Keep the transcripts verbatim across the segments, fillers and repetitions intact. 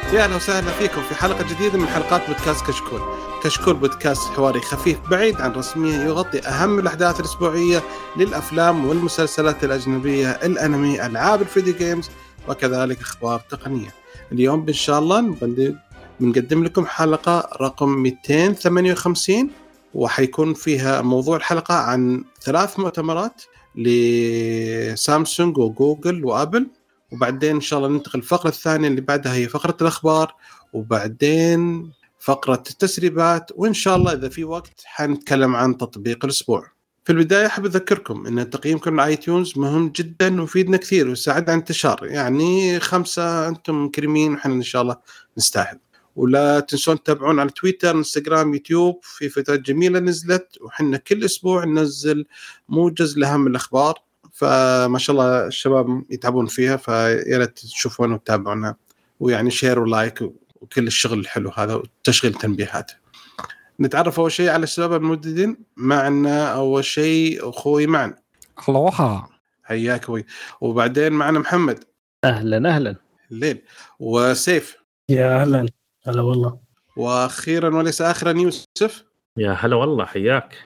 يا أهلا وسهلا فيكم في حلقة جديدة من حلقات بودكاست كشكول. كشكول بودكاست حواري خفيف بعيد عن رسمية، يغطي أهم الأحداث الأسبوعية للأفلام والمسلسلات الأجنبية، الأنمي، ألعاب الفيديو جيمز، وكذلك أخبار تقنية. اليوم إن شاء الله بنقدم لكم حلقة رقم مئتين وثمانية وخمسين، وحيكون فيها موضوع الحلقة عن ثلاث مؤتمرات لسامسونج وجوجل وآبل، وبعدين إن شاء الله ننتقل الفقرة الثانية اللي بعدها هي فقرة الأخبار، وبعدين فقرة التسريبات، وإن شاء الله إذا في وقت حنتكلم عن تطبيق الأسبوع. في البداية أحب أذكركم أن تقييمكم على iTunes مهم جدا ويفيدنا كثير ويساعد على انتشار، يعني خمسة أنتم كريمين وحنا إن شاء الله نستاهل. ولا تنسون تتابعون على تويتر، انستغرام، يوتيوب، في فترات جميلة نزلت وحنا كل أسبوع ننزل موجز لأهم الأخبار، فما شاء الله الشباب يتعبون فيها، فيا ريت تشوفون وتتابعونها، ويعني شير ولايك وكل الشغل الحلو هذا وتشغيل تنبيهات. نتعرف أول شيء على الشباب المجددين معنا. أول شيء أخوي معنا الله وحا حياك أخوي، وبعدين معنا محمد. أهلا أهلا. الليل وسيف. يا أهلا. هلا والله. وأخيرا وليس آخرا يوسف. يا هلا والله حياك.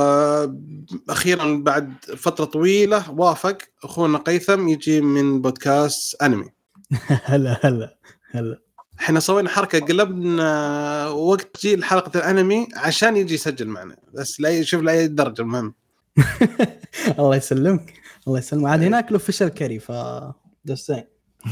وأخيرا بعد فترة طويلة وافق أخونا قيثم يجي من بودكاست أنمي. هلا هلا هلا. احنا سوينا حركة، قلبنا وقت تجي الحلقة الأنمي عشان يجي يسجل معنا، بس لا يشوف لأي درجة. المهم الله يسلمك الله يسلمك. عاد هناك له فشل كري فدستين.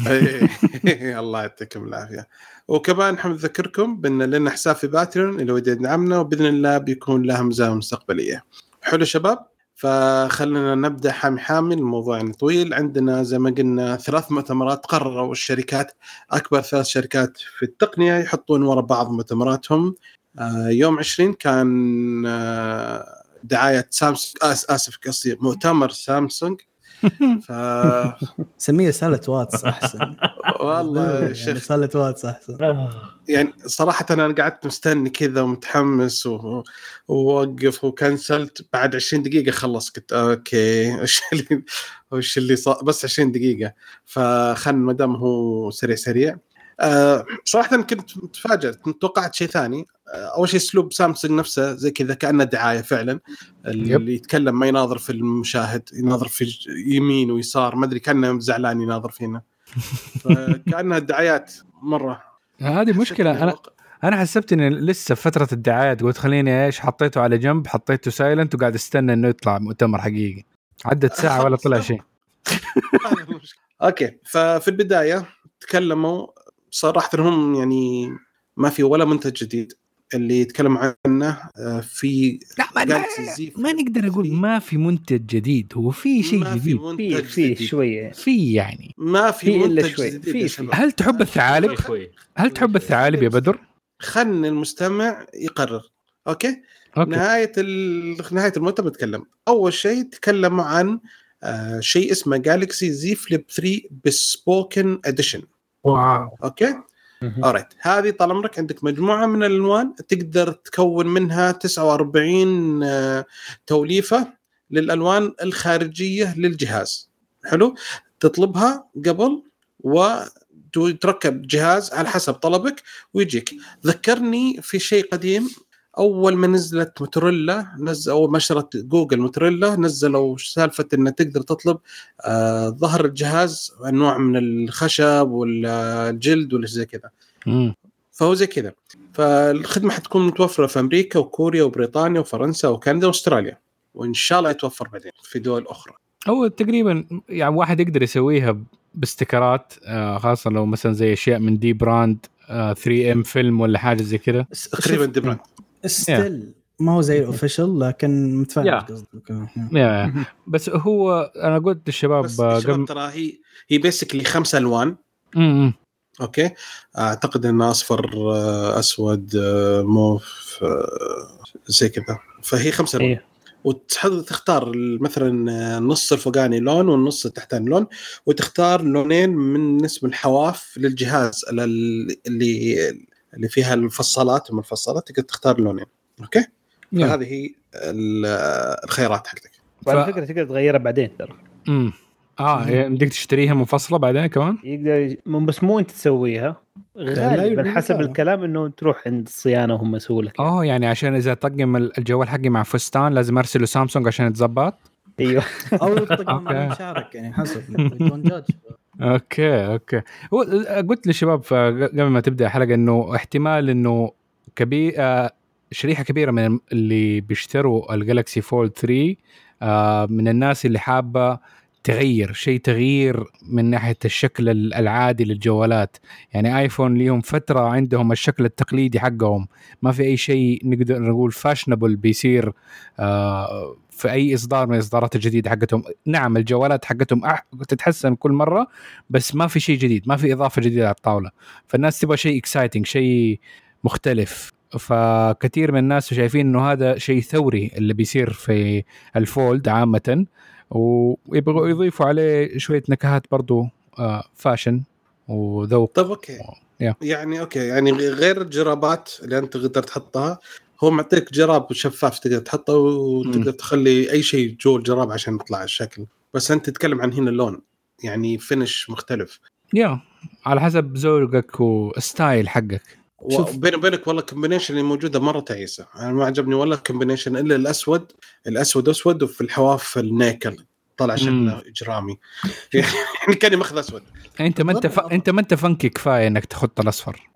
الله يعطيكم العافية. وكمان نحب نذكركم بأن لنا حساب في باتريون اللي ودي يدعمنا، وبإذن الله بيكون لها مزايا مستقبلية. حلو شباب، فخلنا نبدأ حامي حامي. الموضوع يعني طويل. عندنا زي ما قلنا ثلاث مؤتمرات قرروا الشركات، أكبر ثلاث شركات في التقنية يحطون وراء بعض مؤتمراتهم. يوم عشرين كان دعاية سامسونج، آسف قصدي مؤتمر سامسونج. ف سميه سالة واتس أحسن. والله يعني شيخ سالة واتس أحسن. يعني صراحة أنا قعدت مستني كذا ومتحمس و... ووقف وكنسلت بعد عشرين دقيقة خلص. قلت أوكي إيش اللي إيش اللي صار، بس عشرين دقيقة فخل مدام هو سريع سريع. أه صراحة كنت متفاجئ، توقعت شيء ثاني. أول شيء أسلوب سامسونج نفسه زي كذا كأنه دعاية فعلا، اللي يتكلم ما يناظر في المشاهد، يناظر في يمين ويسار، ما أدري كأنه زعلان يناظر فينا. كأنها الدعايات مرة. هذه مشكلة. أنا أنا حسبت إن لسه فترة الدعايات، قلت خليني إيش حطيته على جنب، حطيته سايلنت وقاعد استنى إنه يطلع مؤتمر حقيقي. عدت ساعة ولا طلع شيء. أوكي، ففي البداية تكلموا صراحة هم يعني ما في ولا منتج جديد اللي يتكلم عنه. في لا ما, ما, ما نقدر نقول ما في منتج جديد، هو في شيء جديد. في في شوية في يعني ما في منتج جديد. في هل تحب الثعالب؟ هل تحب الثعالب يا بدر؟ خلنا المستمع يقرر. أوكي, أوكي. نهاية نهاية المؤتمر تكلم. أول شيء تكلموا عن آه شيء اسمه جالكسي زي فليب ثري بسبوكن اديشن. واو. اوكي اوريت. هذه طال عمرك عندك مجموعه من الالوان تقدر تكون منها تسعة وأربعين آه توليفه للالوان الخارجيه للجهاز. حلو، تطلبها قبل وتركب جهاز على حسب طلبك ويجيك. ذكرني في شيء قديم، أول ما نزلت موتوريلا نزل أو مشرة جوجل موتوريلا نزلوا سالفة إن تقدر تطلب آه ظهر الجهاز أنواع من الخشب والجلد ولا زي كذا. فهو زي كذا. فالخدمة حتكون متوفرة في أمريكا وكوريا وبريطانيا وفرنسا وكندا وأستراليا، وإن شاء الله يتوفر بعدين في دول أخرى. هو تقريبا يعني واحد يقدر يسويها باستيكرات، آه خاصة لو مثلا زي أشياء من دي براند، آه ثري إم فيلم ولا حاجة زي كذا. تقريبا دي براند استيل ما هو زي الأوفيشال لكن متفاهم قصدك. يا بس هو أنا قلت للشباب قبل ترى هي هي بيسكلي خمسة ألوان. امم أوكي، أعتقد إن أصفر أسود موف زي كذا، فهي خمسة ألوان. إيه. وتختار مثلا النص الفوقاني لون والنص التحتاني لون، وتختار لونين من اسم الحواف للجهاز اللي اللي فيها الفصالات والمفصلات، تقدر تختار لونين. اوكي yeah. فهذه هي الخيارات حقتك. وعلى ف... فكره تقدر تغيرها بعدين ترى. امم اه يعني بدك تشتريها منفصله بعدين كمان. يقدر مو بس مو انت تسويها غالبا لا، حسب لا. الكلام انه تروح عند الصيانه وهم يسووا لك يعني. اه يعني عشان اذا طقم الجوال حقي مع فستان لازم ارسله سامسونج عشان يتظبط. ايوه او يطقم أوكي. على شعرك يعني حسب دون جاج. اوكي اوكي هو قلت للشباب ف- قبل ما تبدا الحلقه انه احتمال انه كبير آه، شريحه كبيره من اللي بيشتروا الجالكسي فولد ثري آه، من الناس اللي حابه تغير شيء، تغيير من ناحيه الشكل ال- العادي للجوالات. يعني ايفون ليهم فتره عندهم الشكل التقليدي حقهم، ما في اي شيء نقدر نقول فاشنبل بيصير آه، في اي اصدار من الاصدارات الجديده حقتهم. نعم الجوالات حقتهم أح- تتحسن كل مره، بس ما في شيء جديد، ما في اضافه جديده على الطاوله. فالناس تبغى شيء اكسايتنج، شيء مختلف. فكثير من الناس شايفين انه هذا شيء ثوري اللي بيصير في الفولد عامه، ويبغوا يضيفوا عليه شويه نكهات برضو آه فاشن وذوق. طب اوكي يا. يعني اوكي يعني غير الجرابات اللي انت تقدر تحطها، هو معطيك جراب شفاف تقدر تحطه وتقدر تخلي اي شيء جوا الجراب عشان يطلع الشكل. بس انت تتكلم عن هنا اللون، يعني فينش مختلف. يا على حسب ذوقك وستايل حقك. وبين وبينك والله كومبينيشن اللي موجوده مره تعيسه، انا ما عجبني ولا كومبينيشن الا الاسود الاسود اسود وفي الحواف النيكل طلع شكله اجرامي يعني كاني ماخذ اسود. انت ما انت ف... انت ما انت فنكي كفايه انك تحط الاصفر.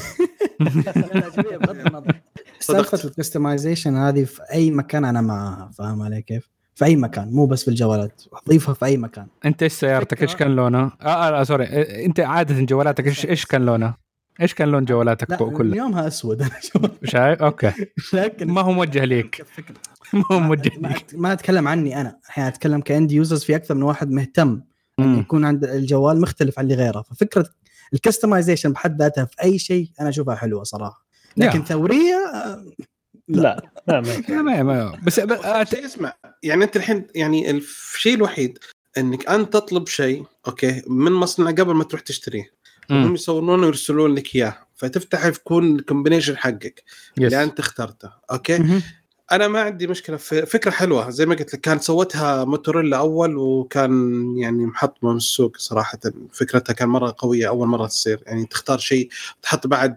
سالفه الكستمايزيشن هذه في اي مكان انا معها، فاهم علي كيف؟ في اي مكان، مو بس في الجوالات، اضيفها في اي مكان. انت ايش سيارتك ايش كان لونها؟ آه, اه سوري، انت عاده جوالاتك ايش ايش كان لونها؟ ايش كان لون جوالاتك كلها؟ اليومها اسود شايف؟ اوكي لكن ما هو موجه ليك، ما هو موجه ما, ليك. ما اتكلم عني انا، احيانا اتكلم كاند يوزرز، في اكثر من واحد مهتم ان يكون عند الجوال مختلف عن اللي غيره. ففكره الكستمايزيشن بحد ذاتها في اي شيء انا اشوفها حلوه صراحه، لكن يا. ثوريه لا لا لا ما ما بس أت... اسمع يعني انت الحين يعني الشيء الوحيد انك انت تطلب شيء اوكي من مصنع قبل ما تروح تشتريه، وهم يصورونه ويرسلون لك اياه، فتفتح يكون الكومبينيشن حقك اللي انت اخترته. اوكي انا ما عندي مشكله، في فكره حلوه زي ما قلت لك، كانت سوتها موتوريلا اول وكان يعني محطمه من السوق صراحه. فكرتها كان مره قويه اول مره تصير، يعني تختار شيء تحط بعد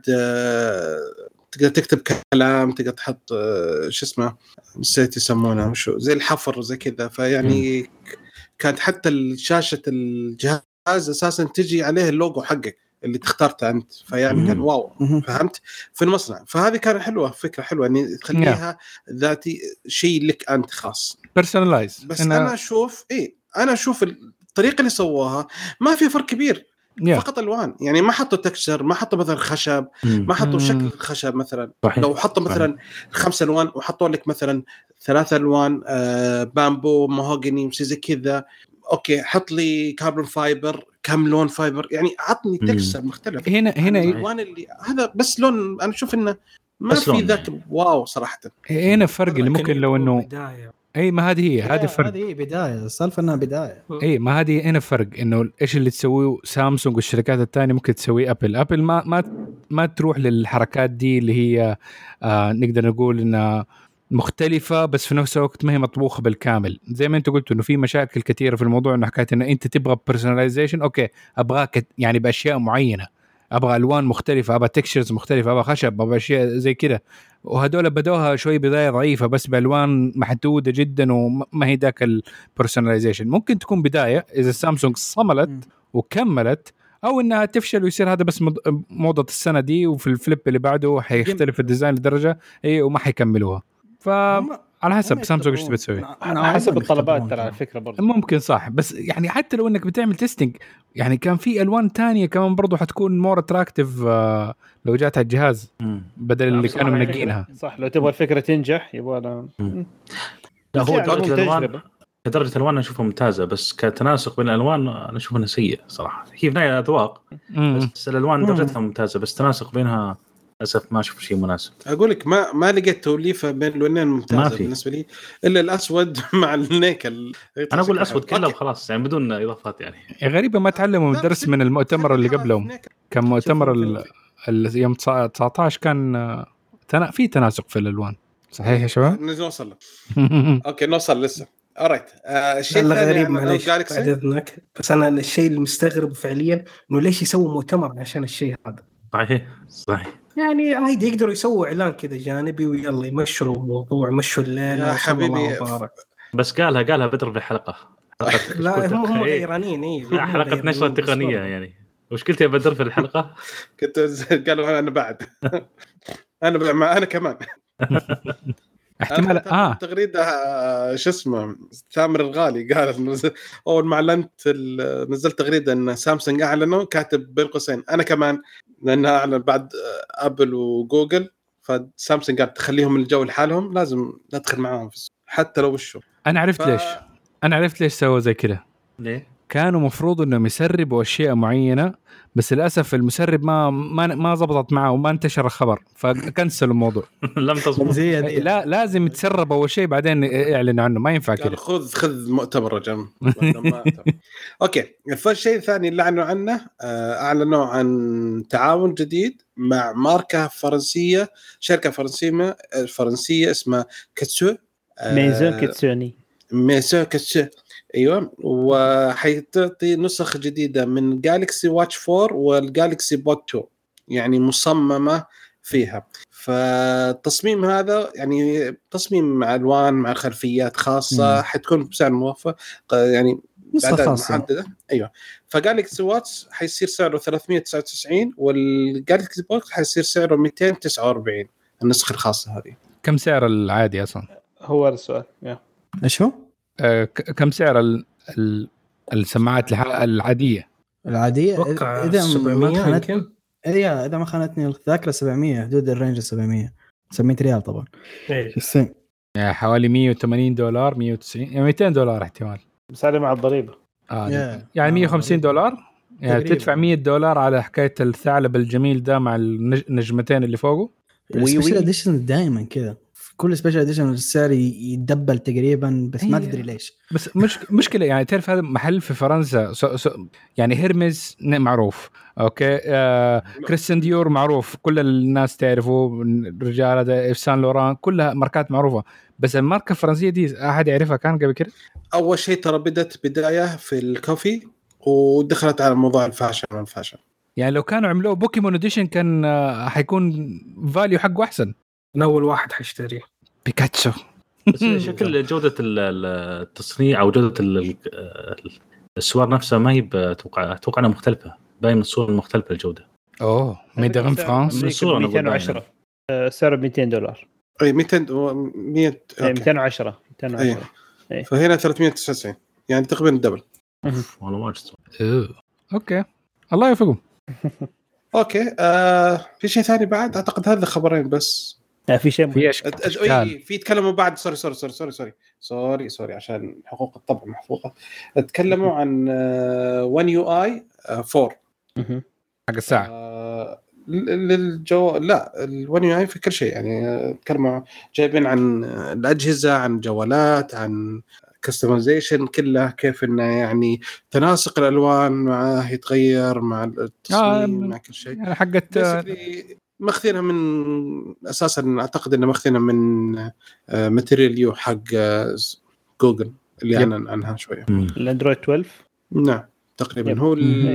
تقدر تكتب كلام، تقدر تحط شو اسمه نسيت يسمونه شو زي الحفر زي كذا. فيعني م. كانت حتى شاشه الجهاز اساسا تجي عليه اللوجو حقك اللي تختارته انت، فيعني م. كان واو م. فهمت في المصنع. فهذه كانت حلوه، فكره حلوه يعني تخليها yeah. ذاتي شيء لك انت خاص بيرسونلايز. بس أنا... انا اشوف ايه انا اشوف الطريقه اللي سووها ما في فرق كبير yeah. فقط الوان، يعني ما حطوا تكستشر، ما حطوا مثلا خشب، ما حطوا شكل خشب مثلا. صحيح. لو حطوا مثلا خمس الوان وحطوا لك مثلا ثلاث الوان آه بامبو مهوجني وشي زي كذا، اوكي حط لي كاربون فايبر كم لون فايبر، يعني عطني تكستشر مختلف. هنا هنا الالوان اللي هذا بس لون، انا اشوف انه ما في ذاك واو صراحه. هنا فرق اللي ممكن لو انه بداية. اي ما هذه هي هذه فرق، هذه بدايه السالفه انها بدايه. اي ما هذه هنا فرق انه ايش اللي تسويه سامسونج والشركات الثانيه ممكن تسويه ابل. ابل ما ما ما تروح للحركات دي اللي هي آه نقدر نقول انها مختلفة بس في نفس الوقت ما هي مطبوخة بالكامل. زي ما انت قلت انه في مشاكل كثيرة في الموضوع، انه حكاية انه انت تبغى personalization، اوكي ابغاك يعني باشياء معينة، ابغى الوان مختلفة، ابغى تكشرز مختلفة، ابغى خشب، ابغى اشياء زي كده. وهدول بدوها شوي بداية ضعيفة بس بالوان محدودة جدا وما هي ذاك البرسوناليزيشن. ممكن تكون بداية اذا سامسونج صملت وكملت، او انها تفشل ويصير هذا بس موضة السنة دي وفي الفليب اللي بعده حيختلف الديزاين لدرجة اي وما حيكملوها. فعلى حسب سامسونج ايش بتسوي، على حسب الطلبات ترى على فكره برضه ممكن صح. بس يعني حتى لو انك بتعمل تيستينج يعني كان في الوان تانية كمان برضه حتكون مور اتراكتيف لو جات على الجهاز بدل اللي كانوا منقينها. صح لو تبغى الفكره تنجح يبغى لا لا هو درجه الالوان درجه الالوان انا اشوفها ممتازه، بس كتناسق بين الالوان انا اشوفها انها سيء صراحه. هي في نهايه اذواق بس الالوان درجتها ممتازه، بس تناسق بينها للاسف ما اشوف شيء مناسب. اقول لك ما ما لقيت توليفه بين اللونين ممتازه بالنسبه لي الا الاسود مع النيكل. انا اقول الاسود كله وخلاص يعني بدون اضافات. يعني غريبه ما تعلموا من درس من المؤتمر اللي قبلهم. كان مؤتمر ال يوم تسعة عشر كان تنا... في تناسق في الالوان. صحيح يا شباب؟ نوصل اوكي نوصل لسه alright آه الشيء لا الثاني غريب عن معليش بعد جالكسي اذنك، بس انا الشيء اللي مستغرب فعليا انه ليش يسووا مؤتمر عشان الشيء هذا. صحيح صحيح يعني عادي يقدروا يسووا اعلان كذا جانبي ويلا يمشوا الموضوع، يمشوا الليله. يا حبيبي بس قالها قالها بدر في الحلقه. لا هم هم غيرانين. ايه لا حلقه نشره تقنيه يعني. مشكلتي يا بدر في الحلقه كنت قالوا انا بعد انا بعد ما انا كمان احتمال اه تغريده شو اسمه ثامر الغالي قال اول ما اعلنت نزلت تغريده ان سامسونج اعلنوا كاتب بين قوسين انا كمان لانها اعلن بعد ابل وجوجل، فسامسونج قاعد تخليهم الجو لحالهم لازم ندخل معاهم حتى لو وشو. انا عرفت ف... ليش انا عرفت ليش سووا زي كده. ليه؟ كانوا مفروض انهم يسربوا اشياء معينه بس للاسف المسرب ما ما ما زبطت معه وما انتشر الخبر فكنسلوا الموضوع. لم تزبط. لا لازم يتسرب اول شيء بعدين يعلنوا عنه، ما ينفع كده. خذ خذ مؤتمر رجم. اوكي فالشيء الثاني اللي اعلنوا عنه اعلنوا عن تعاون جديد مع ماركه فرنسيه، شركه فرنسيه فرنسيه اسمها كاتسو ميزون كاتسوني ميزون كاتسو ايوه، وحيتعطي نسخ جديده من جالكسي واتش فور والجالكسي بود تو يعني مصممه فيها. فالتصميم هذا يعني تصميم مع الوان مع خلفيات خاصه، حتكون بسعر موفق يعني نسخه محدده. ايوه فجالكسي واتش حيصير سعره ثلاثمية وتسعة وتسعين والجالكسي بود حيصير سعره مئتين وتسعة وأربعين النسخه الخاصه هذه. كم سعر العادي اصلا؟ هو السؤال يا ايش هو؟ أه كم سعر ال ال السماعات العاديه؟ العاديه اذا سبعمية يمكن. اي اذا ما خانتني الذاكره سبعمية، حدود الرينج سبعمية سبعمية ريال طبعا. ايه السن يعني حوالي مية وثمانين دولار مية وتسعين يعني مئتين دولار احتمال، بس هذا مع الضريبه. اه yeah. يعني مية وخمسين دولار يعني تقريبا. تدفع مية دولار على حكايه الثعلب الجميل ده مع النجمتين اللي فوقه. السبيشال اديشن دائما كذا، كل سبيشال اديشن السعر يتدبل تقريبا بس ما تدري ليش. بس مش مشكله يعني تعرف هذا محل في فرنسا سو سو يعني هيرمز معروف اوكي، آه كريستيان ديور معروف كل الناس تعرفه، الرجال هذا إف سان لوران كلها ماركات معروفه، بس الماركه الفرنسيه دي احد يعرفها كان قبل كده؟ اول شيء ترى بدت بدايه في الكوفي ودخلت على موضوع الفاشن والفاشن. يعني لو كانوا عملوه بوكيمون اديشن كان حيكون فاليو حقه احسن. أنا أول واحد حاشتريه بيكاتشو. بس شكل جودة التصنيع أو جودة السوار نفسها ما هي بتوقع أتوقع أنها مختلفة، باين من الصورة المختلفة الجودة. أوه ميدان فرانس من الصورة مئتين وعشرة سعر مئتين دولار. أي مئتين مية مئتين وعشرة مئتين وعشرة أي. فهنا ثلاثمية وتسعة وتسعين يعني تقريبا الدبل. والله ما أجد. أوكي الله يوفقهم. اوكي آه، في شيء ثاني بعد؟ اعتقد هذا خبرين بس. لا في شيء في اشكال في يتكلموا بعد سوري سوري سوري سوري سوري سوري سوري عشان حقوق الطبع محفوظه. تكلموا عن ون يو اي فور حق الساعه آه للجو. لا الون يو اي في كل شيء يعني. تكلموا جايبين عن الاجهزه، عن جوالات، عن كستمايزيشن كلها، كيف انه يعني تناسق الالوان معاه يتغير مع التصميم آه مع كل شيء يعني حقت ماخذينها من اساسا اعتقد انه ماخذينها من ماتيريال يو حق جوجل اللي اعلن عنها شويه. الاندرويد اثنا عشر نعم تقريبا يب. هو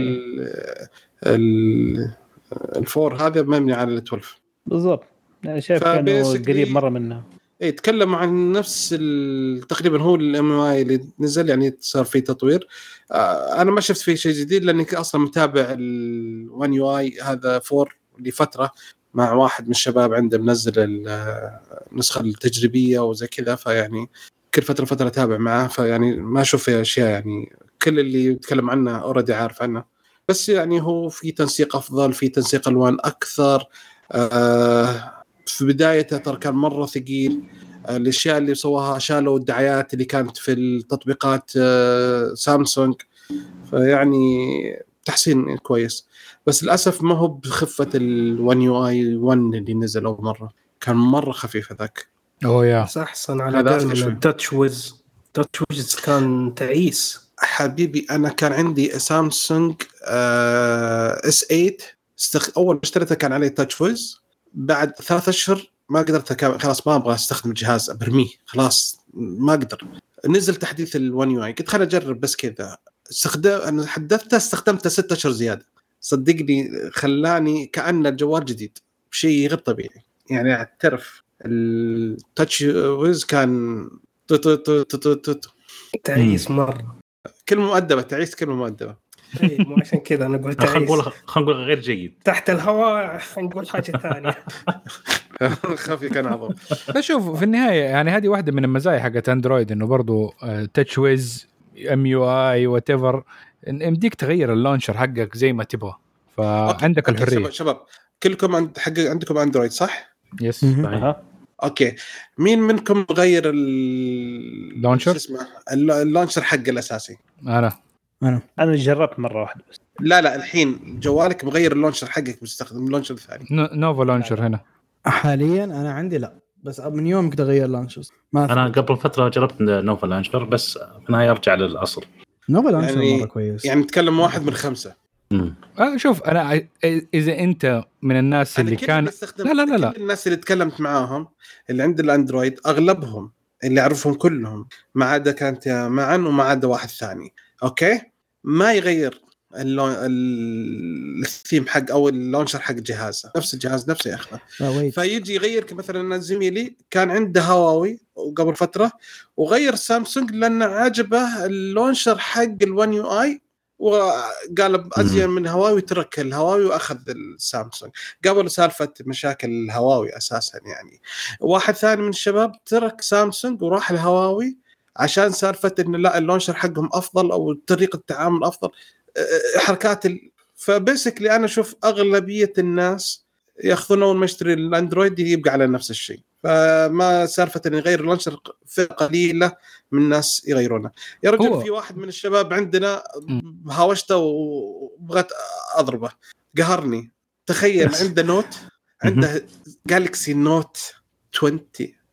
ال الفور هذا مبني على ال اثنا عشر بالضبط. انا شايف انه قريب مره منها. اي تكلموا عن نفس تقريبا هو الام اي اللي نزل يعني صار فيه تطوير. آه انا ما شفت فيه شيء جديد لاني اصلا متابع ال1 يو اي هذا فور لفتره مع واحد من الشباب عنده منزل النسخه التجريبيه وزي كذا، فيعني كل فتره فتره اتابع معه، فيعني ما اشوف فيه اشياء يعني كل اللي يتكلم عنه اوريدي عارف عنه، بس يعني هو في تنسيق افضل، في تنسيق الوان اكثر. آه في بدايته ترى كان مرة ثقيل. الأشياء اللي سواها شالوا الدعايات اللي كانت في التطبيقات سامسونج، فيعني تحسين كويس، بس للأسف ما هو بخفة الون يو آي ون اللي نزل أول مرة، كان مرة خفيف هذاك. أوه يا بس أحسن على بالي التاتش ويز تاتش ويز كان تعيس حبيبي. أنا كان عندي سامسونج اس ثمانية استخ... أول ما اشتريته كان عليه تاتش ويز، بعد ثلاثة أشهر ما قدرت أكمل، خلاص ما أبغى أستخدم الجهاز، أبرميه خلاص ما أقدر. نزل تحديث الون يو اي، قلت خليني اجرب بس كذا. استخدم انا حدثته استخدمته ستة اشهر زياده، صدقني خلاني كأن الجوال جديد، شيء غير طبيعي. يعني اعترف التاتش ويز كان تعيس مره، كلمه مؤدبه، تعيس كلمه مؤدبه. اي مو عشان كذا انا قلت خلينا نقول خلينا نقول غير جيد تحت الهواء، نقول حاجه ثانيه. خفي كان عظيم. فشوف في النهايه يعني هذه واحده من المزايا حقت اندرويد، انه برضو تاتش ويز ام يو اي وات ايفر، يمديك تغير اللونشر حقك زي ما تبغى، فعندك أوكي. الحريه. شباب, شباب كلكم عند حق عندكم اندرويد صح؟ يس. أه. اوكي، مين منكم غير اللونشر اسمه اللونشر حق الاساسي؟ انا انا انا جربت مره واحده بس. لا لا الحين جوالك مغير اللونشر حقك، مستخدم اللونشر الثاني. نوفا لونشر هنا حاليا انا عندي لا، بس من يوم كده غير لانشرز. انا قبل فتره جربت نوفا لانشر بس في النهايه ارجع للاصل. نوفا لانشر يعني مره كويس، يعني نتكلم واحد من خمسه. امم أه شوف انا اذا انت من الناس اللي كان لا لا لا لا كل الناس اللي تكلمت معاهم اللي عند الاندرويد اغلبهم اللي اعرفهم كلهم ما عدا كانت معا وما عدا واحد ثاني اوكي ما يغير اللون الثيم حق او اللونشر حق جهازه، نفس الجهاز نفسه ياخذه. فيجي يغير مثلا مثلا كان عنده هواوي وقبل فتره وغير سامسونج لان عجبه اللونشر حق الون يو اي وقال أزين من هواوي، ترك الهواوي وأخذ السامسونج. قبل سالفة مشاكل الهواوي أساسا يعني. واحد ثاني من الشباب ترك سامسونج وراح الهواوي عشان سالفة إن لا اللونشر حقهم أفضل أو طريقة التعامل أفضل، حركات ال... فبسكلي أنا أشوف أغلبية الناس يأخذون أول ما يشتري الأندرويد يبقى على نفس الشيء، فما سالفة إن يغير اللونشر في قليلة من الناس يغيرونه. يا رجل هو. في واحد من الشباب عندنا هاوشته وبغت أضربه، قهرني. تخيل عنده نوت، عنده جالكسي نوت عشرين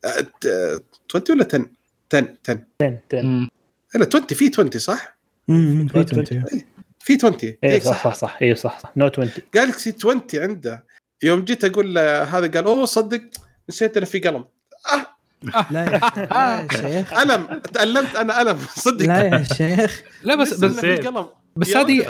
عشرين ولا عشرة عشرة عشرة عشرة لا عشرين في عشرين صح؟ امم في عشرين في عشرين اي صح صح صح اي صح صح نوت عشرين جالكسي عشرين عنده. يوم جيت أقول له هذا قال أوه صدق نسيت أنا في قلم. آه. لا يا شيخ ألم تألمت أنا ألم صدق. لا يا شيخ لا بس بس بس هذه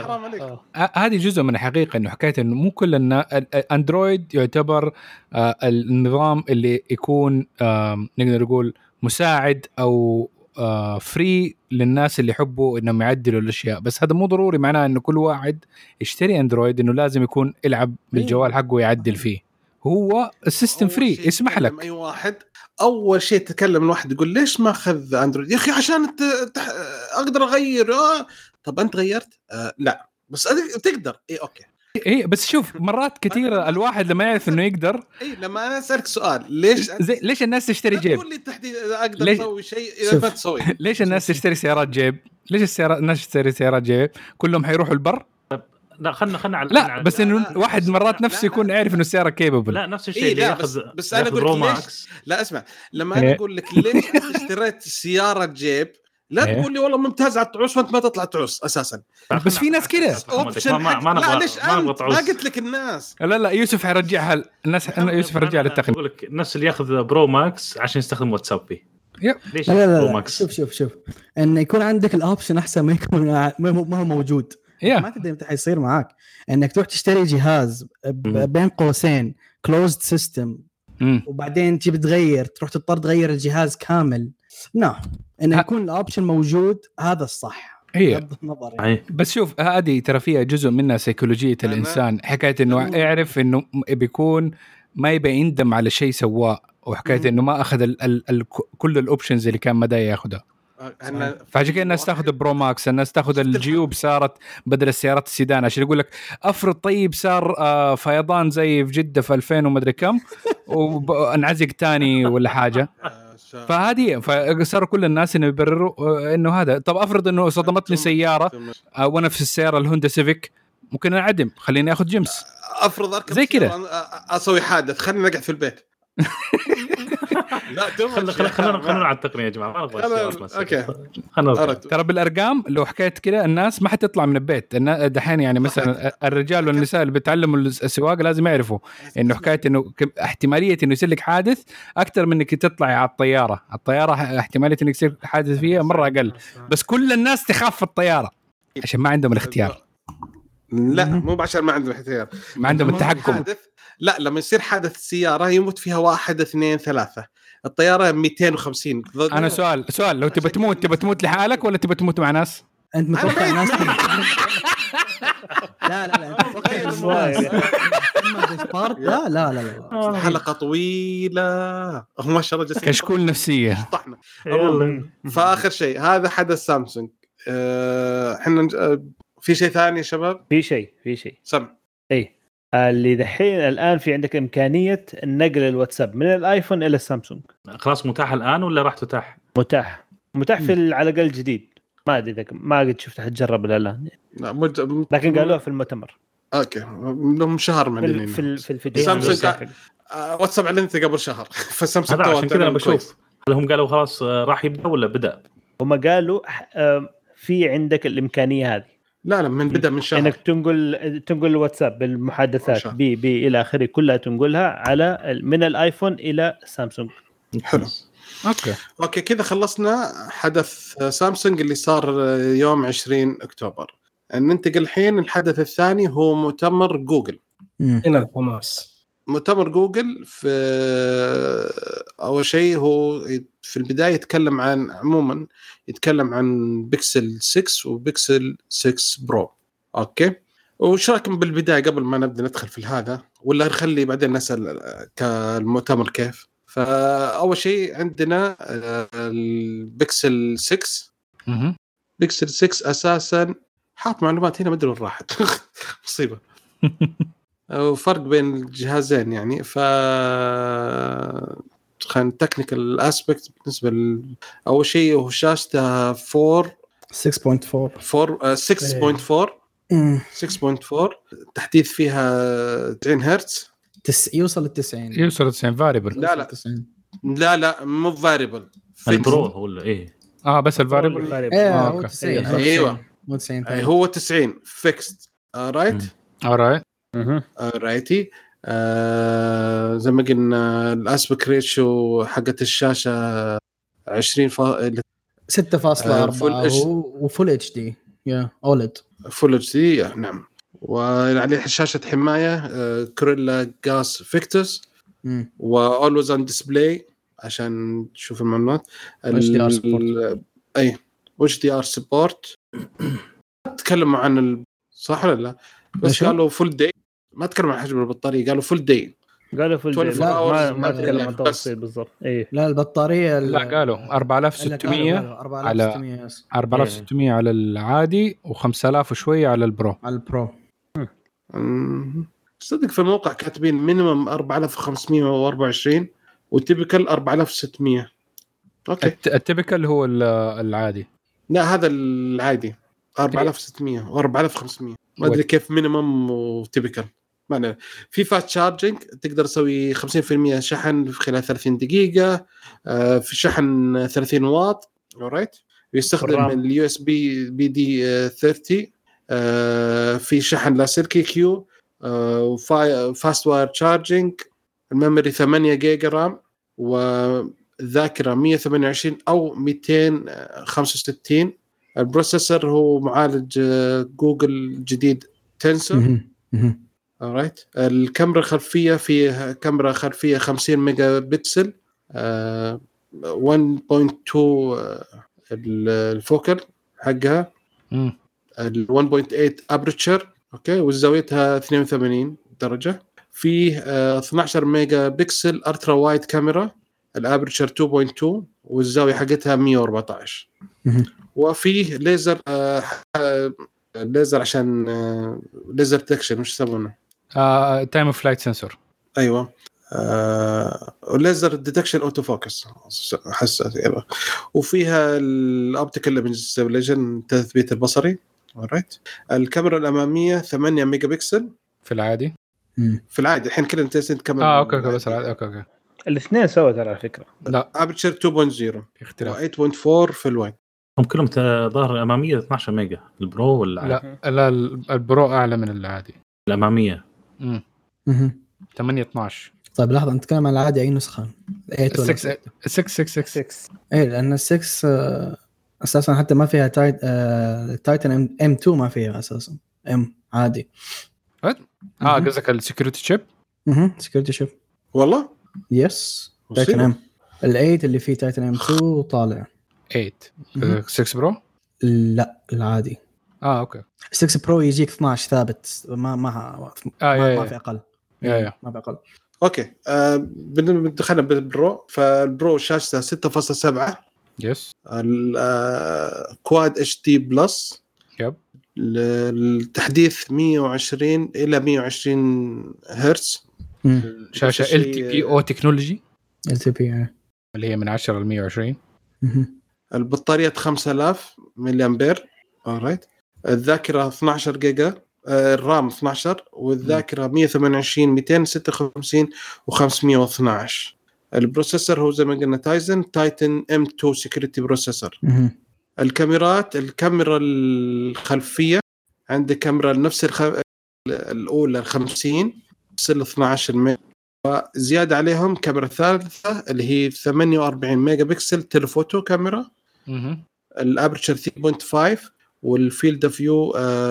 هذه جزء من الحقيقة إنه حكاية إنه مو كل الأندرويد يعتبر آه النظام اللي يكون آه نقدر نقول مساعد أو آه فري للناس اللي يحبوا إنهم يعدلوا الأشياء، بس هذا مو ضروري معناه إنه كل واحد يشتري أندرويد إنه لازم يكون يلعب بالجوال حقه ويعدل فيه. هو السيستم فري يسمح لك. أي واحد أول شيء تكلم الواحد يقول ليش ما أخذ أندرويد يا أخي عشان تح... أقدر أغير. آه. طب أنت غيرت؟ آه لا بس تقدر. إيه أوكي إيه بس شوف مرات كثيرة الواحد لما يعرف إنه يقدر. إيه لما أنا أسألك سؤال ليش زي ليش الناس تشتري جيب؟ تقول لي تحديد أقدر أسوي شيء إذا ما تسوي. ليش الناس تشتري سيارات جيب؟ ليش السيارات الناس تشتري سيارات جيب؟ كلهم حيروحوا البر؟ لا خلنا خلنا على لا بس انه واحد مرات نفسه يكون عارف انه السياره كيبل. لا نفس الشيء إيه اللي ياخذ بس, بس انا اقول لك ليش. لا اسمع لما انا اقول لك ليش اشتريت سياره جيب لا إيه؟ تقول لي والله ممتاز على التعوس وانت ما تطلع تعوس اساسا. بس في ناس كده ما ما ما ليش ما قلت لك الناس. لا لا يوسف حيرجعها الناس. يوسف يرجع للتقنيه. اقول لك الناس اللي ياخذ برو ماكس عشان يستخدم واتساب فيه. ليش لا لا لا شوف شوف شوف ان يكون عندك الاوبشن احسن ما يكون ما هو موجود. yeah. ما تدري متى حيصير معك انك تروح تشتري جهاز بين قوسين كلوزد سيستم وبعدين تجي بتغير تروح تضطر تغير الجهاز كامل. لا انه يكون الاوبشن موجود هذا الصح. هي بس شوف هذه ترى فيها جزء منها سيكولوجية الانسان، حكايه انه يعرف انه بيكون ما يبي يندم على شيء سواه، وحكايه انه ما اخذ ال ال ال كل الاوبشنز اللي كان مدى ياخذها. فعشان كده الناس تاخذ برو ماكس، الناس تاخذ الجيوب صارت بدل السيارات السيدان عشان يقول لك افرض طيب صار آه فيضان زي في جدة في ألفين ومدري كم وانعزق تاني ولا حاجة. فهذه فصاروا كل الناس انه يبرروا انه هذا. طب افرض انه صدمتني سيارة آه وانا في السيارة الهوندا سيفيك ممكن انعدم، خليني اخذ جيمس. افرض اركب زي كده اسوي حادث خليني اقعد في البيت. لا خلينا خلينا خلينا على التقنيه يا جماعه، ما نبغى اوكي خلينا ترى بالارقام لو حكيت كده الناس ما حتطلع من البيت. دحين يعني مثلا الرجال والنساء اللي بيتعلموا السواقه لازم يعرفوا انه حكايه انه احتماليه انه يصير لك حادث اكثر من انك تطلعي على الطياره. الطياره احتماليه انك يصير حادث فيها مره اقل، بس كل الناس تخاف في الطياره عشان ما عندهم الاختيار. لا مو عشان ما عندهم الاختيار، ما عندهم التحكم. لا لما يصير حادث السيارة يموت فيها واحد اثنين ثلاثة، الطيارة مئتين وخمسين. أنا سؤال سؤال لو تبى تموت تبى تموت لحالك ولا تبى تموت مع ناس؟ أنت متوقع ناس لا لا لا أنت متوقع لا لا لا لا حلقة طويلة ما شاء الله كشكول نفسية. فآخر شيء هذا حدث سامسونج. احنا أه في شيء ثاني يا شباب؟ في شيء في شيء سمع اي اللي دحين الان في عندك امكانيه نقل الواتساب من الايفون الى السامسونج. خلاص متاح الان ولا راح تتاح؟ متاح متاح في على الاقل جديد. ما ادري اذا ما قد شفت حتجرب الان، لا مج... لكن قالوها في المؤتمر. اوكي لهم شهر من في في, في الفيديو سامسونج واتساب اعلنت قبل شهر فسامسونج عشان كذا انا بشوف هل هم قالوا خلاص راح يبدا ولا بدا؟ هم قالوا في عندك الامكانيه هذه. لا لا من بدا من شهر انك تنقل تنقل الواتساب بالمحادثات بي بي الى اخره كلها تنقلها على من الايفون الى سامسونج. حلو اوكي اوكي كذا خلصنا حدث سامسونج اللي صار يوم عشرين أكتوبر. ننتقل الحين الحدث الثاني هو مؤتمر جوجل. هنا الحماس. مؤتمر جوجل في اول شيء هو في البدايه يتكلم عن عموما يتكلم عن بيكسل ستة وبيكسل ستة برو. اوكي وش رايكم بالبدايه قبل ما نبدا ندخل في هذا ولا نخلي بعدين نسال كالمؤتمر كيف؟ فاول شيء عندنا البيكسل ستة. بيكسل ستة اساسا حاط معلومات هنا ما ادري وين راحت مصيبه وفرق بين الجهازين يعني. ف خلينا تكنيكال اسبكت بالنسبه ل... اول شيء هو شاشته فور ستة فاصلة أربعة ستة فاصلة أربعة ستة فاصلة أربعة تحديث فيها تسعين هرتز تس... يوصل للتسعين يوصل للتسعين فاريبل. لا لا لا لا مو فاريبل البرو ولا ايه؟ اه بس الفاريبل ايه هو تسعين. ايوه مو تسعين هو تسعين فيكست. رايت alright رايتي آه زي ما قلنا الاسبك ريشيو حقت الشاشه عشرين فا... ستة فاصلة أربعة وفول اتش دي يا اولد فول اتش دي نعم. وعليه شاشه حمايه آه كوريلا جاس فيكتوس واولويز اون ديسبلاي عشان تشوف المعلومات. اتش دي ار سبورت. اي اتش دي ار سبورت. تكلموا عن ال... صح ولا لا؟ بس قالوا فول داي ما تكلموا عن حجم البطاريه قالوا فول داي قالوا فول داي ما ما تكلموا عن التفاصيل بالضبط. ايه لا البطاريه لا قالوا أربعة آلاف وستمية على أربعة آلاف وستمية على العادي وخمسة آلاف وشويه على البرو. على البرو صدق في الموقع كاتبين مينيمم أربعة آلاف وخمسمية وأربعة وعشرين وتيبيكال أربعة آلاف وستمية. اوكي التيبيكال هو العادي. لا هذا العادي أربعة آلاف وستمية وأربعة آلاف وخمسمية ما ادري كيف مينيمم وتيبيكال. معنى في فاست تشارجنج تقدر تسوي خمسين بالمية شحن في خلال ثلاثين دقيقه في شحن ثلاثين واط. اورايت يستخدم اليو اس بي بي دي ثلاثين في شحن لاسلكي كيو وفاست واير تشارجنج. الميموري ثمانية جيجا رام والذاكره مية وثمانية وعشرين او مئتين وخمسة وستين. البروسيسور هو معالج جوجل جديد تنسور. alright. الكاميرا الخلفيه فيها كاميرا خلفيه خمسين ميجا بكسل uh, واحد فاصلة اثنين الفوكال حقها ال واحد فاصلة ثمانية ابرتشر اوكي وزاويتها اثنين وثمانين درجه. فيه uh, اثنا عشر ميجا بكسل الترا وايد كاميرا الابرتشر اثنين فاصلة اثنين والزاويه حقتها مية وأربعة عشر. وفيه ليزر آه ليزر عشان آه ليزر ديتكشن مش يسمونه آه تايم اوف فلايت سنسور. ايوه آه ليزر ديتكشن اوتو فوكس حساس. وفيها الاوبتيكال ايمج ستابيلايزيشن التثبيت البصري. alright. الكاميرا الاماميه ثمانية ميجا بكسل في العادي في العادي الحين كده انت نتكلم اه اوكي اوكي بس العادي اوكي اوكي الاثنين سوا ترى على فكره. لا ابرتشر تو بوينت زيرو اختلاف ثمانية فاصلة أربعة في الوايد. هم كلهم ظهر اماميه اثناشر ميجا البرو ولا لا لا البرو اعلى من العادي الاماميه. امم ثمانية اثناشر. طيب لحظه نتكلم عن العادي اي نسخه ستة ستة ستة ايه لان الستة اساسا حتى ما فيها تايت آه... تايتن ام ام تو ما فيها اساسا ام عادي. اه قصدك السكيورتي شيب. اها سكيورتي شيب والله يس تايتن ام الايت اللي فيه تايتن ام تو طالع ثمانية ستة برو. لا العادي. اه اوكي ستة برو يجيك اثناشر ثابت ما ما آه ما, يا ما يا. في اقل يا يا. ما في اقل. اوكي آه دخلنا بالبرو. فالبرو شاشته ستة فاصلة سبعة يس الكواد اتش دي بلس. يب التحديث مية وعشرين الى مية وعشرين هرتز. شاشه ال تي بي او تكنولوجي ال تي بي اللي هي من عشرة ل مية وعشرين. البطاريه خمسة آلاف ملي امبير. alright. الذاكره اثناشر جيجا. الرام اثناشر والذاكره مية وثمانية وعشرين مئتين وستة وخمسين وخمسمية واثناشر. البروسيسور هو زي ما قلنا تايزن تايتن ام تو سيكوريتي بروسيسور. الكاميرات الكاميرا الخلفيه عندك كاميرا نفس الخ... الاولى خمسين بسل اثناشر ميجا وزياده عليهم كاميرا ثالثه اللي هي ثمانية وأربعين ميجا بكسل تلفوتو كاميرا. الابرتشر ثلاثة فاصلة خمسة والفيلد اوف فيو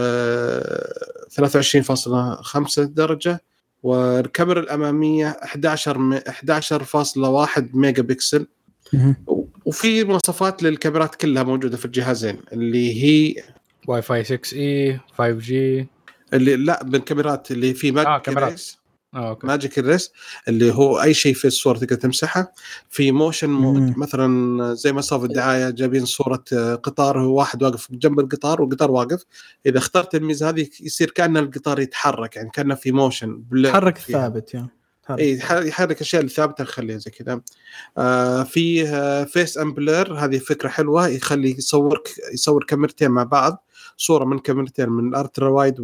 ثلاثة وعشرين فاصلة خمسة درجه. والكاميرا الاماميه أحد عشر فاصلة واحد ميجا بكسل. وفي مواصفات للكاميرات كلها موجوده في الجهازين اللي هي واي فاي ستة اي خمسة جي اللي لا بالكاميرات اللي في ماجيك آه ريس. آه ماجيك ريس اللي هو اي شيء في الصور تقدر تمسحها. في موشن مود مثلا زي ما صار في الدعايه جايبين صوره قطار هو واحد واقف جنب القطار والقطار واقف. اذا اخترت الميزه هذه يصير كأن القطار يتحرك يعني كأنه في موشن يتحرك ثابت يعني اي يحرك اشياء الثابته نخليها زي كذا. آه في آه فيس امبلر هذه فكره حلوه يخلي يصورك يصور كاميرتين مع بعض صوره من كاميرتين من الالترا وايد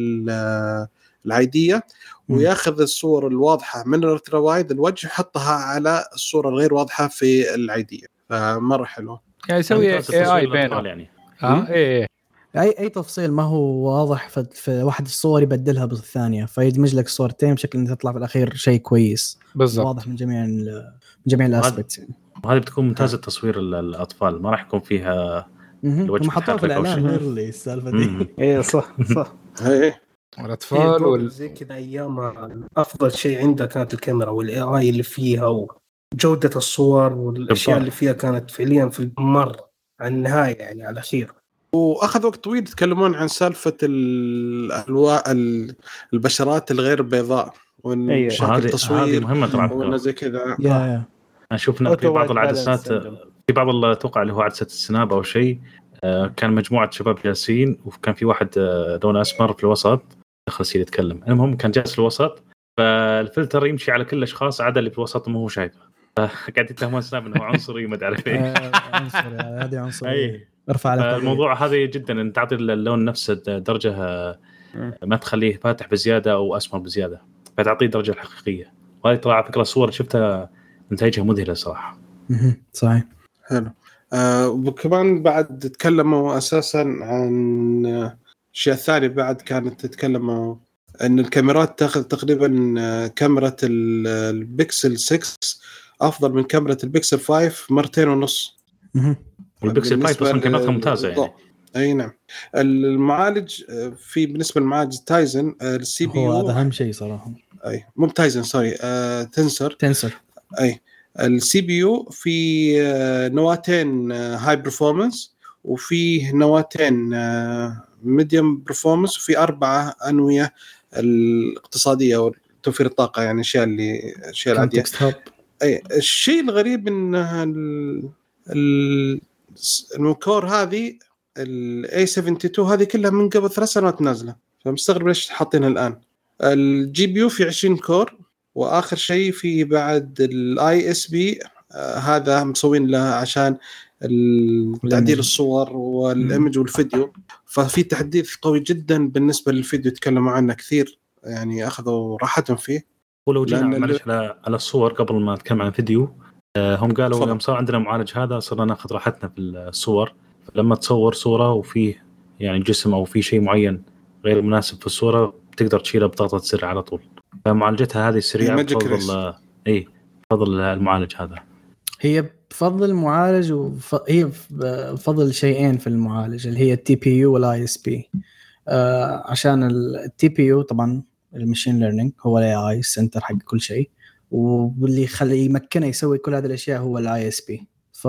والعاديه وياخذ الصور الواضحه من الالترا وايد الوجه يحطها على الصوره الغير واضحه في العاديه. فمره حلو يعني يسوي اي اي بينه يعني اه اي اي اي تفصيل ما هو واضح في, في واحد الصور يبدلها بالثانيه فيدمج لك صورتين بشكل ان تطلع في الاخير شيء كويس بالضبط واضح من جميع من جميع الاسبكتس يعني. وهذه بتكون ممتازه تصوير الاطفال ما راح يكون فيها الوجه حطوها في الاعلان اللي السالفه دي. ايه صح صح ايه الاطفال وال... زي كذا ايام افضل شيء عندها كانت الكاميرا والاي اي اللي فيها وجوده الصور والاشياء اللي فيها كانت فعليا في المره على النهايه يعني على الاخير. واخذ وقت طويل يتكلمون عن سالفه الالواء البشرات الغير بيضاء وشكل هذه التصوير هذه مهمه طبعا زي كذا. اشوف في بعض العدسات في بعض الاتوقع اللي هو عدسه السناب او شيء كان مجموعه شباب جالسين وكان في واحد لون اسمر في الوسط دخل يصير يتكلم. المهم كان جالس في الوسط فالفلتر يمشي على كل الاشخاص عدا اللي في الوسط ما هو شايفه قاعد يتهمون سناب انه عنصري ما ادري ايه عنصري هذه عنصري ارفع على الموضوع هذا جدا ان تعطي اللون نفس درجه ما تخليه فاتح بزياده او اسمر بزياده فتعطيه الدرجه الحقيقيه. وهذه طلع فكره صور شفتها نتائجها مذهله صراحه. صحيح حلو. آه وكمان بعد تكلموا اساسا عن اشياء ثانيه بعد كانت تتكلموا ان الكاميرات تاخذ تقريبا كاميرا البيكسل ستة افضل من كاميرا البيكسل خمسة مرتين ونص. والبيكسل خمسة اصلا كاميرتها ممتازه يعني. اي نعم. المعالج في بالنسبه للمعالج تايزن السي بي يو هو هذا اهم شيء صراحه. اي مو تايزن سوري آه تنسر تنسر اي السي بي يو في نواتين هاي برفورمانس وفي نواتين ميديوم برفورمانس وفي اربعه انويه الاقتصاديه وتوفير الطاقه يعني اشياء اللي اشياء العاديه. اي الشيء الغريب ان ال المكور هذه ال إيه سبعة اثنين هذه كلها من قبل ثلاث سنوات نازله فمستغرب ليش حاطينها الان. الجي بي يو في عشرين كور واخر شيء في بعد الاي اس بي آه هذا مسوين له عشان تعديل الصور والايمج والفيديو ففي تحديث قوي جدا بالنسبه للفيديو تكلموا عنه كثير يعني اخذوا راحتهم فيه ولو جينا معلش على على الصور قبل ما نتكلم عن الفيديو، هم قالوا يوم صار عندنا معالج هذا صرنا ناخذ راحتنا في الصور. لما تصور صورة وفيه يعني جسم أو في شيء معين غير مناسب في الصورة بتقدر تشيلها بضغطة زر على طول. فمعالجتها هذه السريعة بفضل إيه بفضل المعالج هذا. هي بفضل المعالج وهي بفضل شيئين في المعالج اللي هي التي بي يو والاي اس بي. آه عشان التي بي يو طبعا المشين ليرنينج هو الاي اي سنتر حق كل شيء، واللي يخليه يمكنه يسوي كل هذه الاشياء هو الاي اس بي.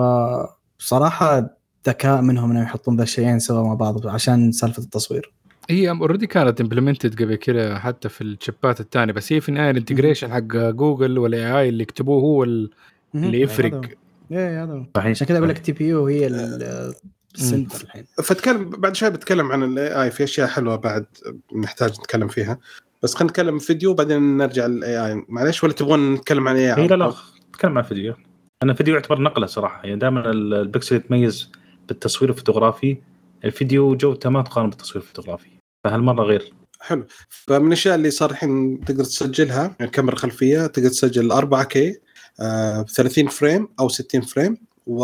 فبصراحه ذكاء منهم انهم يحطون ذا الشيئين سوا مع بعض عشان سالفه التصوير. هي اوريدي كانت امبلمنتد قبل كده حتى في الشبات الثانيه، بس هي في النهايه الانتجريشن حق جوجل والاي اي اللي يكتبوه هو اللي يفرق. ايه هذا عشان كذا اقول لك تي بي يو هي السنتر الحين. فتكلم بعد شوي بتكلم عن الاي اي، في اشياء حلوه بعد نحتاج نتكلم فيها، بس خلينا نتكلم فيديو بعدين نرجع للاي اي. معليش ولا تبغون نتكلم عن اي اي؟ لا لا نتكلم عن فيديو. انا فيديو يعتبر نقله صراحه، يعني دائما البكسل يتميز بالتصوير الفوتوغرافي، الفيديو جودته ما تقارن بالتصوير الفوتوغرافي، فهالمره غير. حلو. فمن الاشياء اللي صار الحين تقدر تسجلها الكاميرا الخلفيه، تقدر تسجل أربعة كي ب ثلاثين فريم او ستين فريم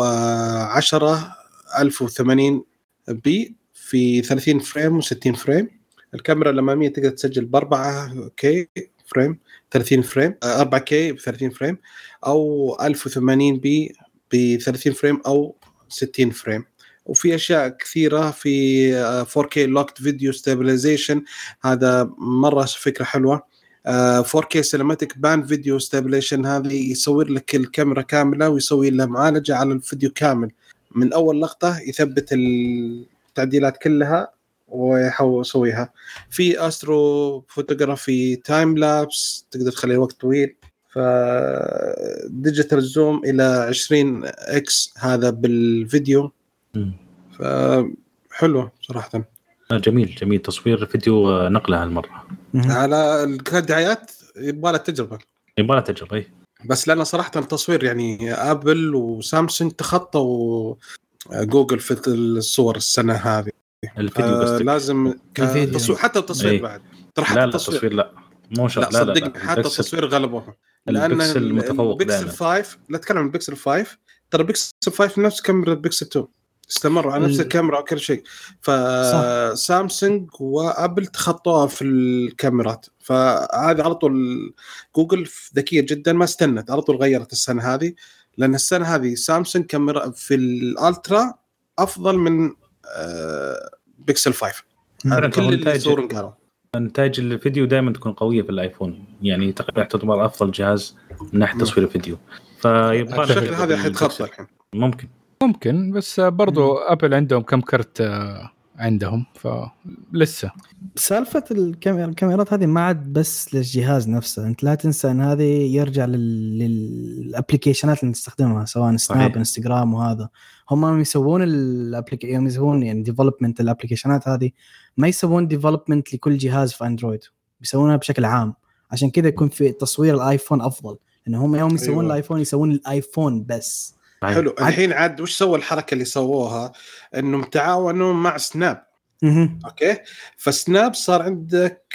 وعشرة ألف وثمانين بي في ثلاثين فريم وستين فريم. الكاميرا الأمامية تقدر تسجل ب أربعة كي فريم ثلاثين فريم، أربعة كي ب ثلاثين فريم أو ألف وثمانين بي ب ثلاثين فريم أو ستين فريم. وفي أشياء كثيرة في فور كي لوكت فيديو ستابيلايزيشن، هذا مرة فكرة حلوة. فور كي سينماتيك باند فيديو ستابيلايزيشن، هذه يصور لك الكاميرا كاملة ويسوي لها معالجة على الفيديو كامل من أول لقطة، يثبت التعديلات كلها ويسويها. في أسترو فوتوغرافي تايم لابس تقدر تخلي وقت طويل. فديجيتال زوم إلى عشرين إكس هذا بالفيديو. فحلوة صراحة. جميل جميل تصوير فيديو نقلة هالمرة. على الدعايات يبغى لها تجربة يبغى لها تجربة بس لأن صراحة التصوير يعني أبل وسامسونج تخطوا جوجل في الصور السنة هذه. الفيديو بس لازم تصوير حتى التصوير أي. بعد ترى حتى لا التصوير. التصوير لا مو شرط. لا, لا, لا, لا, لا حتى التصوير غلبوها، لأن البكسل متفوق. البكسل خمسة لا تكلم عن البكسل خمسة، ترى البكسل خمسة نفس كاميرا البكسل اثنين، استمروا على نفس الكاميرا وكل شيء. فسامسونج وابل تخطوها في الكاميرات، فهذا على طول جوجل ذكيه جدا ما استنت، على طول غيرت السنه هذه، لان السنه هذه سامسونج كاميرا في الالترا افضل من بيكسل خمسة. كل اللي يصورون قالوا نتائج الفيديو دائما تكون قويه في الايفون، يعني تقريبا تعتبر افضل جهاز من ناحيه تصوير الفيديو. فيبغى الشكل هذا حيتخطى الحين ممكن ممكن بس برضو مم. أبل عندهم كم كرت عندهم فلسه. سالفة الكاميرا الكاميرات هذه ما عاد بس للجهاز نفسه، أنت لا تنسى أن هذه يرجع للأبليكيشنات اللي نستخدمها سواء سناب انستغرام، وهذا هم يسوون الأبليكيشن يسوون يعني ديفلوبمنت الأبليكيشنات هذه، ما يسوون ديفلوبمنت لكل جهاز في أندرويد، بيسوونها بشكل عام عشان كذا يكون في تصوير الآيفون أفضل، لأن هم يوم يسوون أيوة. الآيفون يسوون الآيفون بس. حلو. الحين عاد وش سووا الحركة اللي سووها انهم تعاونوا مع سناب. مم. اوكي فسناب صار عندك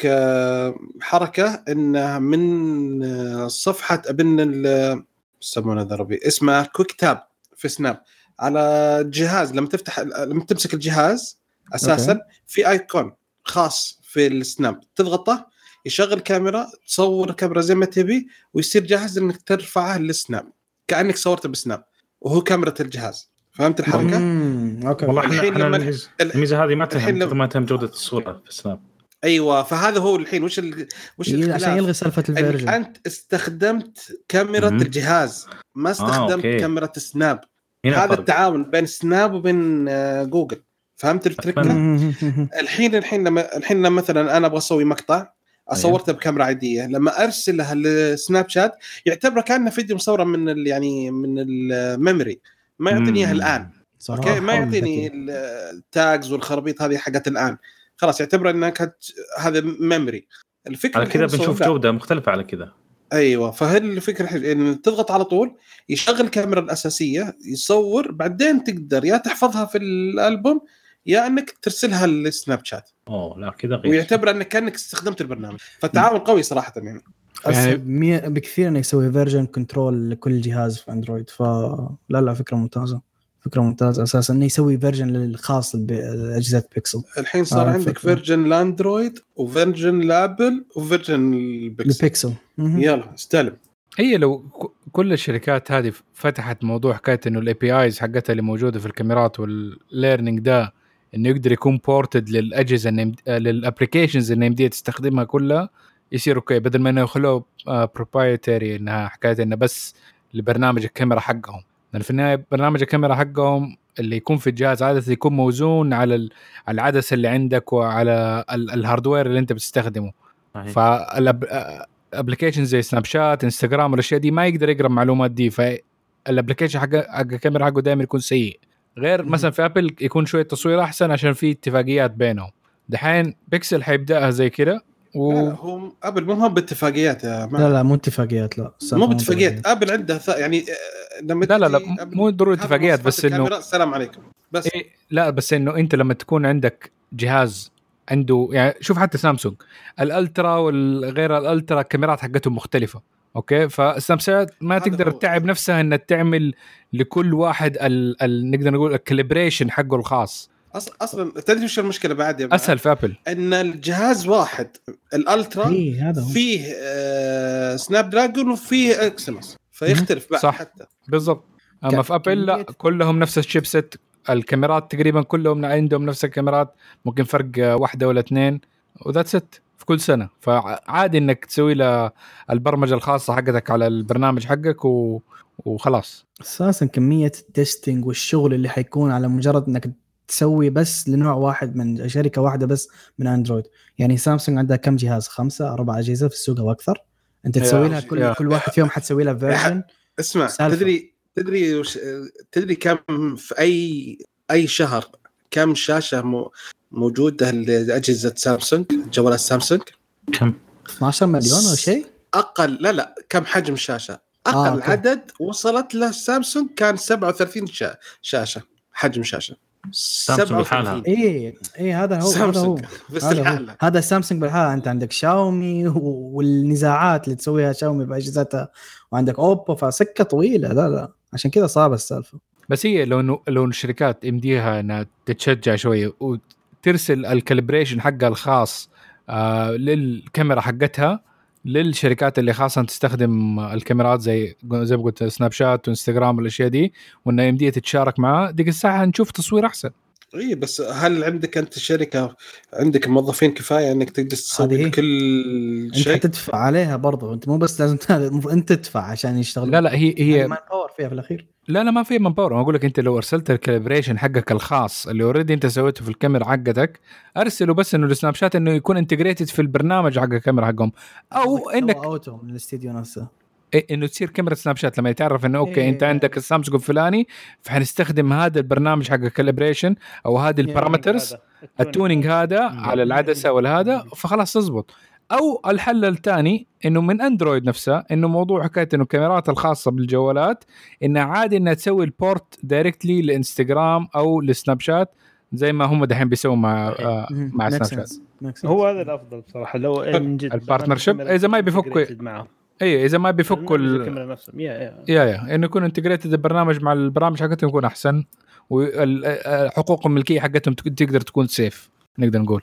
حركة انه من صفحة ابن يسمونه ذربي اسمه كويك تاب في سناب على الجهاز، لما تفتح لما تمسك الجهاز اساسا أوكي. في ايكون خاص في السناب تضغطه يشغل كاميرا تصور الكاميرا زي ما تبي ويصير جاهز انك ترفعه للسناب كأنك صورته بسناب وهو كاميرا الجهاز. فهمت الحركة؟ أوكي. والله الحين لما الميزة هذه ما تهم ما تهم جودة الصورة في سناب. أيوة فهذا هو الحين وش ال... وش الخلاف عشان يلغي سالفة الفيرجن. أنت استخدمت كاميرا مم. الجهاز ما استخدمت آه، كاميرا سناب. هذا فرق. التعاون بين سناب وبين جوجل. فهمت التركة؟ الحين الحين لما الحين لما مثلا أنا أبغى أسوي مقطع أصورته بكاميرا عادية، لما أرسلها للسناب شات يعتبر كأنه فيديو مصورة من ال... يعني من الميموري، ما يعطيني اياها الان. اوكي ما يعطيني التاجز والخرابيط هذه حقت الان، خلاص يعتبر انك هذا ميموري. الفكره على كذا بنشوف جوده مختلفه على كذا. ايوه فهل الفكره ان تضغط على طول يشغل الكاميرا الاساسيه يصور، بعدين تقدر يا تحفظها في الالبوم يا انك ترسلها للسناب شات. اوه لا كذا غير، ويعتبر انك كانك استخدمت البرنامج. فالتعاون قوي صراحه يعني. يعني بكثير انه يسوي فيرجن كنترول لكل جهاز في اندرويد. فلا لا فكره ممتازه فكره ممتازه اساسا انه يسوي فيرجن للخاص باجهزه بيكسل. الحين صار آه عندك فيرجن لاندرويد وفيرجن لابل وفيرجن البيكسل, البيكسل. يلا استلم. هي لو كل الشركات هذه فتحت موضوع حكايه انه الاي بي ايز حقتها اللي موجوده في الكاميرات والليرنينج ده انه يقدر يكون بورتد للاجهزه للابلكيشنز اللي يمديها تستخدمها كلها يصير اوكي، بدل ما انه يخلوه بروبرايتري انها حكايه انه بس لبرنامج الكاميرا حقهم. لان في النهايه برنامج الكاميرا حقهم اللي يكون في الجهاز عاده يكون موزون على العدسه اللي عندك وعلى الهاردوير اللي انت بتستخدمه. فالابلكيشن زي سناب شات انستغرام والاشياء دي ما يقدر يقرا المعلومات دي، فالابلكيشن حق حق الكاميرا حقه دائما يكون سيء. غير مثلا في ابل يكون شويه تصوير احسن عشان في اتفاقيات بينهم. دحين بيكسل حيبداها زي كده و... لا هم ابل مو هم باتفاقيات يا ما. لا لا مو اتفاقيات، لا مو باتفاقيات. ابل عندها ث... يعني لما لا لا لا مو ضروري اتفاقيات، بس انه السلام عليكم بس إيه لا بس انه انت لما تكون عندك جهاز عنده يعني شوف حتى سامسونج الالترا والغير الالترا الكاميرات حقتهم مختلفه اوكي، فسامسونج ما تقدر تتعب نفسها انها تعمل لكل واحد ال... ال... نقدر نقول الكاليبريشن حقه الخاص. اصلا تدري وش المشكله بعد يا اسهل في ابل ان الجهاز واحد الالترا إيه فيه آه سناب دراجون وفيه اكسينوس فيختلف بعد صح. حتى بالضبط. اما في ابل لا كلهم نفس الشيبسيت، الكاميرات تقريبا كلهم عندهم نفس الكاميرات، ممكن فرق واحده ولا اثنين وذاتس ات في كل سنه. فعادي انك تسوي له البرمجه الخاصه حقتك على البرنامج حقك و... وخلاص. اساسا كميه التستنج والشغل اللي حيكون على مجرد انك تسوي بس لنوع واحد من شركه واحده بس من اندرويد. يعني سامسونج عندها كم جهاز؟ خمسة أربعة أجهزة في السوق او اكثر. انت تسوي لها كل كل واحد فيهم حتسوي له فيرجن. اسمع سالفة. تدري تدري وش... تدري كم في اي اي شهر كم شاشه م... موجوده لاجهزه سامسونج جوالات سامسونج؟ كم؟ اثناشر مليون او شيء اقل. لا لا كم حجم الشاشه اقل آه، عدد وصلت له سامسونج كان سبعة وثلاثين شا... شاشه حجم شاشه سامسونج بالحالة. ايه ايه هذا هو هذا هو هذا, هو. هذا سامسونج بالحالة. انت عندك شاومي والنزاعات اللي تسويها شاومي باجهزتها، وعندك اوبو، فسكه طويله. لا لا عشان كذا صعبه السالفه. بس هي لو لو الشركات يمديها انها تتشجع شويه وترسل الكاليبريشن حقها الخاص آه للكاميرا حقتها للشركات اللي خاصة تستخدم الكاميرات زي زي ما قلت سناب شات وانستغرام والاشياء دي، وانها يمديها تتشارك معها، ديك الساعة نشوف تصوير احسن. اي بس هل عندك انت شركة عندك موظفين كفاية انك تقدر تسوي كل شيء؟ انت تدفع عليها برضو، انت مو بس لازم انت تدفع عشان يشتغل. لا لا هي هي ما باور فيها في الاخير. لا لا ما في من باور. انا اقول لك انت لو ارسلت الكاليبريشن حقك الخاص اللي اوريدي انت سويته في الكاميرا حقتك، ارسله بس انه السناب شات انه يكون انتجريتد في البرنامج حق الكاميرا حقهم، او انك اوتو من الاستديو نفسه إيه انه تصير كاميرا سناب شات لما يتعرف انه اوكي إيه انت عندك السامسونج الفلاني فحنستخدم هذا البرنامج حق الكاليبريشن او هذه البارامترز التونينج هذا على العدسه ولا هذا، فخلاص تزبط. او الحل الثاني انه من اندرويد نفسه انه موضوع حكايه انه الكاميرات الخاصه بالجوالات انها عادي انها تسوي البورت دايركتلي لانستغرام او لسناب شات زي ما هم دحين بيسووا مع آه مع سناب شات. هو هذا الافضل بصراحه لو من جد البارتنرشيب اذا ما بيفكوا اي اذا ما بيفكوا الكاميرا نفسها يا يا يا انه يكون انتجريتد البرنامج مع البرامج حقتهم يكون احسن، وحقوق الملكيه حقتهم تقدر تكون سيف نقدر نقول.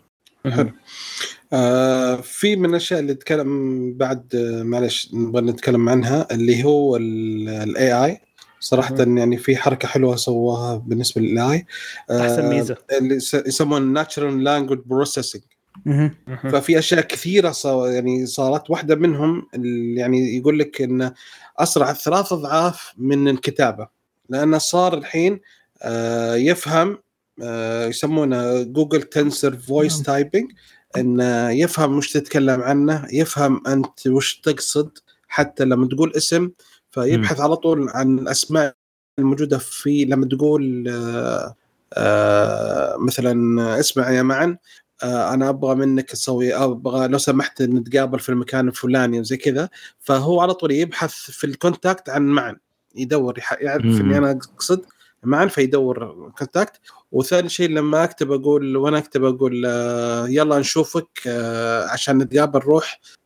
آه في من الاشياء اللي نتكلم بعد معلش نبغى نتكلم عنها اللي هو الاي اي صراحه. يعني في حركه حلوه سواها بالنسبه للاي آه احسن ميزه اللي يسمون ناتشرال لانجويج بروسيسنج. ففي اشياء كثيره صار يعني صارت واحده منهم يعني يقول لك ان اسرع ثلاث اضعاف من الكتابه، لانه صار الحين آه يفهم آه يسمونه جوجل تنسر فويس تايبنج، ان يفهم وش تتكلم عنه، يفهم انت وش تقصد، حتى لما تقول اسم فيبحث م. على طول عن الاسماء الموجوده في لما تقول آه آه مثلا اسمع يا معن آه انا ابغى منك تسوي ابغى لو سمحت نتقابل في المكان الفلاني وزي كذا، فهو على طول يبحث في الكونتاكت عن معن، يدور يعرف اني انا اقصد معن فيدور كونتاكت. وثاني شيء لما اكتب اقول وانا اكتب اقول آه يلا نشوفك آه عشان نتقابل روح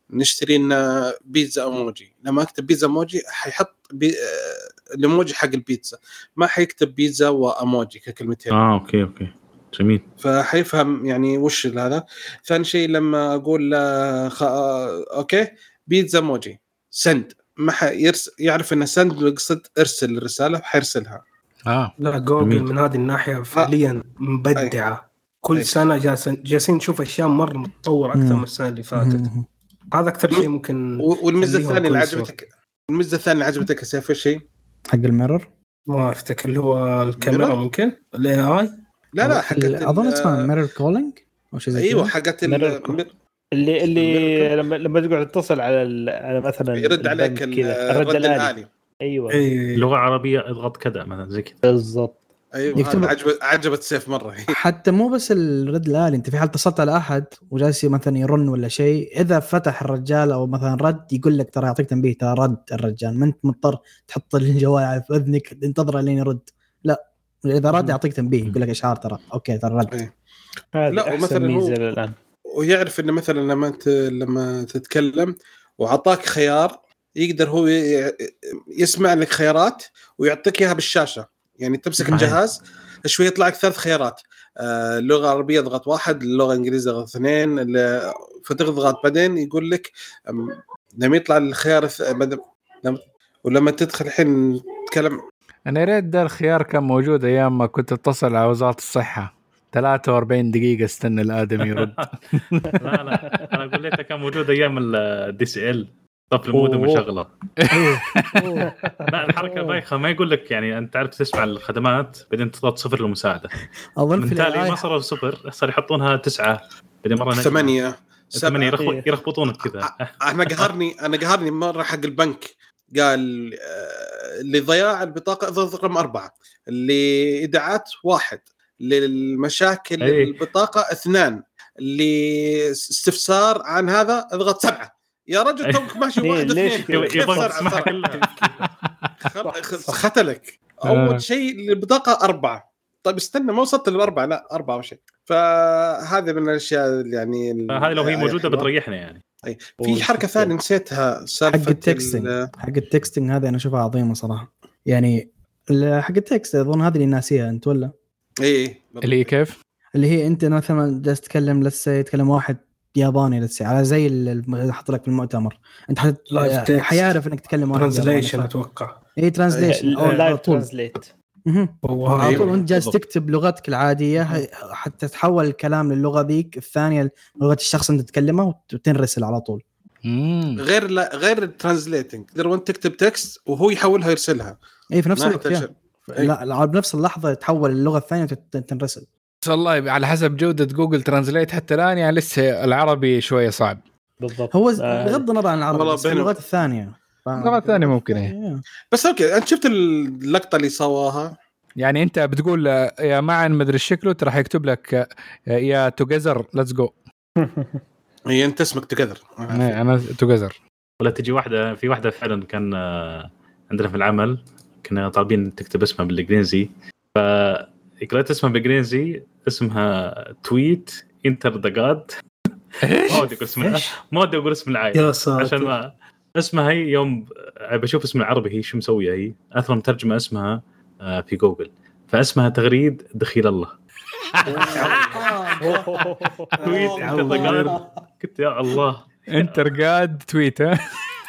نشتري لنا بيتزا ايموجي، لما اكتب بيتزا ايموجي حيحط بي... الايموجي حق البيتزا، ما حيكتب بيتزا وايموجي ككلمتين. اه اوكي اوكي جميل. فحيفهم يعني وش هذا. ثاني شيء لما اقول خ... اوكي بيتزا ايموجي سند، ما حيرس... يعرف ان سند قصد ارسل الرساله حيرسلها. اه لا جوجل من هذه الناحيه فعليا مبدعه. أي. كل أي. سنه جالسين جالسين نشوف اشياء مره متطوره اكثر من السنه اللي فاتت. هذا اكثر شيء ممكن. والميزه الثانيه اللي عجبتك، الميزه الثانيه اللي عجبتك سيف شيء حق الميرور، ما افتكر اللي هو الكاميرا ممكن الاي اي. لا لا حقت اظن اسمها ميرور كولينج او شيء زي كذا. ايوه حقت اللي اللي لما لما تقعد تتصل على على مثلا يرد عليك الرد الآلي. ايوه أي. لغه عربيه اضغط كذا مثلا زي كذا بالضبط. ايوه عجبت عجبت سيف مره. حتى مو بس الرد الآلي، انت في حال اتصلت على احد وجالس مثلا يرن ولا شيء، اذا فتح الرجال او مثلا رد يقول لك ترى يعطيك تنبيه ترى رد الرجال، ما انت مضطر تحط الجوال في اذنك تنتظر لين يرد، لا اذا رد يعطيك تنبيه يقول لك اشعار ترى اوكي ترى رد. لا ومثلا ميزه الان ويعرف انه مثلا لما انت لما تتكلم وعطاك خيار يقدر هو يسمع لك خيارات ويعطيك اياها بالشاشه، يعني تمسك الجهاز شوي يطلع لك ثلاث خيارات، اللغه العربيه اضغط واحد، اللغه الانجليزيه اضغط اثنين، فتضغط بعدين يقول لك لما يطلع الخيار ولما تدخل الحين تتكلم. انا ريت ده الخيار كان موجود ايام ما كنت اتصل على وزاره الصحه، ثلاثة وأربعين دقيقه استنى الادمي يرد. لا لا انا اقول لك كان موجود ايام الدي سي ال طفل المودم مشغله. لا الحركه بايخه، ما يقول لك يعني انت تعرف تسمع الخدمات بعدين تضغط صفر للمساعده، اظن في التالي ما صار صفر صار يحطونها تسعة بعدين مره ثمانية ثمانية يرخبطونك كذا. انا قهرني انا قهرني مره حق البنك قال لضياع البطاقه اضغط رقم أربعة، لإيداعات واحد، للمشاكل أيه. البطاقه اثنان، لاستفسار عن هذا اضغط سبعة. يا رجل توك ماشي واحد اثنين يضغط اسمها كلها ختلك. اول شيء البطاقه أربعة، طيب استنى ما وصلت للأربعة، لا أربعة وشيء. فهذا من الاشياء يعني هذه لو هي موجوده بتريحنا يعني. أي. في حركه ثانيه نسيتها، حق التكستنج. حق التكستنج هذا انا اشوفها عظيمه صراحه، يعني حق التكست اظن هذه اللي ناسيها انت ولا اي اللي هي كيف اللي هي انت مثلا جالس تتكلم لسه يتكلم واحد ياباني لسه على زي اللي حط لك في المؤتمر، انت حيعرف انك تتكلم واحد ترانزليشن اتوقع. اي ترانزليشن او لايف ترانزليت. على طول انت جالس تكتب لغتك العاديه حتى تحول الكلام للغه ذيك الثانيه لغه الشخص اللي تتكلمه وتنرسل على طول. مم. غير لا غير الترانزليتنج تقدر وانت تكتب تكست وهو يحولها يرسلها اي في نفس الوقت. لا بنفس اللحظه تحول اللغه الثانيه وتنرسل. والله على حسب جوده جوجل ترانزليت حتى الان يعني لسه العربي شويه صعب. بالضبط. هو بغض النظر عن العربي بس اللغات الثانيه اللغات الثانيه ممكن ايه. بس اوكي انت شفت اللقطه اللي سواها، يعني انت بتقول يا معن مدري شكله راح يكتب لك يا توجذر ليتس جو. هي انت اسمك توجذر، انا توجذر. ولا تجي واحده في واحده فعلا كان عندنا في العمل كنا طالبين تكتب اسمها بالانجليزي، فقرأت اسمها بالانجليزي اسمها تويت انتر ذا جاد. ما ودي اقول اسمها ما ودي اقول اسم العائله عشان ما اسمها هي يوم بشوف اسم العربي هي شو مسويه، هي اثر مترجمه اسمها في جوجل فاسمها تغريد دخيل الله. تويت انتر ذا جاد كنت يا الله انتر جاد تويت. ها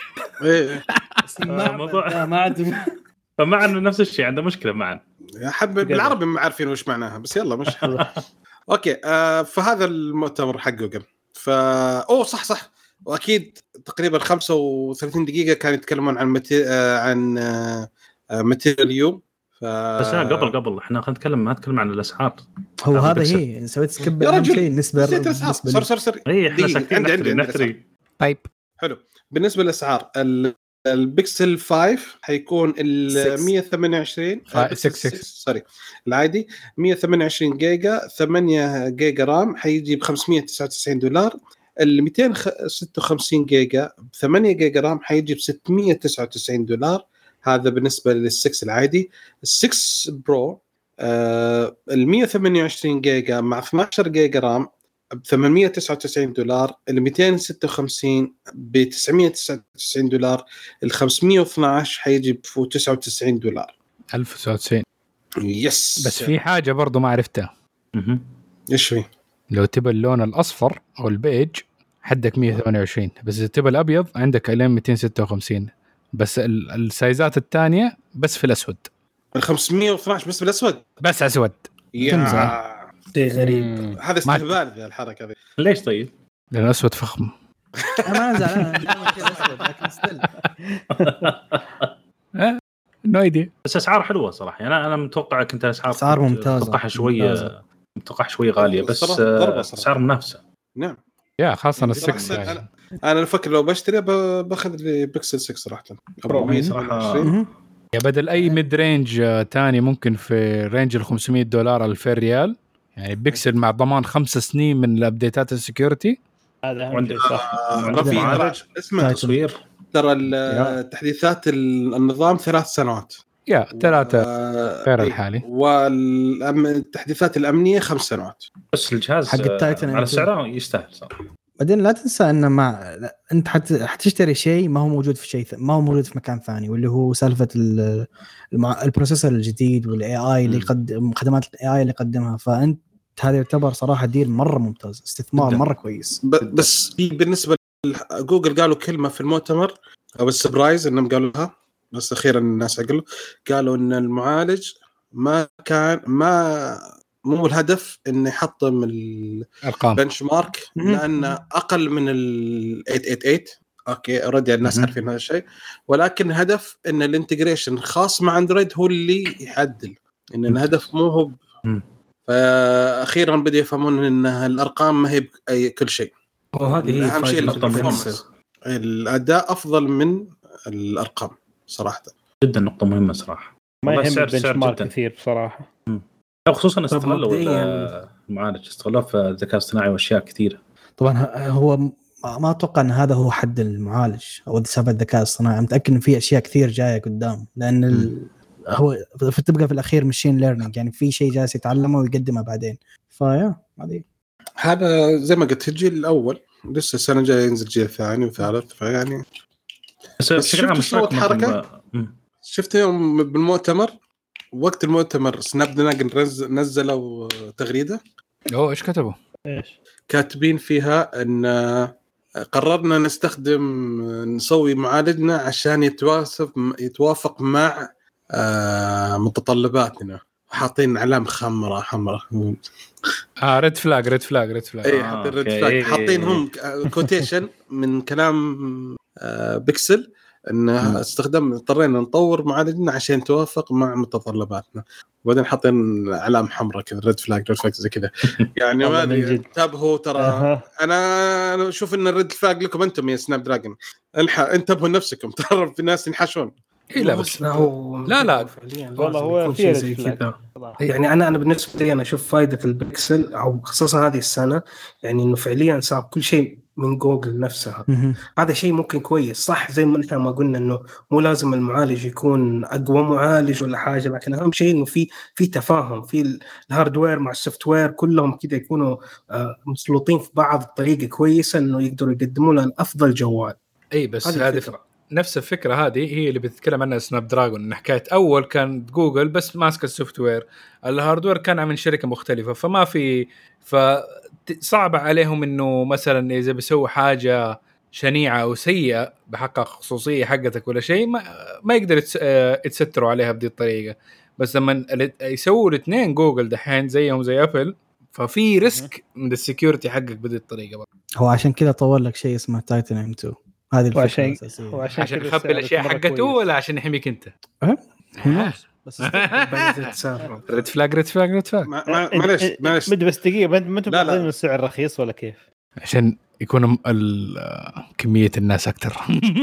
الموضوع ما عاد فمعنى نفس الشيء عنده مشكله معنا يا حب بالعربي ما عارفين وش معناها بس يلا مش اوكي. آه فهذا المؤتمر حق جوجل فا اوه صح صح واكيد تقريبا خمسة وثلاثين دقيقه كانوا يتكلمون عن متي... آه عن آه ماتيريال يو. ف... بس قبل قبل احنا خلينا نتكلم ما نتكلم عن الاسعار. هو هذا هي سويت سكيب اهم شيء بالنسبه بالنسبه صر صر صر اي احنا ساكتين نحتري نحتري. طيب حلو. بالنسبه للاسعار البيكسل خمسة حيكون ال مية وثمانية وعشرين سوري العادي مية وثمانية وعشرين جيجا ثمانية جيجا رام حيجي ب خمسمية وتسعة وتسعين دولار. ال مئتين وستة وخمسين جيجا ب ثمانية جيجا رام حيجي ب ستمية وتسعة وتسعين دولار. هذا بالنسبه للسكس العادي. السكس برو آه ال مية وثمانية وعشرين جيجا مع اثناشر جيجا رام ب ثمانمية وتسعة وتسعين دولار، ال مئتين وستة وخمسين ب تسعمية وتسعة وتسعين دولار، ال خمسمية واثناشر حيجي ب تسعة وتسعين دولار. ألف وتسعة وتسعين يس. بس في حاجة برضو ما عرفتها. اها ايش في؟ لو تبى اللون الأصفر أو البيج حدك مية وثمانية وعشرين، بس إذا تبى الأبيض عندك ألين مئتين وستة وخمسين. بس السايزات الثانية بس في الأسود. ال خمسمية واثناشر بس بالأسود، بس أسود. يا شيء غريب هذا استهبال ذا الحركة ذي. ليش طيب؟ لأن الأسود فخم. انا زعلان لكن ستيل نو ايديا. بس اسعار حلوه صراحه. يعني انا انا متوقع كنت اسعار اسعار ممتازه، متوقعها شويه متوقعها شويه غاليه، بس اسعار منافسه. نعم يا خاصه السكس. انا انا افكر لو بشتري باخذ لي بيكسل ستة صراحه برو صراحه. يا بدل اي ميد رينج تاني ممكن في رينج ال خمسمية دولار ألفين ريال، يعني بيكسل مع ضمان خمس سنين من الابديتات السكيورتي. هذا عندي صح. في معالج اسمه تصوير. ترى التحديثات النظام ثلاث سنوات يا ثلاثة غير و... الحالي، والتحديثات الأمنية خمس سنوات. بس الجهاز حق التايتن على سعره يستاهل صراحة. بعدين لا تنسى ان مع انت حت... حتشتري شيء ما هو موجود في شيء ث... ما هو موجود في مكان ثاني، واللي هو سالفه ال... المع... البروسيسور الجديد والاي اي اللي يقدم خدمات الاي اي اللي يقدمها. فانت هذا يعتبر صراحه ديل مره ممتاز، استثمار جدا. مره كويس. ب... بس بالنسبه لجوجل قالوا كلمه في المؤتمر او السبرايز انهم قالوها، بس اخيرا الناس قالوا قالوا ان المعالج ما كان ما مو الهدف انه يحطم البنش مارك لان اقل من ال ثمانمية وثمانية وثمانين. اوكي اوريدي الناس عارفين هذا الشيء، ولكن الهدف ان الانتجريشن خاص مع اندرويد هو اللي يحدد ان الهدف مو هو. فاخيرا بدأوا يفهمون ان الارقام ما هي اي كل شيء، وهذه اهم شيء البرفورمانس، الاداء افضل من الارقام صراحه. جدا نقطه مهمه صراحه، ما يهم البنش مارك كثير بصراحه. أو خصوصا استغلوا المعالج، استغلوا في الذكاء الاصطناعي واشياء كثيره. طبعا هو ما اتوقع ان هذا هو حد المعالج او سبب الذكاء الاصطناعي، متاكد ان في اشياء كثير جايه قدام، لان ال... هو تبقى في الاخير ماشين ليرنينج، يعني في شيء جالس يتعلمه ويقدمه بعدين. فيا هذه هذا زي ما قلت الجيل الاول، لسه السنه الجايه ينزل جيل ثاني وثالث. فيعني بس بشكل مش حركه شفت يوم بالمؤتمر، وقت المؤتمر سناب دراجون نزلوا تغريده. اوه ايش كتبوا؟ ايش كاتبين فيها ان قررنا نستخدم نسوي معالجنا عشان يتوافق يتوافق مع متطلباتنا، حاطين علامه خضراء حمراء. اه ريد فلاج ريد فلاج ريد فلاج اي حاطين ريد فلاج، حاطين هم كوتيشن من كلام بيكسل ان استخدام اضطرينا نطور معالجنا عشان يتوافق مع متطلباتنا، وبعدين حاطين علامه حمراء كذا ريد فلاج ريد فلاج زي كذا. يعني ما انتبهوا ترى. أه. انا اشوف ان الريد فلاج لكم انتم يا سناب دراجون، انتبهوا نفسكم ترى في ناس ينحشون. إيه لا بس لا لا والله هو في زي كذا. يعني انا انا بالنسبه لي انا اشوف فائده البكسل او خصوصا هذه السنه، يعني انه فعليا صار كل شيء من جوجل نفسها. هذا شيء ممكن كويس صح، زي ما نحن ما قلنا انه مو لازم المعالج يكون اقوى معالج ولا حاجه، لكن اهم شيء انه في في تفاهم في الهاردوير مع السوفت وير، كلهم كذا يكونوا مسلوطين في بعض بطريقه كويسه انه يقدروا يقدموا لنا افضل جوال. اي بس هذه نفس الفكره هذه هي اللي بتتكلم عنها سناب دراجون، ان حكايه اول كان جوجل بس ماسك السوفت وير، الهاردوير كان من شركه مختلفه، فما في فصعب عليهم انه مثلا اذا بيسوي حاجه شنيعه او سيئه بحقق خصوصيه حقتك ولا شيء ما, ما يقدر يتستروا عليها بدي الطريقه. بس لما يسووا الاثنين جوجل دحين زيهم زي ابل، ففي ريسك من السكيورتي حقك بدي الطريقه بقى. هو عشان كده طور لك شيء اسمه تايتن ام تو، هذه الفكره الاساسيه. وعشان عشان يخبي الاشياء حقته ولا عشان يحميك انت؟ ها بس ريد فلاج ريد فلاج ريد فلاج معلش معلش مد بس دقيقه ما انتم باخذين السعر رخيص ولا كيف؟ عشان يكون كميه الناس اكثر.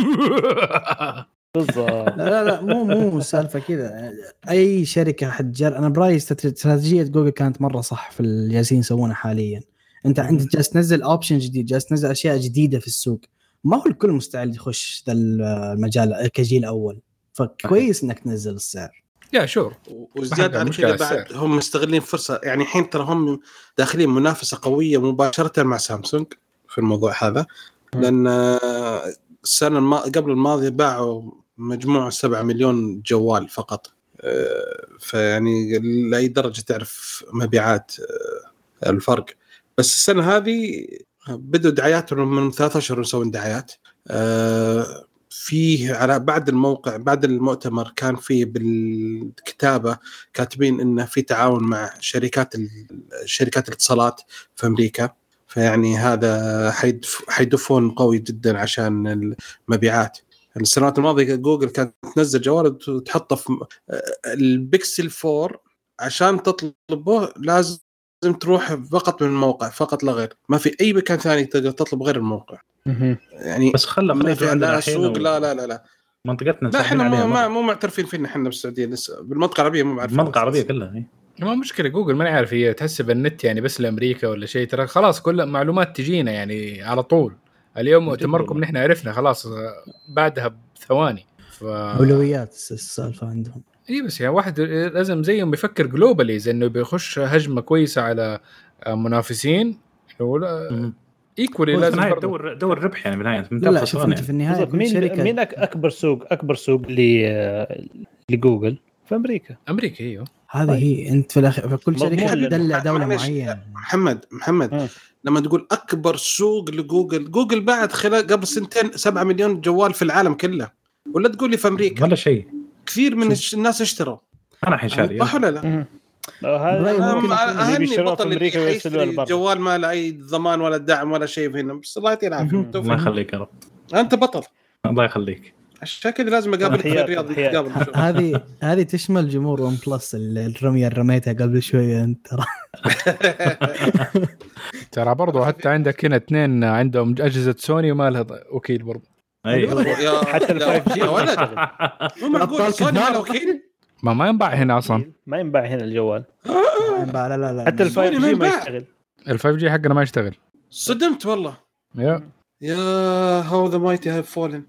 بالضبط. لا لا مو مو سالفه كذا، اي شركه حتجر. انا برايي استراتيجيه جوجل كانت مره صح في اللي جالسين يسوونه حاليا. انت انت جالس تنزل اوبشن جديد، جالس تنزل اشياء جديده في السوق، ما هو الكل مستعد يخش ذا المجال كجيل اول، فكويس انك تنزل السعر. يا شور. وزيادة عن كذا بعد هم مستغلين فرصة، يعني الحين ترى هم داخلين منافسة قوية مباشرة مع سامسونج في الموضوع هذا، لأن السنة الم... قبل الماضية باعوا مجموعة سبعة مليون جوال فقط، فيعني لأي درجة تعرف مبيعات الفرق. بس السنة هذه بدوا دعاياتهم من ثلاثة أشهر يسوون دعايات. فيه على بعد الموقع بعد المؤتمر كان فيه بالكتابة كاتبين إنه في تعاون مع شركات شركات الاتصالات في أمريكا، فيعني هذا حيدفون قوي جدا عشان المبيعات. السنوات الماضية جوجل كانت تنزل جوال وتحطه في البيكسل فور عشان تطلبه لازم تروح فقط من الموقع فقط لا غير، ما في أي مكان ثاني تقدر تطلب غير الموقع. يعني بس خلى ما في عندنا سوق و... لا لا لا لا منطقتنا لا احنا مو ما مو معترفين فينا احنا بالسعوديه لسه بالمنطقه العربيه مو معرفين المنطقه العربيه كلها هي ما مشكله. جوجل ما نعرف هي تحسب النت يعني بس لامريكا ولا شيء، ترى خلاص كل معلومات تجينا يعني على طول. اليوم مؤتمركم نحن عرفنا خلاص بعدها بثواني. ف... اولويات السالفه عندهم. اي بس يعني واحد لازم زيهم بيفكر جلوبالي، زي انه بيخش هجمه كويسه على منافسين ولا ايكولي لازم دور دور ربح يعني بالنهايه. لا لا شوف انت في النهايه مين شركة مين اكبر سوق اكبر سوق لجوجل في امريكا. امريكا ايوه هذه طيب. هي انت في الاخير في كل شركه تدلع دوله معينه. محمد محمد م. لما تقول اكبر سوق لجوجل، جوجل بعد خلال قبل سنتين سبعة مليون جوال في العالم كله، ولا تقول لي في امريكا ولا شيء كثير من الناس اشتروا. انا الحين شاري صح ولا لا؟ هذا ممكن أهني بطل أمريكا يشتري جوال ما له أي ضمان ولا دعم ولا شيء هنا، بس الله يعطيه العافية. الله يخليك يا رب، أنت بطل. الله يخليك. الشكل لازم أقابلك في الرياض نتقابل. هذه هذه تشمل جمهور ون بلس الرمية اللي رميتها قبل شوية أنت ترى. ترى برضو حتى عندك هنا اثنين عندهم أجهزة سوني وما لها وكيل برضو. أيوة. حتى الفايف جي ولا مو معقول سوني ما له وكيل. ما ما ينباع هنا أصلا. ما ينباع هنا الجوال. ما ينباع لا لا لا. حتى الفايف جي ما يشتغل. الفايف جي حقنا ما يشتغل. صدمت والله. يا يا how the mighty have fallen.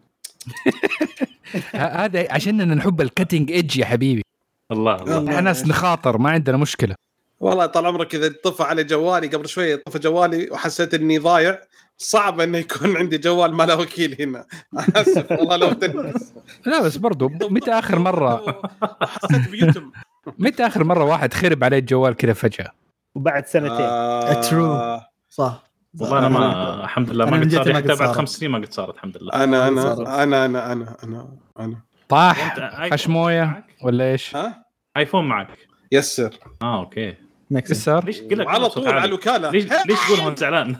هذا عشاننا نحب الكاتينج ايدج يا حبيبي. الله الله. احنا ناس نخاطر ما عندنا مشكلة. والله طال عمرك إذا طفى على جوالي قبل شوية طفى جوالي وحسيت إني ضايع، صعب إنه يكون عندي جوال ما له وكيل هنا. أسف والله لو تنس. لا بس برضو متى آخر مرة حسيت بيتم؟ متى آخر مرة واحد خرب عليه الجوال كذا فجأة؟ وبعد سنتين. آه ترو صح. والله أنا ما الحمد لله ما قد صار، حتى بعد خمس سنين ما قد صارت الحمد لله. أنا أنا أنا أنا أنا أنا أنا طاح خش موية ولا إيش؟ ها؟ آيفون معك؟ يسر. آه أوكي. يسر. ليش قلت على طول على الوكالة؟ ليش ليش تقول هون زعلان؟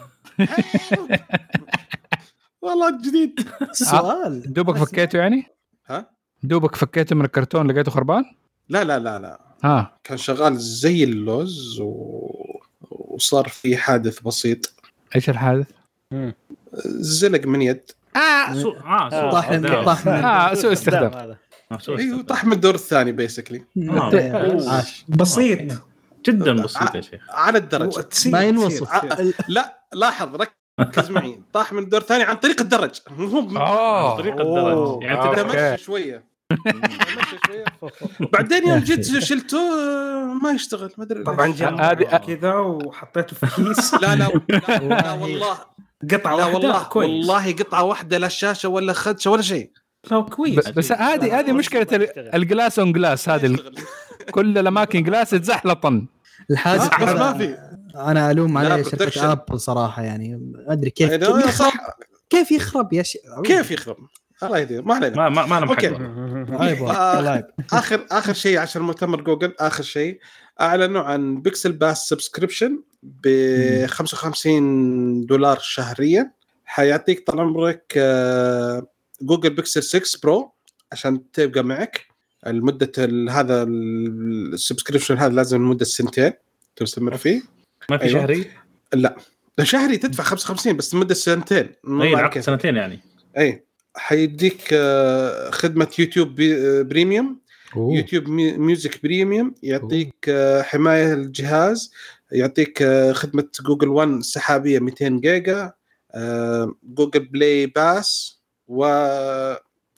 والله جديد. سؤال. دوبك فكيته يعني؟ ها؟ دوبك فكيته من الكرتون لقيته خربان؟ لا لا لا لا. ها. كان شغال زي اللوز و... وصار في حادث بسيط. ايش الحادث؟ زلق من يد. اه سوء اه سوء طاح طاح اه سوء استخدام. ايوه طاح من الدور الثاني بيسكلي. بسيط جدا بسيط يا شيخ. على الدرج ما ينوصف. لا لاحظ ركز معي، طاح من الدور الثاني عن طريق الدرج مو اه عن طريق الدرج يعني تمشي شويه تمشي شويه بعدين يوم جيت شلته ما يشتغل ما ادري طبعا جاء كذا وحطيته في كيس. لا لا لا والله قطعه لا واحده والله والله قطعه واحده لا الشاشه ولا خدشه ولا شيء. لا كويس بس هذه هذه مشكله الجلاس اون جلاس، هذه كل الاماكن جلاس تزحلطن الحاجه بس ما في. انا الوم على شركه ابل صراحه يعني ما ادري كيف كيف يخرب كيف يخرب يا شيخ كيف يخرب الله يدير ما علينا ما ما ما انا محب. اخر اخر شيء عشان مؤتمر جوجل اخر شيء اعلنوا عن بيكسل باس سبسكريبشن ب خمسة وخمسين دولار شهريا، حيعطيك طال عمرك جوجل بيكسل ستة برو عشان تبقى معك المدة هذا السبسكريبشن هذا لازم لمدة سنتين تستمر فيه. ما في أيوة. شهري؟ لا ده شهري تدفع خمسة وخمسين بس مدة سنتين. اي العقد سنتين يعني. اي حيديك خدمة يوتيوب بريميوم أوه. يوتيوب ميوزك بريميوم، يعطيك أوه. حماية الجهاز، يعطيك خدمة جوجل وان سحابية مئتين جيجا، جوجل بلاي باس، و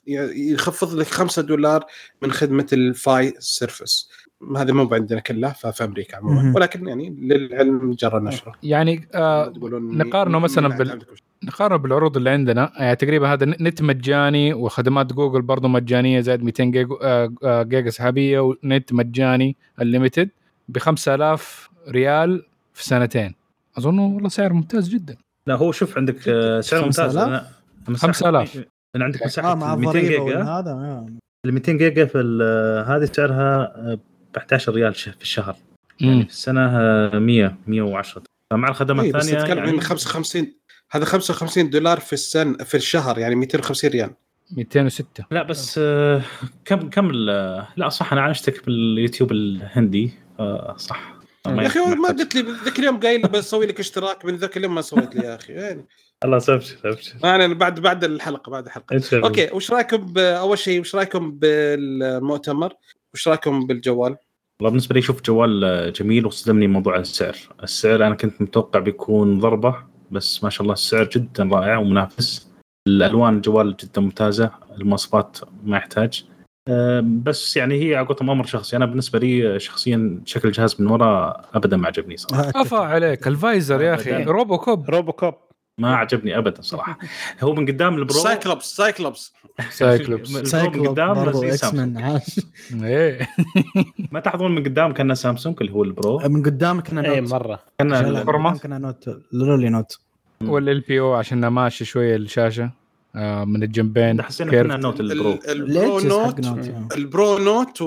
يخفض لك خمسة دولار من خدمه الفاي سيرفس. هذا مو عندنا كله في امريكا عموما، ولكن يعني للعلم جرى نشره. يعني آه نقارنه مثلا بال... نقارنه بالعروض اللي عندنا، يعني تقريبا هذا نت مجاني وخدمات جوجل برضو مجانيه زائد مئتين جيجا, آه جيجا سحابيه ونت مجاني الليميتد ب خمسة آلاف ريال في سنتين. اظن والله سعر ممتاز جدا. لا هو شوف عندك سعر ممتاز. انا خمسة آلاف انا عندك مساحه آه مئتين جيجا. هذا ال مئتين جيجا في هذه سعرها ب أحد عشر ريال في الشهر، يعني في السنه مية مية وعشرة. فمع الخدمات إيه الثانيه يعني, يعني خمسة وخمسين هذا خمسة وخمسين دولار في السنه في الشهر، يعني مئتين وخمسين ريال. مئتين وستة. لا بس آه كم كم لا صح، انا عشتك باليوتيوب الهندي آه صح. يا اخي ما قلت لي ذاك اليوم قايل بسوي لك اشتراك، من ذاك اليوم ما سويت لي يا اخي يعني. الله سبش سبش انا بعد بعد الحلقه بعد الحلقه اوكي. وش رايكم اول شيء وش رايكم بالمؤتمر، وش رايكم بالجوال؟ والله بالنسبه لي شوف جوال جميل، وصدمني موضوع السعر. السعر انا كنت متوقع بيكون ضربه، بس ما شاء الله السعر جدا رائع ومنافس. الالوان الجوال جدا ممتازه، المواصفات ما يحتاج. بس يعني هي عقوتهم امر شخصي. انا بالنسبه لي شخصيا شكل الجهاز من وراء ابدا ما عجبني صراحه. افا عليك الفايزر يا اخي. روبو كوب روبو كوب ما عجبني ابدا صراحه. هو من قدام البرو سايكلوبس سايكلوبس سايكلوبس من قدام زي سامسونج. ايه ما تحضرون من قدام كنا سامسونج اللي هو البرو من قدام كنا نوت. اي مره كنا كنا نوت لولي نوت ولا البي او عشان ماشي شويه الشاشه من الجنبين. حسينا كنا نوت البرو البرو نوت البرو نوت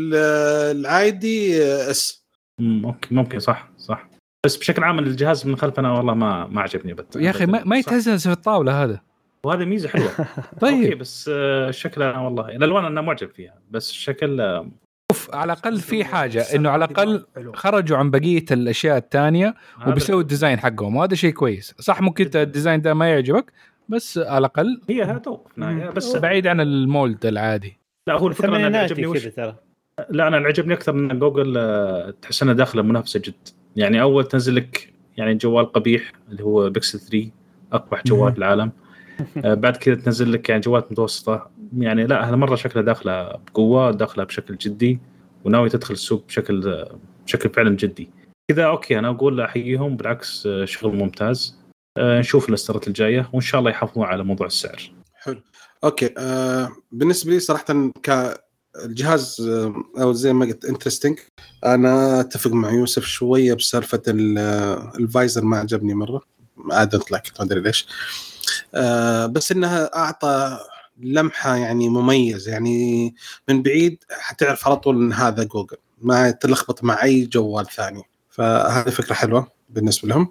والعادي اس. ممكن ممكن صح صح. بس بشكل عام الجهاز من خلفنا والله ما ما عجبني بت... يا اخي ما, ما يتهزز في الطاوله هذا، وهذا ميزه حلوه. طيب اوكي بس الشكل انا والله الالوان انا معجب فيها، بس الشكل شوف على الاقل في حاجه انه على الاقل خرجوا عن بقيه الاشياء الثانيه وبيسووا الديزاين حقهم، وهذا شيء كويس. صح ممكن الديزاين ده ما يعجبك، بس على الاقل هي هذا بس بعيد عن المولد العادي. لا هو الفكره انا عجبني وش... لا انا عجبني اكثر من جوجل تحس انها داخله منافسه جد. يعني اول تنزل لك يعني جوال قبيح اللي هو بيكسل ثري اقبح جوال في العالم. بعد كذا تنزل لك يعني جوالات متوسطه. يعني لا هذا مره شكله داخله بقوه، داخله بشكل جدي، وناوي تدخل السوق بشكل بشكل فعلا جدي كذا. اوكي انا اقول احييهم بالعكس، شغل ممتاز. نشوف الاصدارات الجايه وان شاء الله يحافظون على موضوع السعر. حلو اوكي. آه بالنسبه لي صراحه كالجهاز او زي ما قلت انترستينج. انا اتفق مع يوسف شويه بسالفه الفايزر، ما عجبني مره عادت لك ما ادري ليش. آه بس انها اعطى لمحه يعني مميز، يعني من بعيد حتعرف على طول ان هذا جوجل، ما تلخبط مع اي جوال ثاني. فهذه فكره حلوه بالنسبه لهم.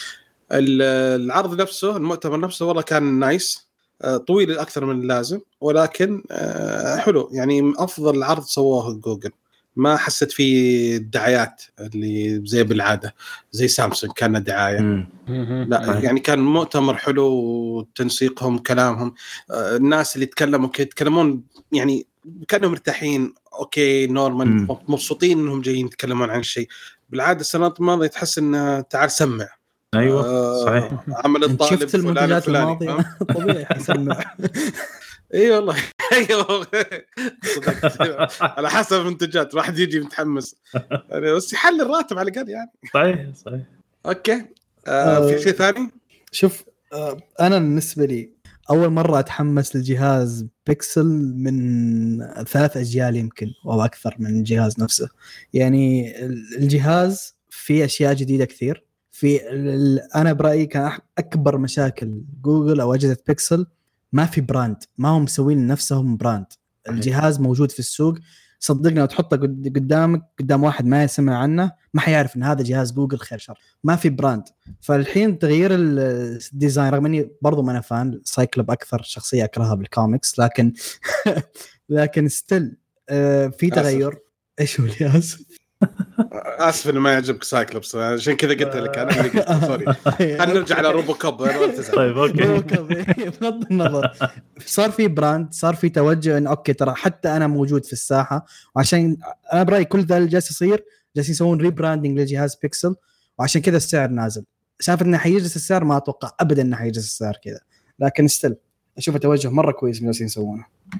العرض نفسه المؤتمر نفسه والله كان نايس، طويل اكثر من اللازم ولكن حلو. يعني افضل عرض سواه جوجل، ما حسيت فيه الدعايات اللي زي بالعاده زي سامسونج كان دعايه. لا يعني كان مؤتمر حلو، وتنسيقهم كلامهم الناس اللي يتكلموا كي يتكلمون يعني كانوا مرتاحين. اوكي نورمال مبسوطين انهم جايين يتكلمون عن شيء. بالعاده السنوات الماضيه تحس انه تعال سمع. ايوه آه صحيح. عمل الطالب شفت المنتجات الماضيه طبيعي حسنا. اي والله ايوه على حسب المنتجات واحد يجي متحمس يعني، بس يحل الراتب على الاقل يعني. صحيح صحيح. اوكي آه في شيء ثاني. شوف آه انا بالنسبه لي اول مره اتحمس للجهاز بيكسل من ثلاث اجيال يمكن او اكثر من الجهاز نفسه. يعني الجهاز فيه اشياء جديده كثير. في انا برايي كان اكبر مشاكل جوجل او اجهزه بيكسل ما في براند، ما هم مسوين لنفسهم براند. الجهاز موجود في السوق صدقنا، وتحطه قدامك قدام واحد ما يسمع عنه ما حيعرف ان هذا جهاز جوجل خير شر. ما في براند. فالحين تغيير الديزاين، رغم اني برضو ما انا فان سايكلوب اكثر شخصيه اكرهها بالكوميكس، لكن لكن ستيل في تغير. ايش هو الياس؟ اسف انه ما يعجبك سايكلوبس، عشان كذا قلت لك انا اللي قلت سوري. خلينا نرجع على روبو كوب. طيب اوكي بغض النظر صار في براند، صار في توجه ان اوكي ترى حتى انا موجود في الساحه. وعشان انا برايي كل ذا اللي جالس يصير جالسين يسوون ريبراندنج للجهاز بيكسل، وعشان كذا السعر نازل. شايف انه حيجلس السعر، ما اتوقع ابدا انه حيجلس السعر كذا، لكن ستيل اشوف توجه مره كويس من اللي يسوونه.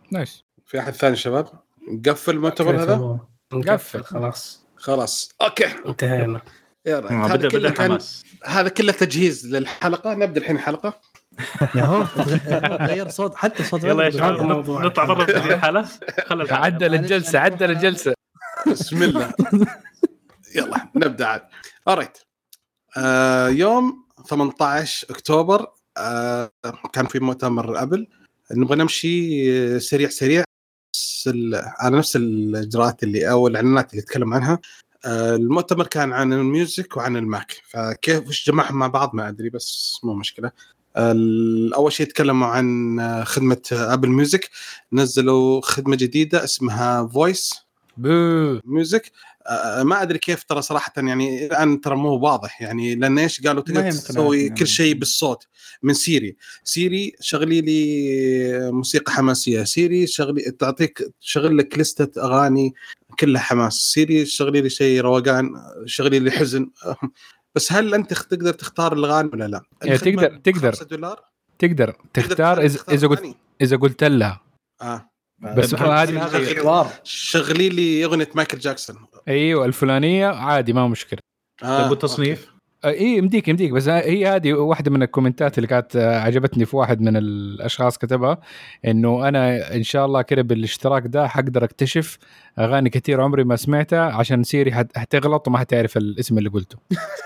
نايس. في احد ثاني شباب نقفل المؤتمر هذا؟ نقفل خلاص خلاص اوكي انتهينا. يلا هذا كله كان هذا كله تجهيز للحلقه. نبدا الحين الحلقه. يا هو غير صوت حتى صوت. يلا يا شباب نطلع برا في الحاله. خلنا عدل الجلسه عدل الجلسه. بسم الله. يلا نبدا عاد. اوريت. آه يوم ثمانية عشر أكتوبر آه كان في مؤتمر أبل. نبغى نمشي سريع سريع على نفس الإجراءات اللي أو الإعلانات اللي تكلم عنها. آه المؤتمر كان عن الميوزك وعن الماك، فكيف وش جمعهم مع بعض ما أدري، بس مو مشكلة. آه أول شيء تكلموا عن خدمة أبل ميوزك. نزلوا خدمة جديدة اسمها فويس ميوزك. آه ما أدري كيف ترى صراحة، يعني الآن ترى مو واضح يعني، لأن إيش قالوا تقدر تسوي يعني كل شيء بالصوت من سيري. سيري شغلي لي موسيقى حماسية، سيري شغلي تعطيك شغل لك لستة أغاني كلها حماس، سيري شغلي لي شيء روقان، شغلي لي حزن. بس هل أنت تقدر تختار الأغاني ولا لا؟ يعني تقدر تقدر تقدر تختار إذا إذا قلت إذا قلت لها آه. بس هذه شغلي لي أغنية مايكل جاكسون ايوه الفلانيه عادي ما مشكله. آه. التصنيف اي مديك مديك بس هي هذه واحده من الكومنتات اللي كانت عجبتني في واحد من الاشخاص كتبها انه انا ان شاء الله كده بالاشتراك ده حقدر اكتشف اغاني كثير عمري ما سمعتها عشان سيري حتغلط وما حتعرف الاسم اللي قلته.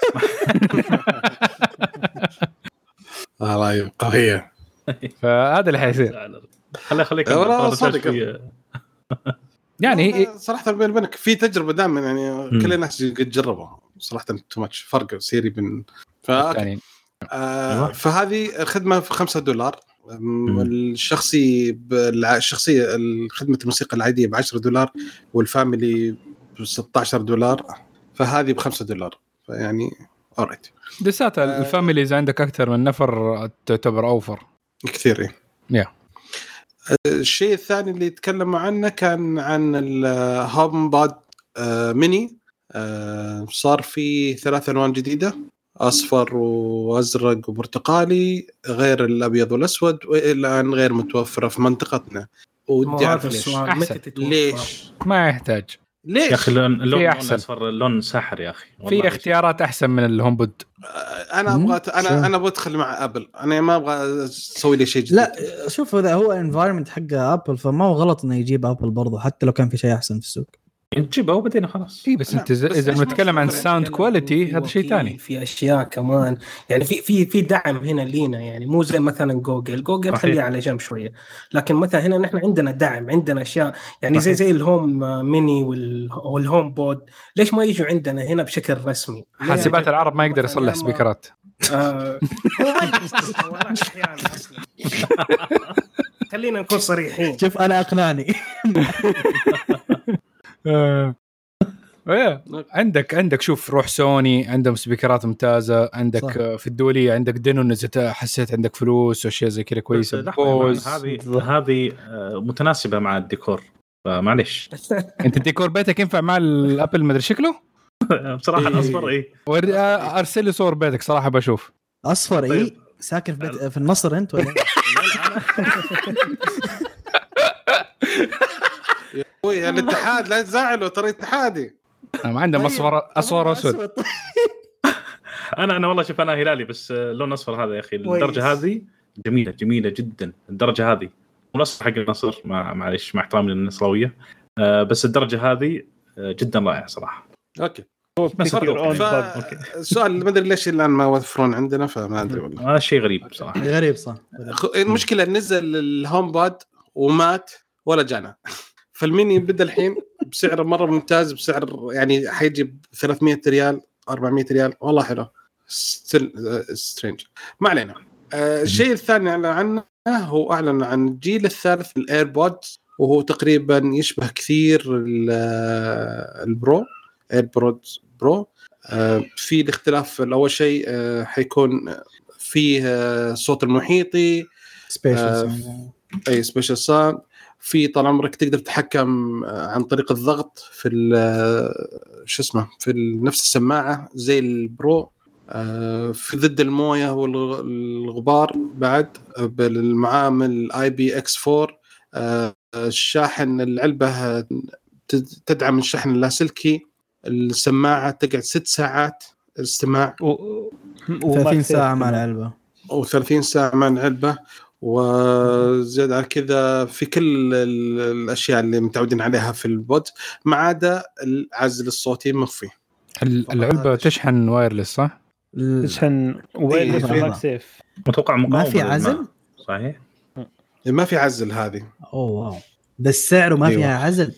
والله قويه. فهذا اللي حيصير. خلي خليك يعني هي صراحه بيني وبينك في تجربه دائما يعني كل الناس قد جربوها صراحه تو ماتش فرق سيري بين ف آه فهذه الخدمه في خمسة دولار. والشخصي الشخصيه خدمه الموسيقى العاديه ب عشرة دولار والفاميلي ب ستة عشر دولار، فهذه ب خمسة دولار. فيعني اوريت لسات آه الفاميلي اذا عندك اكثر من نفر تعتبر اوفر كثير. ايه yeah. الشيء الثاني اللي يتكلم عنه كان عن الهوم بود ميني. صار في ثلاث ألوان جديدة، أصفر وأزرق وبرتقالي، غير الأبيض والأسود، والآن غير متوفرة في منطقتنا. ودي أعرف ليش أحسن. ليش ما يحتاج ليش يا أخي اللون اللون الأصفر اللون ساحر يا أخي. في اختيارات أحسن من الهوم بود. انا ابغى انا انا بدخل مع ابل، انا ما ابغى اسوي لي شيء جديد. لا شوف هذا هو انفايرمنت حق ابل، فما هو غلط انه يجيب ابل برضه حتى لو كان في شيء احسن في السوق نجيبه وبدينا خلاص. اي بس انت اذا بنتكلم عن الساوند كواليتي هذا شيء ثاني. في اشياء كمان يعني في في في دعم هنا لينا، يعني مو زي مثلا جوجل جوجل خليها على جنب شويه، لكن مثلا هنا نحن عندنا دعم، عندنا اشياء يعني زي زي الهوم ميني والهوم بود. ليش ما يجوا عندنا هنا بشكل رسمي؟ حاسبات العرب ما يقدر يصلح سبيكرات. آه هو ما يصلح ولا احيانا اصلا. خلينا نكون صريحين. شوف انا اقنعني. آه. ايه عندك عندك شوف روح سوني عندهم سبيكرات ممتازه، عندك صح. في الدوليه عندك دينون اذا حسيت عندك فلوس واشياء زي كذا كويسه. هذه هذه متناسبه مع الديكور فمعليش. انت الديكور بيتك ينفع مع الابل ما ادري شكله بصراحه الاصفر ايه. ارسل لي صور بيتك صراحه بشوف. اصفر ايه طيب. ساكن في, بيت في النصر انت ولا يا الاتحاد لا تزعلوا ترى اتحادي. ما عندهم اصفر اصفر اسود. انا انا والله شوف انا هلالي بس لون اصفر هذا يا اخي الدرجه هذه جميله جميله جدا. الدرجه هذه والاصفر حق النصر ما معليش مع احترامي للنصراويه أه بس الدرجه هذه جدا رائعه صراحه. اوكي بس السؤال ما ادري ليش الان ما وفرون عندنا فما ادري والله. هذا شيء غريب بصراحه غريب صح. المشكله نزل الهوم بود ومات ولا جانا. فالميني بدا الحين بسعر مره ممتاز، بسعر يعني حيجي ثلاثمية ريال أربعمية ريال والله حلو. سترينج ما علينا. آه الشيء الثاني اعلن عنه هو اعلن عن الجيل الثالث الايربودز، وهو تقريبا يشبه كثير البرو ايربودز برو. آه في الاختلاف الاول شيء آه حيكون فيه آه صوت المحيطي سبيشال آه اي سبيشال ساوند. في طال عمرك تقدر تتحكم عن طريق الضغط في شو اسمه في نفس السماعه زي البرو. في ضد المويه والغبار بعد بالمعامل اي بي اكس فور الشاحن العلبة تدعم الشحن اللاسلكي، السماعة تقعد ست ساعات استماع وثلاثين ساعة مع العلبة وثلاثين ساعة مع العلبة. وزيادة على كذا في كل الأشياء اللي متعودين عليها في البود ما عدا العزل الصوتي مخفي. العلبة تشحن وايرلس صح؟ تشحن وايرلس وماك سيف. متوقع ما في عزل؟ صحيح ما في عزل هذه. أوه واو ده السعر وما أيوة. فيها عزل.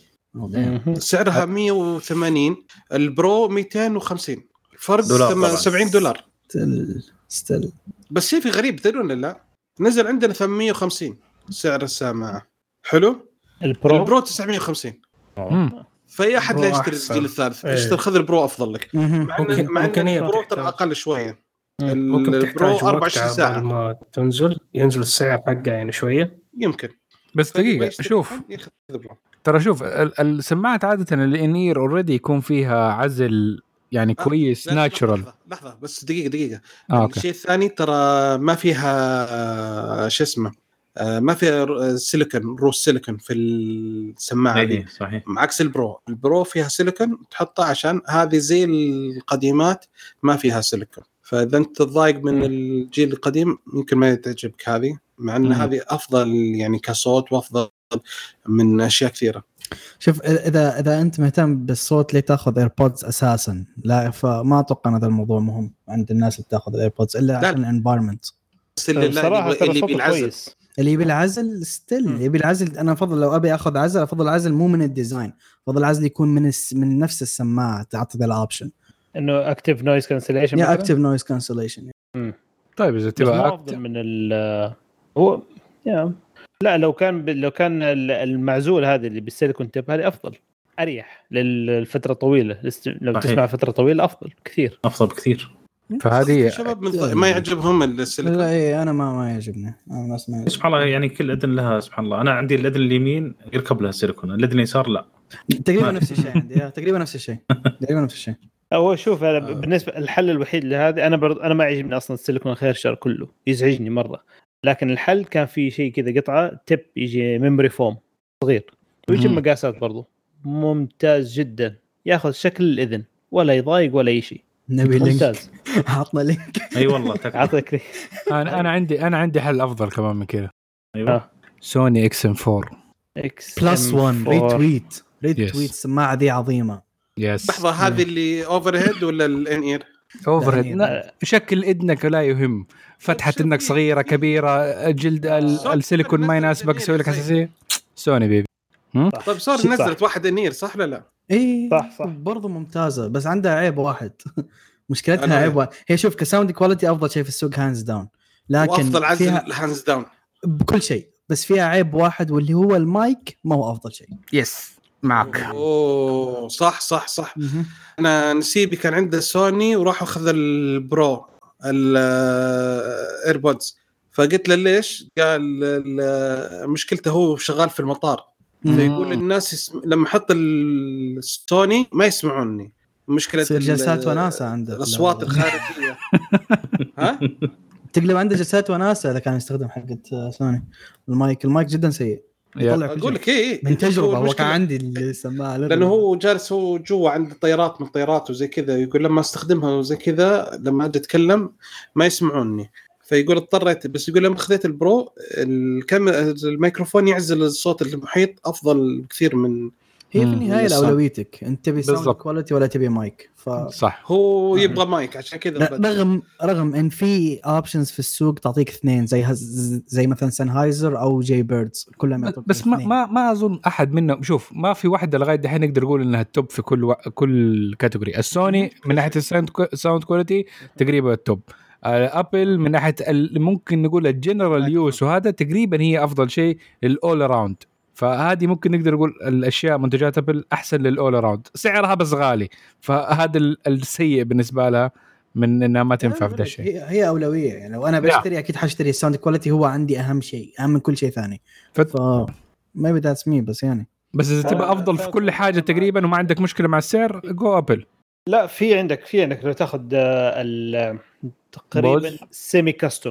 سعرها مية وثمانين، البرو مئتين وخمسين، فرق سبعين دولار ستيل ستيل. بس شيء في غريب تدرون لا نزل عندنا ثمانمية وخمسين سعر السماعة. حلو. البرو البرو تسعمية وخمسين. فأي أحد لا يشتري الجيل الثالث ايه. اشتري خذ البرو أفضل لك. مع ممكن مع ممكن إن البرو ترى أقل شوية. ممكن البرو تحتاج أربعة وقت وعشرين ساعة ما تنزل ينزل السعر حقه يعني شوية يمكن. بس دقيقة شوف ترى شوف السماعات عادة اللي انير اوريدي يكون فيها عزل يعني كويس ناتشرال. لحظة, لحظة بس دقيقة دقيقة آه الشيء الثاني ترى ما فيها شو اسمه ما فيها سيليكون روس سيليكون في السماعة دي صحيح. عكس البرو. البرو فيها سيليكون تحطها عشان هذه زي القديمات ما فيها سيليكون. فإذا أنت تضايق من الجيل القديم يمكن ما تعجبك هذه، مع أن هذه أفضل يعني كصوت وأفضل من أشياء كثيرة. شوف إذا إذا أنت مهتم بالصوت ليه تأخذ إيربودز أساساً، لا فما أتوقع هذا الموضوع مهم عند الناس اللي تأخذ إيربودز إلا عشان الانفايرمنت. صراحة اللي بالعزل اللي يبي العزل ستيل اللي يبي العزل أنا أفضل لو أبي أخذ عزل أفضل العزل مو من الديزاين، أفضل العزل يكون من الس... من نفس السماعة تعطي ذا الأوبشن إنه أكتيف نويز كانسليشن يا أكتيف نويز كانسليشن. طيب إذا تبغى أفضل من ال هو يا لا لو كان ب... لو كان المعزول هذا اللي بالسيليكون تيب هذه أفضل أريح للفترة طويلة لست... لو صحيح. تسمع فترة طويلة أفضل كثير أفضل بكثير. فهذه شباب من ما يعجبهم السيليكون. لا إيه أنا ما ما يعجبني أنا ما أسمع. سبحان الله يعني كل أذن لها سبحان الله. أنا عندي الأذن اليمين يركب لها سيليكون، الأذن اليسار لا. تقريبا نفس الشيء عندي تقريبا نفس الشيء تقريبا نفس الشيء. هو شوف أنا بالنسبة الحل الوحيد لهذا أنا برضه أنا ما يعجبني أصلا السيليكون خير شر كله يزعجني مرة، لكن الحل كان في شيء كذا قطعة تب يجي ميموري فوم صغير ويجي مقاسات برضه ممتاز جدا ياخذ شكل الإذن ولا يضايق ولا أي شيء. نبي لينك عطنا لينك. اي والله اعطيك. انا انا عندي انا عندي حل افضل كمان من كذا. ايوه سوني اكس ام فور اكس بلس واحد ريتويت ريتويت السماعه دي عظيمه. يس لحظه هذه اللي اوفر هيد ولا الان اير؟ اوفر هيد شكل اذنك لا يهم، فتحه انك صغيره كبيره جلد السيليكون ما يناسبك يسوي لك حساسيه. سوني بيبي. طيب صار نزلت واحد انير صح ولا لا؟ اي صح صح برضه ممتازه بس عندها عيب واحد. مشكلتها عيب واحد. هي شوف كساوند كواليتي افضل شيء في السوق هاندز داون، لكن افضل عزل هاندز داون بكل شيء، بس فيها عيب واحد واللي هو المايك ما هو افضل شيء. يس معك. اوه صح صح صح. انا نسيبي كان عنده سوني وراح اخذ البرو الايربودز، فقلت له ليش؟ قال مشكلته هو شغال في المطار، فيقول الناس يسم... لما احط السوني ما يسمعوني. مشكله جلسات وناسه عنده الاصوات الخارجيه. ها تقلب عنده جلسات وناسه اذا كان يستخدم حقه سوني. المايك المايك جدا سيء. اقول لك ايه من تجربه هو كان عندي السماعه لانه هو جالس هو جوا عند الطيارات من الطيارات وزي كذا، يقول لما استخدمها وزي كذا لما اجي اتكلم ما يسمعوني، فيقول اضطريت. بس يقول لما اخذت البرو الكاميرا الميكروفون يعزل الصوت المحيط افضل بكثير من. هي في النهايه الاولويتك انت تبي ساوند كواليتي ولا تبي مايك. ف... صح هو يبغى مايك عشان كذا. رغم رغم ان في اوبشنز في السوق تعطيك اثنين زي هز... زي مثلا سنهايزر او جاي بيردز كلهم يعطوك بس ما, ما ما اظن احد منهم. شوف ما في واحده لغايه دحين نقدر نقول انها التوب في كل و... كل كاتيجوري. السوني من ناحيه الساوند ساوند كواليتي تقريبا التوب. ابل من ناحيه ال... ممكن نقول الجنرال يوز وهذا تقريبا هي افضل شيء للاول اراوند. فهذه ممكن نقدر نقول الاشياء منتجات ابل احسن للاول اراوند، سعرها بس غالي، فهذا السيء بالنسبه لها من انها ما تنفع في هذا الشيء. هي, هي اولويه يعني لو انا بشتري اكيد حاشتري الساوند كواليتي، هو عندي اهم شيء اهم من كل شيء ثاني. ف ما بدها تسميه بس يعني بس اذا تبغى افضل في كل حاجه تقريبا وما عندك مشكله مع السعر جو ابل. لا في عندك في عندك لو تاخذ تقريبا سيمي كاستوم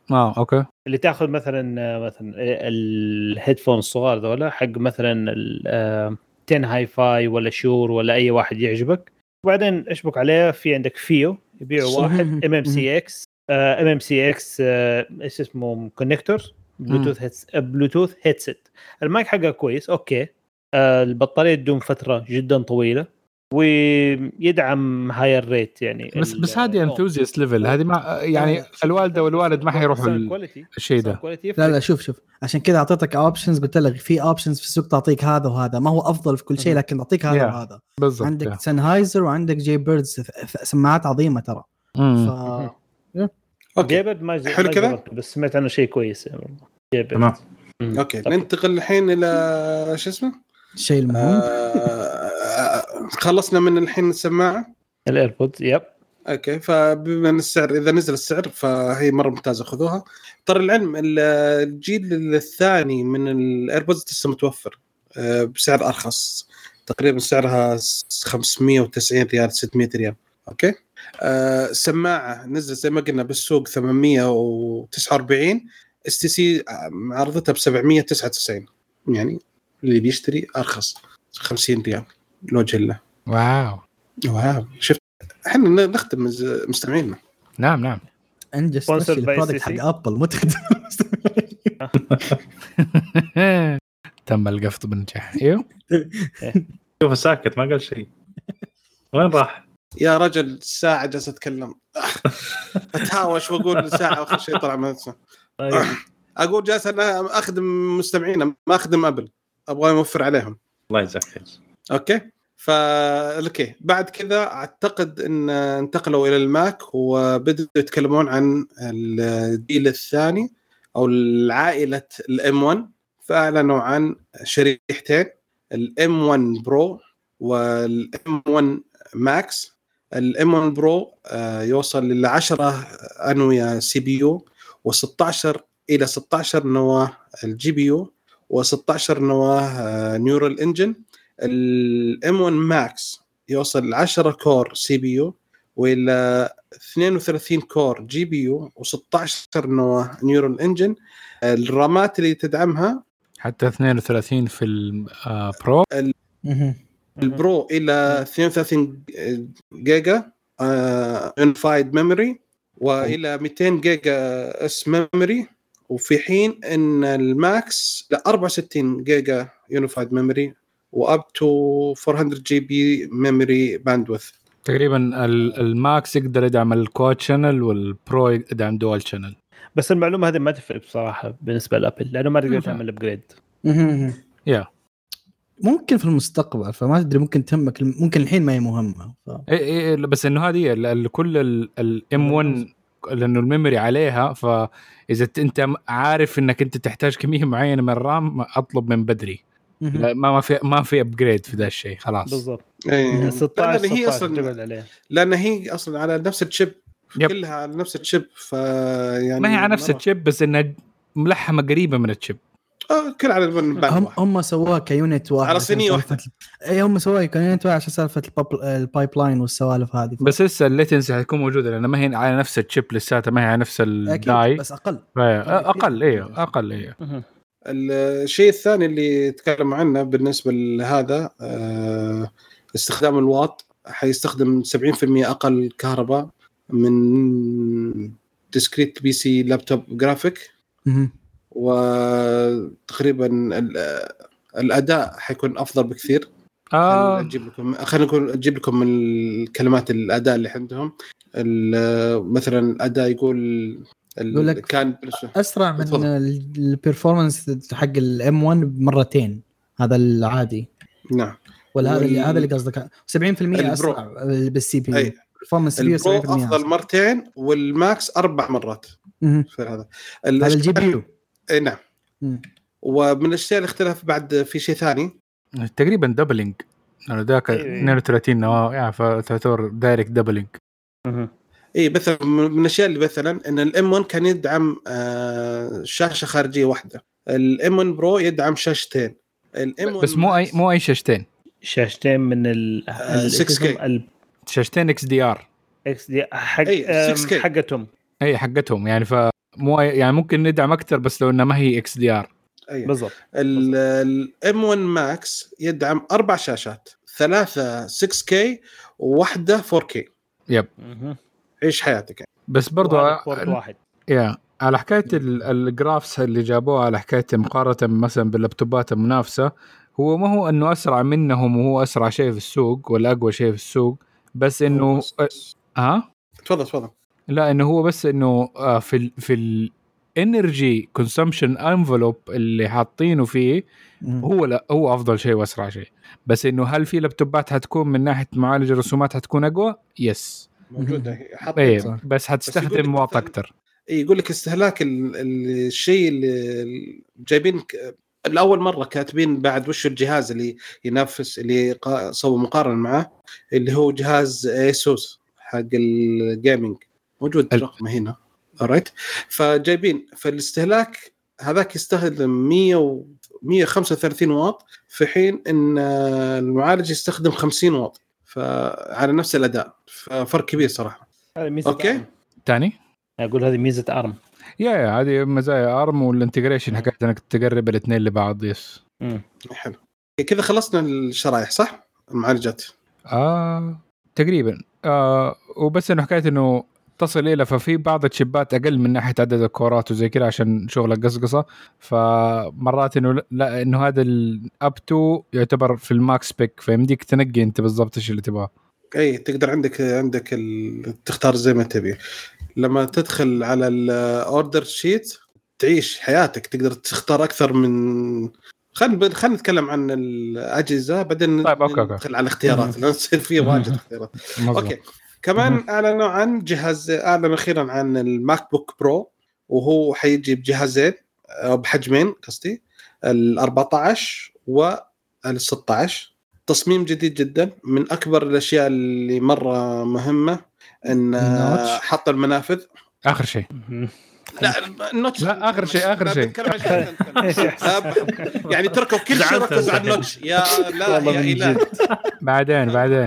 اه اوكي اللي تاخذ مثلا مثلا الهيدفون الصغار ذولا حق مثلا ال عشرة هاي فاي ولا شور ولا اي واحد يعجبك، وبعدين اشبك عليه في عندك فيو يبيعوا واحد ام ام سي اكس ام ام سي اكس ايش اسمه كونكتور بلوتوث هيدس بلوتوث هيدسيت. المايك حقه كويس اوكي، البطاريه تدوم فتره جدا طويله ويدعم هاير ريت يعني. بس بس هذه انثوزيست ليفل هذه ما يعني آه الوالده والوالد ما حيروحوا الشيء ده. لا لا شوف شوف عشان كذا اعطيتك اوبشنز، قلت لك في اوبشنز في السوق تعطيك هذا وهذا، ما هو افضل في كل شيء لكن تعطيك هذا yeah. وهذا بالضبط. عندك yeah. سنهايزر وعندك جي بيردز سماعات عظيمه ترى. ف جيبرد ما حلو كذا بس سمعت عنه شيء كويس يعني. تمام اوكي ننتقل الحين الى شو اسمه الشيء المهم. آه خلصنا من الحين السماعه الايربودز يب اوكي. فبما ان السعر اذا نزل السعر فهي مره ممتازه خذوها. ترى العلم الجيل الثاني من الايربودز لسه متوفر بسعر ارخص، تقريبا سعرها خمسمية وتسعين ريال ستمية ريال اوكي. آه سماعه نزل زي ما قلنا بالسوق ثمانمية وتسعة وأربعين، اس تي سي عرضتها ب سبعمية وتسعة وتسعين، يعني اللي بيشتري ارخص خمسين ريال لوجه الله. واو واو شفت احنا نخدم مستمعينا. نعم نعم عندي سبيشال برودكت حق ابل متخدم. تم القفط بنجاح. ايوه شوف ساكت ما قال شيء. وين راح يا رجل؟ ساعه جالس اتكلم اتهاوش واقول ساعه واخر شيء طلع من نفسه. اقول جالس انا اخدم مستمعينا ما اخدم ابل، ابغى اوفر عليهم. الله يجزاك خير. اوكي فالكي بعد كذا اعتقد ان انتقلوا الى الماك وبدأوا يتكلمون عن الجيل الثاني او العائله الام واحد، فاعلنوا عن شريحتين الام واحد برو والام واحد ماكس. الام واحد برو يوصل ل عشرة انويه سي بي يو و16 الى ستة عشر نواه الجي بي يو و16 نواه نيورال انجن. الام واحد ماكس يوصل ل عشرة كور سي بي يو والى اثنين وثلاثين كور جي بي يو و16 نواه نيورال انجن. الرامات اللي تدعمها حتى اثنين وثلاثين في البرو، البرو الى اثنين وثلاثين جيجا يونيفايد ميموري والى مئتين جيجا اس ميموري، وفي حين ان الماكس ل أربعة وستين جيجا يونيفايد ميموري واب تو أربعمية جي بي ميموري باندويث. تقريبا الماكس يقدر يدعم الكواد شانل والبرو يدعم دوال شانل. بس المعلومه هذه ما تفرق بصراحه بالنسبه لابل لانه ما تقدر تعمل ابجريد. يا ممكن في المستقبل فما تدري، ممكن تهمك، ممكن الحين ما هي مهمه ف... اي اي بس انه هذه كل الام واحد لانه الميموري عليها، فاذا انت عارف انك انت تحتاج كميه معينه من الرام اطلب من بدري. ما ما في ما في ابجريد في ذا الشيء خلاص بالضبط. ايه. ستة عشر هي اصلا لان هي اصلا على نفس الشيب كلها على نفس الشيب، فيعني ما هي على نفس الشيب بس انها ملحمه قريبه من الشيب. اه كل على هم هم سووها كيونت واحد على صينيه واحده. اي هم سووها كيونت واحد عشان سالفه البايب لاين والسوالف هذه. بس لسه الليتنسي حتكون موجوده لان ما هي على نفس الشيب لساتها، ما هي على نفس الداي بس اقل اقل ايه اقل ايه. الشيء الثاني اللي تكلم عنه بالنسبه لهذا استخدام الواط، حيستخدم سبعين بالمئة اقل كهرباء من ديسكريت بي سي لابتوب جرافيك، وتقريبا الاداء حيكون افضل بكثير. آه. خلينا نجيب لكم خلينا نقول اجيب لكم من الكلمات الاداء اللي عندهم. مثلا الاداء يقول كان اسرع من البرفورمانس حق الام واحد بمرتين، هذا العادي. نعم. ولا هذا اللي هذا اللي قصدك سبعين بالمئة اسرع بالسي بي يو. البرفورمانس افضل مرتين والماكس اربع مرات. في هذا هذا الجي بي يو. اي نعم. مم. ومن الاشياء اللي اختلف بعد في شيء ثاني تقريبا دبلينج، انا ذاك اثنين وثلاثين نواه يعني فتعتبر دايركت دبلينج. اها اي مثلا من الاشياء اللي مثلا ان الام واحد كان يدعم آه شاشه خارجيه واحده، الام واحد برو يدعم شاشتين. الام بس مو اي مو اي شاشتين شاشتين من ال ستة كي شاشتين اكس دي ار اكس دي حق حقتهم اي حقتهم يعني ف مو يعني ممكن ندعم اكثر بس لو انها ما هي اكس دي ار. أيه. بالضبط. الام واحد ماكس يدعم اربع شاشات، ثلاثه ستة كي وواحده فور كي. يب عيش حياتك يعني. بس برضو واحد يا على حكايه الجرافس اللي جابوها، على حكايه مقارنه مثلا باللابتوبات المنافسه، هو ما هو انه اسرع منهم وهو اسرع شيء في السوق ولا اقوى شيء في السوق، بس انه ها تفضل تفضل. لا انه هو بس انه في ال في الانرجي كونسومشن انفلوب اللي حاطينه فيه هو لا هو افضل شيء واسرع شيء. بس انه هل في لابتوبات حتكون من ناحيه معالج الرسومات حتكون اقوى؟ يس موجوده ايه، بس حتستخدم واط اكثر. اي يقول لك استهلاك الشيء اللي جايبين الاول مره كاتبين بعد وش الجهاز اللي ينافس اللي سووا مقارنه معه، اللي هو جهاز ايسوس حق الجيمنج، موجود رقمه هنا رايت. فجايبين فالاستهلاك هذاك يستخدم مية وخمسة وثلاثين واط، في حين ان المعالج يستخدم خمسين واط، فعلى نفس الاداء فرق كبير صراحه. اوكي ثاني اقول هذه ميزه ارم. يا يا هذه مزايا ارم والانتجريشن حقت انك تقرب الاثنين لبعض. يس امم حلو كذا. خلصنا الشرايح صح؟ المعالجات اه تقريبا آه وبس انه حكايه انه تصل الى ففي بعض الشيبات اقل من ناحيه عدد الكورات وزي كذا عشان شغلك قصقصه، فمرات انه لا انه هذا الاب تو يعتبر في الماكس بيك، فيمديك تنقي انت بالضبط ايش اللي تبغاه. اي تقدر عندك عندك ال... تختار زي ما تبي. لما تدخل على الاوردر شيت تعيش حياتك، تقدر تختار اكثر من خلينا خلينا نتكلم عن الاجهزه بعدين. طيب اوكي اوكي ندخل على الاختيارات لان تصير فيه واجد اختيارات. اوكي كمان اعلنوا عن جهاز، اعلنوا اخيرا عن الماك بوك برو، وهو حيجي بجهازين او بحجمين قصدي ال أربعة عشر وال ستة عشر. تصميم جديد جدا. من اكبر الاشياء اللي مره مهمه ان حط المنافذ اخر شيء. لا النوتش لا اخر شيء اخر شيء يعني تركوا كل شيء ركزوا على النوتش يا لا يا اله. بعدين بعدين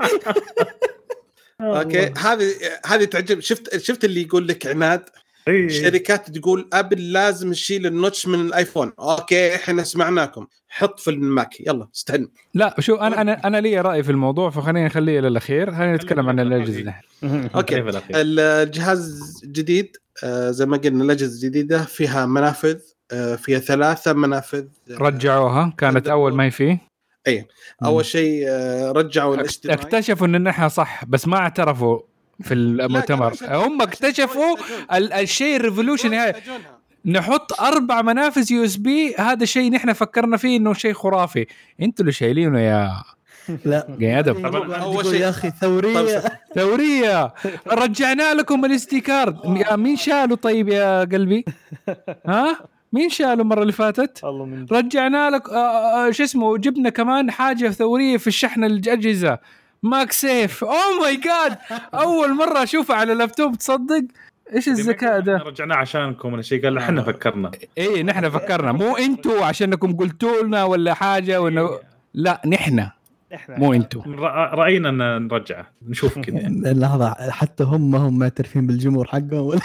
اوكي هذه هذه تعجب. شفت شفت اللي يقول لك عناد شركات تقول ابل لازم نشيل النوتش من الايفون. اوكي احنا سمعناكم، حط في الماك يلا استنى. لا شو انا انا انا لي راي في الموضوع، فخلينا نخليه للاخير. خلينا نتكلم عن الاجهزه. اوكي الجهاز جديد زي ما قلنا، الاجهزه الجديده فيها منافذ، فيها ثلاثه منافذ رجعوها، كانت اول ما هي فيه. اي اول شيء رجعوا الاجتماعي، اكتشفوا ان الناحيه صح بس ما اعترفوا في المؤتمر. هم اكتشفوا الشيء الريفولوشن هاي، نحط اربع منافذ يو اس بي. هذا الشيء نحن فكرنا فيه انه شيء خرافي، انتوا اللي شايلينه يا لا قيادم. اول شيء يا اخي ثوريه ثوريه رجعنا لكم الاس دي كارد. مين شالوا طيب يا قلبي؟ ها مين شالوا المره اللي فاتت؟ رجعنا لك شو اسمه، جبنا كمان حاجه ثوريه في الشحن الاجهزه ماك سيف. اوه ماي جاد اول مره اشوفه على لابتوب. تصدق ايش الذكاء ده؟ رجعنا عشانكم ولا شيء؟ قال احنا فكرنا. ايه نحن فكرنا، مو انتوا عشانكم قلتوا لنا ولا حاجه ولا لا، نحن مو انتوا راينا ان نرجعه نشوف كذا. لحظه حتى هم هم معترفين بالجمهور حقهم ولا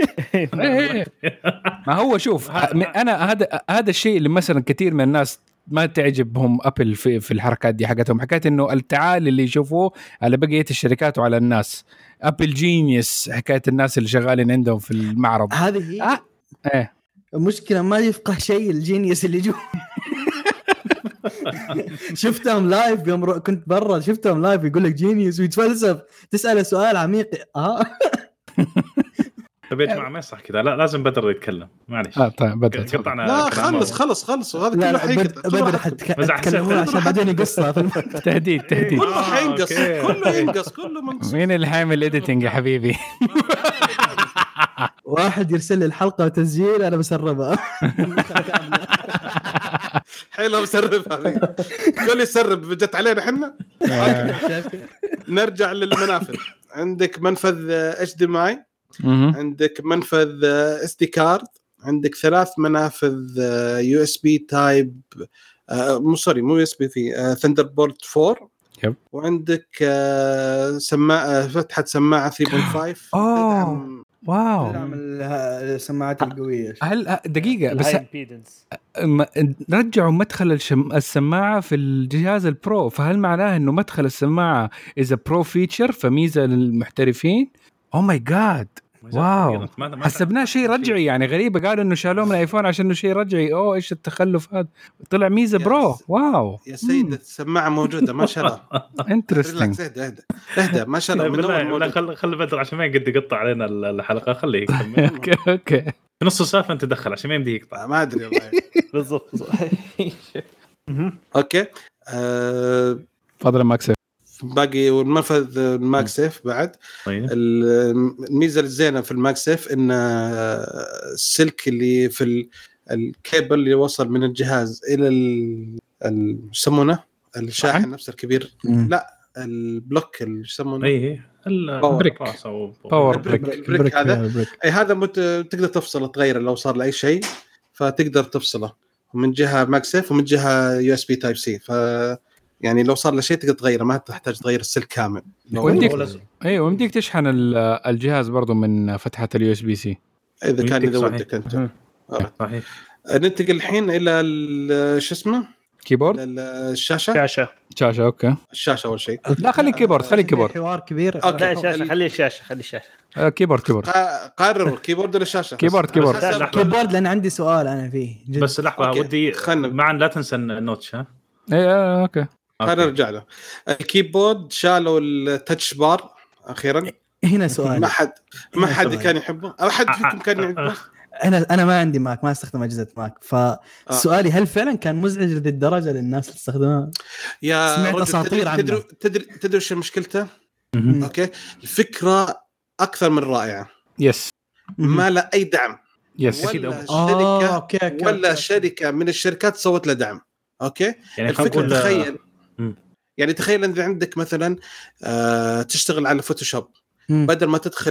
ما هو شوف انا هذا هذا الشيء اللي مثلا كثير من الناس ما تعجبهم ابل في في الحركات دي حقتهم، حكايه انه التعال اللي يشوفوه على بقيه الشركات وعلى الناس. ابل جينيوس، حكايه الناس اللي شغالين عندهم في المعرض هذه هي. آه. ايه المشكله ما يفقه شيء الجينيوس اللي جوا. شفتهم لايف يوم رو... كنت برا شفتهم لايف يقول لك جينيوس ويتفلسف، تساله سؤال عميق. اه طيب يا جماعه ما يصح كذا، لا لازم بدر يتكلم معلش. اه طيب بدر قطعنا. لا خلص خلص خلص وهذا كله حيقطع. بدر حتكلمون عشان بعدين يقصها. تهديد تهديد كله حينقص كله ينقص كله منقص. مين اللي حامل ايديتنج يا حبيبي؟ واحد يرسل لي الحلقه وتسجيل انا بسربها. حلو مسربها قول لي سرب جت علينا احنا. نرجع للمنافذ. عندك منفذ اتش دي ام اي، عندك منفذ اس دي كارد، عندك ثلاث منافذ يو اس بي تايب مو سوري مو يو اس بي في ثاندربولت فور. يب. وعندك سماعه فتحه سماعه ثري بوينت فايف اوه واو السماعات القويه. هل دقيقه بس رجعوا مدخل الشم... السماعه في الجهاز البرو، فهل معناه انه مدخل السماعه اذا برو فيتشر فميزه للمحترفين؟ او ماي جاد واو، حسبناه شيء رجعي يعني غريبه. قالوا انه شالوه من ايفون عشان انه شيء رجعي. اوه ايش التخلف هذا، طلع ميزه برو. واو يا سيد السماعه موجوده ما شاء الله. انترستينج. اهدى اهدى اهدى ما شاء الله. لا خل خل بدر عشان ما يقد يقطع علينا الحلقه، خليه يكمل. اوكي اوكي في نص السالفه انت تدخل عشان ما يمدي يقطع. ما ادري والله. بالضبط. اوكي تفضل ماكسيف. باقي والمنفذ الماكسيف بعد. الميزه الزينه في الماكسيف ان السلك اللي في الكيبل اللي وصل من الجهاز الى ال يسمونه الشاحن نفسه الكبير. لا البلوك اللي يسمونه اي البريك او باور بريك, بريك هذا بريك. اي هذا مت... تقدر تفصله تغيره لو صار له اي شيء، فتقدر تفصله من جهه ماكسيف ومن جهه يو اس بي تايب سي. ف يعني لو صار له شيء تقدر تغيره، ما تحتاج تغير السلك كامل. ويمديك ايوه ويمديك تشحن الجهاز برضو من فتحه اليو اس بي سي اذا كان اذا ودك انت. صحيح. ننتقل الحين الى شو اسمه كيبورد الشاشه. شاشه شاشه اوكي. الشاشه اول شيء. لا خلي كيبورد خلي كيبورد. حوار كبير. لا شاشه خلي الشاشه خلي الشاشه. آه كيبورد كيبورد. قرر كيبورد ولا الشاشه؟ كيبورد كيبورد كيبورد لان عندي سؤال انا فيه جد. بس لحظه ودي معا لا تنسى النوتش. ها ايه اوكي خلينا نرجع له. الكيبورد شالوا التاتش بار اخيرا. هنا سؤال. ما حد ما حد كان يحبه او حد فيكم كان يحبه. انا انا ما عندي ماك، ما استخدم اجهزه ماك، فسؤالي هل فعلا كان مزعج للدرجه للناس اللي تستخدمها؟ يا سمعت اساطير عنه. تدري تدري تدري ايش مشكلته؟ اوكي الفكره اكثر من رائعه. يس ما لا اي دعم. يس ولا شركه أوكي. أوكي. ولا أوكي. شركه من الشركات صوت له دعم. اوكي يعني الفكره تخيل م. يعني تخيل ان عندك مثلا آه تشتغل على فوتوشوب، م. بدل ما تدخل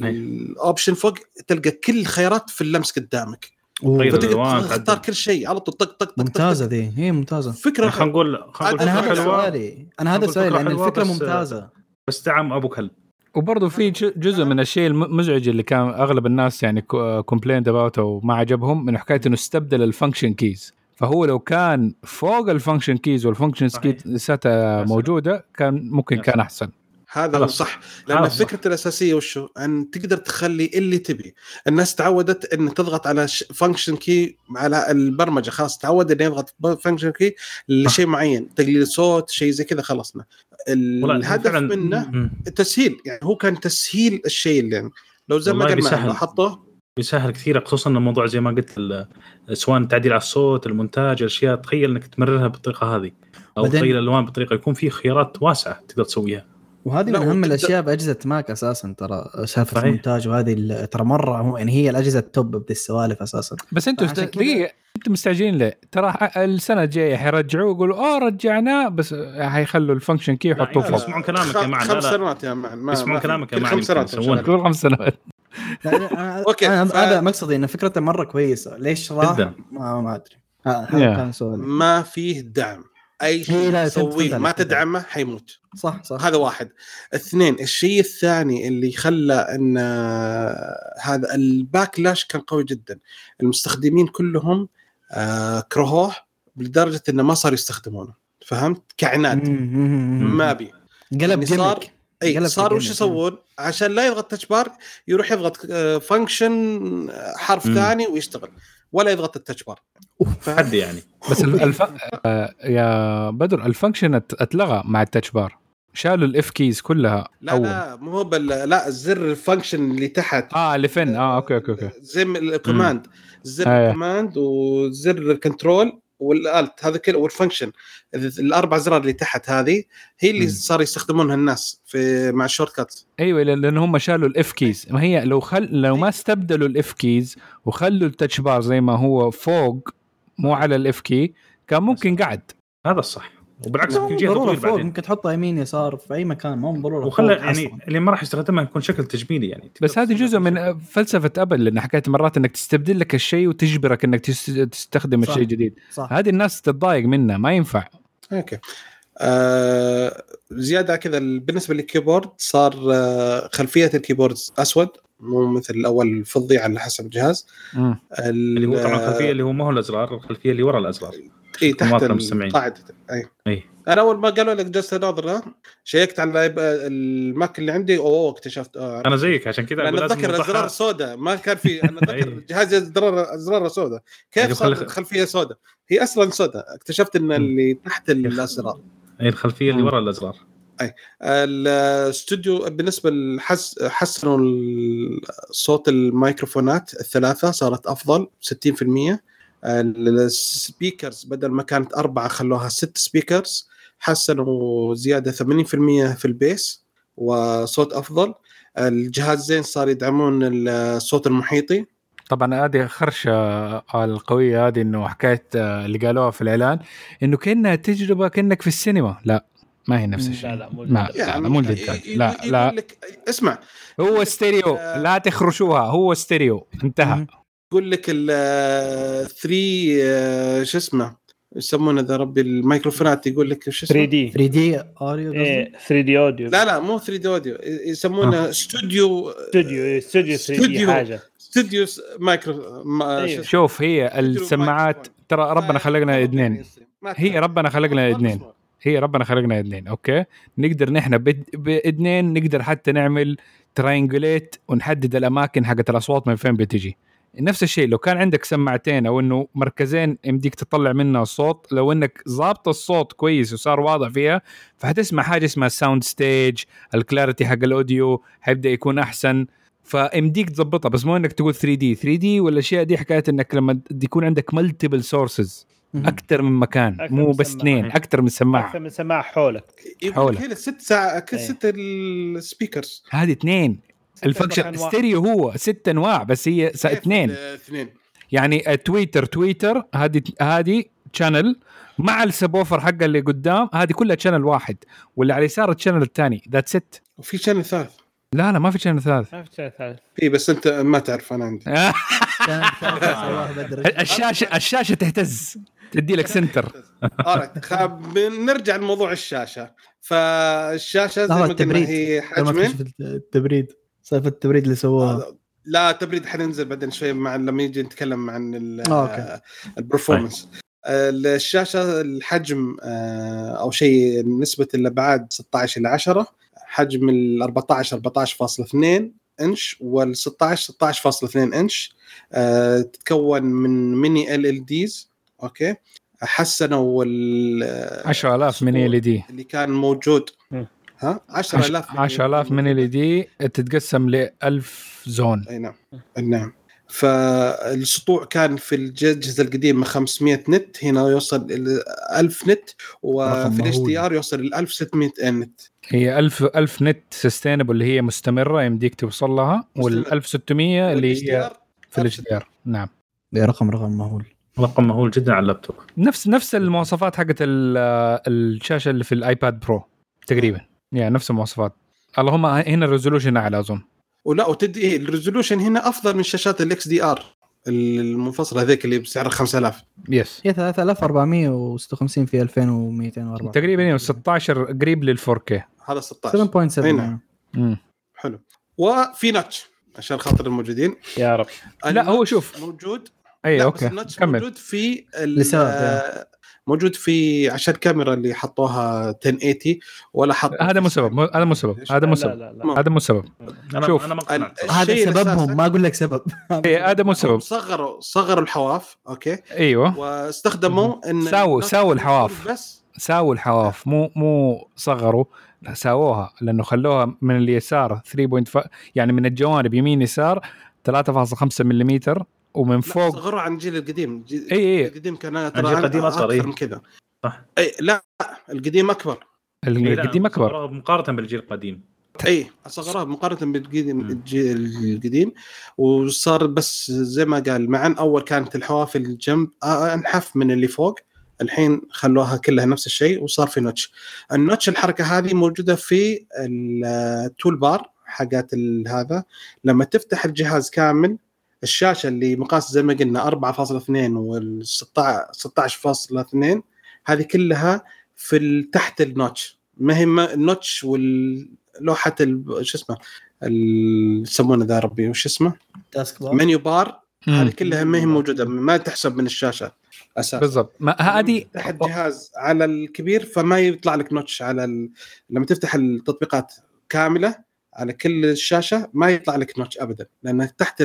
الاوبشن فوق تلقى كل الخيارات في اللمس قدامك، فتقدر تختار كل شيء على طول. طق طق طق. ممتازه دي، هي ممتازه فكره. خلينا نقول انا هذا سؤالي انا هذا سؤالي لان الفكره ممتازه بس دعم ابو كلب. وبرضه في جزء من الشيء المزعج اللي كان اغلب الناس يعني كومبليند اباوت او ما عجبهم من حكايه انه استبدل الفانكشن كيز. فهو لو كان فوق الفانكشن كيز والفانكشن كيز لساتها موجوده كان ممكن كان احسن. هذا صح، لأن الفكرة الأساسية وشو أن تقدر تخلي اللي تبي. الناس تعودت أن تضغط على فانكشن كي على البرمجة، خلاص تعود أن يضغط فانكشن كي لشيء معين، تقليل صوت شيء زي كذا خلصنا. الهدف منه التسهيل، يعني هو كان تسهيل الشيء اللي يعني لو زي ما قلنا حطه بيسهل كثير، خصوصا الموضوع زي ما قلت سواء تعديل على الصوت المونتاج الأشياء، تخيل أنك تمررها بالطريقة هذه أو تغير الألوان بطريقة يكون في خيارات واسعة تقدر تسويها. وهذه من أهم الأشياء بأجهزة ماك أساساً، ترى سالفة المونتاج وهذه ترى مرة يعني هي الأجهزة التوب بدي السوالف أساساً. بس أنتوا دقيقة أنتوا مستعجلين ليه؟ ترى السنة الجاية حيرجعوا يقولوا آه رجعنا، بس حيخلوا الفانكشن كي يحطوه فوق. يسمعون كلامك يا معن. خمس سنوات يا معن. يسمعون كلامك يا معن. خمس سنوات. كل خمس سنوات. أوكي. هذا مقصدي إن فكرته مرة كويسة. ليش راح؟ ما ما أدري. هذا كان سؤال. ما فيه دعم. أي شيء تسويه ما تدعمه حيموت. صح صح. هذا واحد. اثنين، الشيء الثاني اللي خلى أن هذا الباكلاش كان قوي جدا. المستخدمين كلهم كرهوه لدرجة إنه ما صار يستخدمونه. فهمت؟ كعناد. ما بي. قلب صار. أي صار وش يسوون عشان لا يضغط تاتش بار يروح يضغط فانكشن حرف مم. ثاني ويشتغل، ولا يضغط التاتش بار. حد يعني بس الف... يا بدر الفانكشن اتلغى مع التاتش بار، شالوا الاف كيز كلها. لا أول. لا مو بل لا الزر الفانكشن اللي تحت اه اللي فين اه اوكي اوكي اوكي زي الكوماند، زر آه. الكوماند وزر الكنترول والالت هذا كله والفانكشن، الاربع زرار اللي تحت هذه هي اللي صار يستخدمونها الناس في مع الشورت كات. ايوه لان هم شالوا الاف كيز. ما هي لو خل لو ما استبدلوا الاف كيز وخلوا التاتش بار زي ما هو فوق مو على الاف كي كان ممكن قعد. هذا الصح. وبالعكس ممكن يجي تطوير بعدين، ممكن تحطها يمين يسار في اي مكان، ما ضروري. وخلى يعني اللي ما راح يستخدمها يكون شكل تجميلي يعني. بس هذه جزء من فلسفه ابل، لان حكايه مرات انك تستبدل لك الشيء وتجبرك انك تستخدم الشيء الجديد. هذه الناس تتضايق منها، ما ينفع. اوكي آه زياده كذا بالنسبه للكيبورد، صار آه خلفيه الكيبورد اسود مو مثل الاول الفضي على حسب الجهاز. اللي هو طبعا الخلفيه اللي هو ما هو الازرار، الخلفيه اللي ورا الازرار اي تحت القاعده. اي اي انا اول ما قالوا لك جلست ناظره شيكت على الماك اللي عندي، اوه اكتشفت آه انا زيك عشان كذا اقول لازم اتذكر الازرار سوداء ما كان في. انا اتذكر الجهاز ازرار ازرار سوداء، كيف صار الخلفيه سوداء؟ هي اصلا سوداء، اكتشفت ان اللي تحت الازرار اي الخلفيه اللي ورا الازرار. اي الاستوديو بالنسبه لحس حسنوا صوت الميكروفونات الثلاثه صارت افضل ستين بالمية. السبيكرز بدل ما كانت أربعة خلوها ست سبيكرز، حسنوا زيادة ثمانين بالمية في البيس وصوت أفضل. الجهازين صار يدعمون الصوت المحيطي. طبعا هذه خرشة القوية هذه، إنه حكاية اللي قالوها في الإعلان إنه كأنها تجربة كأنك في السينما. لا ما هي نفس الشيء. لا لا مو لا لا مو للدرجة. لا لا اسمع، هو ستيريو لا تخرشوها، هو ستيريو انتهى. يقول لك ال ثري شو اسمه يسمونه ذا ربي الميكروفونات، يقول لك شو اسمه ثري دي ثري دي اوديو. ايه ثري دي اوديو. لا لا مو ثري دي اوديو، يسمونه استوديو استوديو استوديو ثري دي حاجه استوديو مايكرو ما أيوه. شوف هي السماعات ترى ربنا خلقنا اثنين، هي ربنا خلقنا اثنين هي ربنا خلقنا اثنين اوكي، نقدر نحن باثنين نقدر حتى نعمل تراينجوليت ونحدد الاماكن حقت الاصوات من فين بتجي. نفس الشيء لو كان عندك سماعتين او انه مركزين يمديك تطلع منها الصوت، لو انك ضابط الصوت كويس وصار واضح فيها فحتسمع حاجه اسمها الساوند ستيج، الكلاريتي حق الاوديو حيبدا يكون احسن، فامديك تضبطها. بس مو انك تقول ثري دي ثري دي والاشياء دي، حكايه انك لما يكون عندك مالتيبل سورسز اكثر من مكان، أكثر مو بس اثنين، اكثر من سماعه اكثر من سماعه حولك حولك هي ست ساعه كل ست السبيكرز هذه اثنين. الفانكشن ستيريو هو ست انواع بس هي اثنين اثنين يعني تويتر تويتر هذه هذه شانل مع السبوفر حقه اللي قدام، هذه كلها شانل واحد، واللي على اليسار الشانل الثاني ذات ست. وفي شانل ثالث؟ لا لا ما في شانل ثالث. ما في شانل ثالث في بس انت ما تعرف انا عندي الشاشه الشاشه تهتز تدي لك سنتر. نرجع لموضوع الشاشه. فالشاشه زي ما قلنا هي حجمين التبريد، سالفه التبريد اللي سووها. لا التبريد حننزل بعدين شوي مع لما يجي نتكلم عن البرفورمانس. الشاشه الحجم او شيء نسبه الابعاد ستة عشر إلى عشرة، حجم ال أربعة عشر أربعة عشر فاصلة اثنين انش وال ستة عشر ستة عشر فاصلة اثنين انش. تتكون من ميني ال ال ديز اوكي. حسنوا ال عشرة آلاف ميني ال دي اللي كان موجود م. ها عشرة آلاف عشرة آلاف ميني ال دي تتقسم ل ألف زون. اي نعم نعم. فالسطوع كان في الأجهزة القديمة خمسمية نت، هنا يوصل إلى ألف نت، وفي الاتش دي ار يوصل إلى ألف وستمية نت. هي ألف ألف نت سستينبل اللي هي مستمرة يمديك توصل لها، وال ألف وستمية اللي هي في الاتش دي ار. نعم رقم رقم مهول رقم مهول جدا على اللابتوب. نفس نفس المواصفات حقت الشاشة اللي في الايباد برو تقريبا، يعني نفس المواصفات. اللهم هنا الريزولوشن اعلى اظن. ولا وتدي الريزولوشن هنا افضل من شاشات الاكس دي ار المنفصله هذيك اللي بسعر خمسة آلاف. يس هي ثلاثة آلاف وأربعمية وستة وخمسين في ألفين ومئتين وأربعة تقريبا، ستة عشر قريب لل فور كي. هذا ستة عشر سبعة فاصلة سبعة. امم حلو. وفي ناتش عشان خاطر الموجودين يا رب. لا هو شوف موجود. اي اوكي كمل. موجود في موجود في عشان الكاميرا اللي حطوها عشرة ثمانين ولا حط. هذا مو سبب، هذا مو سبب، هذا مو سبب، هذا مو سبب. شوف هذا سببهم، ما اقول لك سبب. هذا مو سبب. صغروا صغروا الحواف اوكي. ايوه واستخدموا ان ساووا ساووا الحواف بس ساووا الحواف مو مو صغروا، ساووها لانه خلوها من اليسار ثلاثة فاصلة خمسة يعني من الجوانب يمين يسار ثلاثة فاصلة خمسة ملم، ومن فوق صغروا عن الجيل القديم. اي اي القديم كان الجيل القديم اصغر اي من كذا صح. اي لا القديم اكبر. القديم اكبر مقارنه بالجيل القديم. اي اصغرها مقارنه بالقديم الجيل القديم. وصار بس زي ما قال معن اول كانت الحواف الجنب انحف من اللي فوق، الحين خلوها كلها نفس الشيء وصار في نوتش. النوتش الحركه هذه موجوده في التول بار حقات هذا. لما تفتح الجهاز كامل الشاشه اللي مقاس زي ما قلنا أربعة فاصلة اثنين وال ستة عشر فاصلة اثنين هذه كلها في تحت النوتش. ما هي النوتش وال لوحه شو اسمه يسمونه ذا ربي وش اسمه تاسك بار منيو بار، هذه كلها ما هي موجوده، ما تحسب من الشاشه اساسا بالضبط. هذه تحت جهاز على الكبير فما يطلع لك نوتش على ال... لما تفتح التطبيقات كامله على كل الشاشه ما يطلع لك نوتش ابدا لانه تحت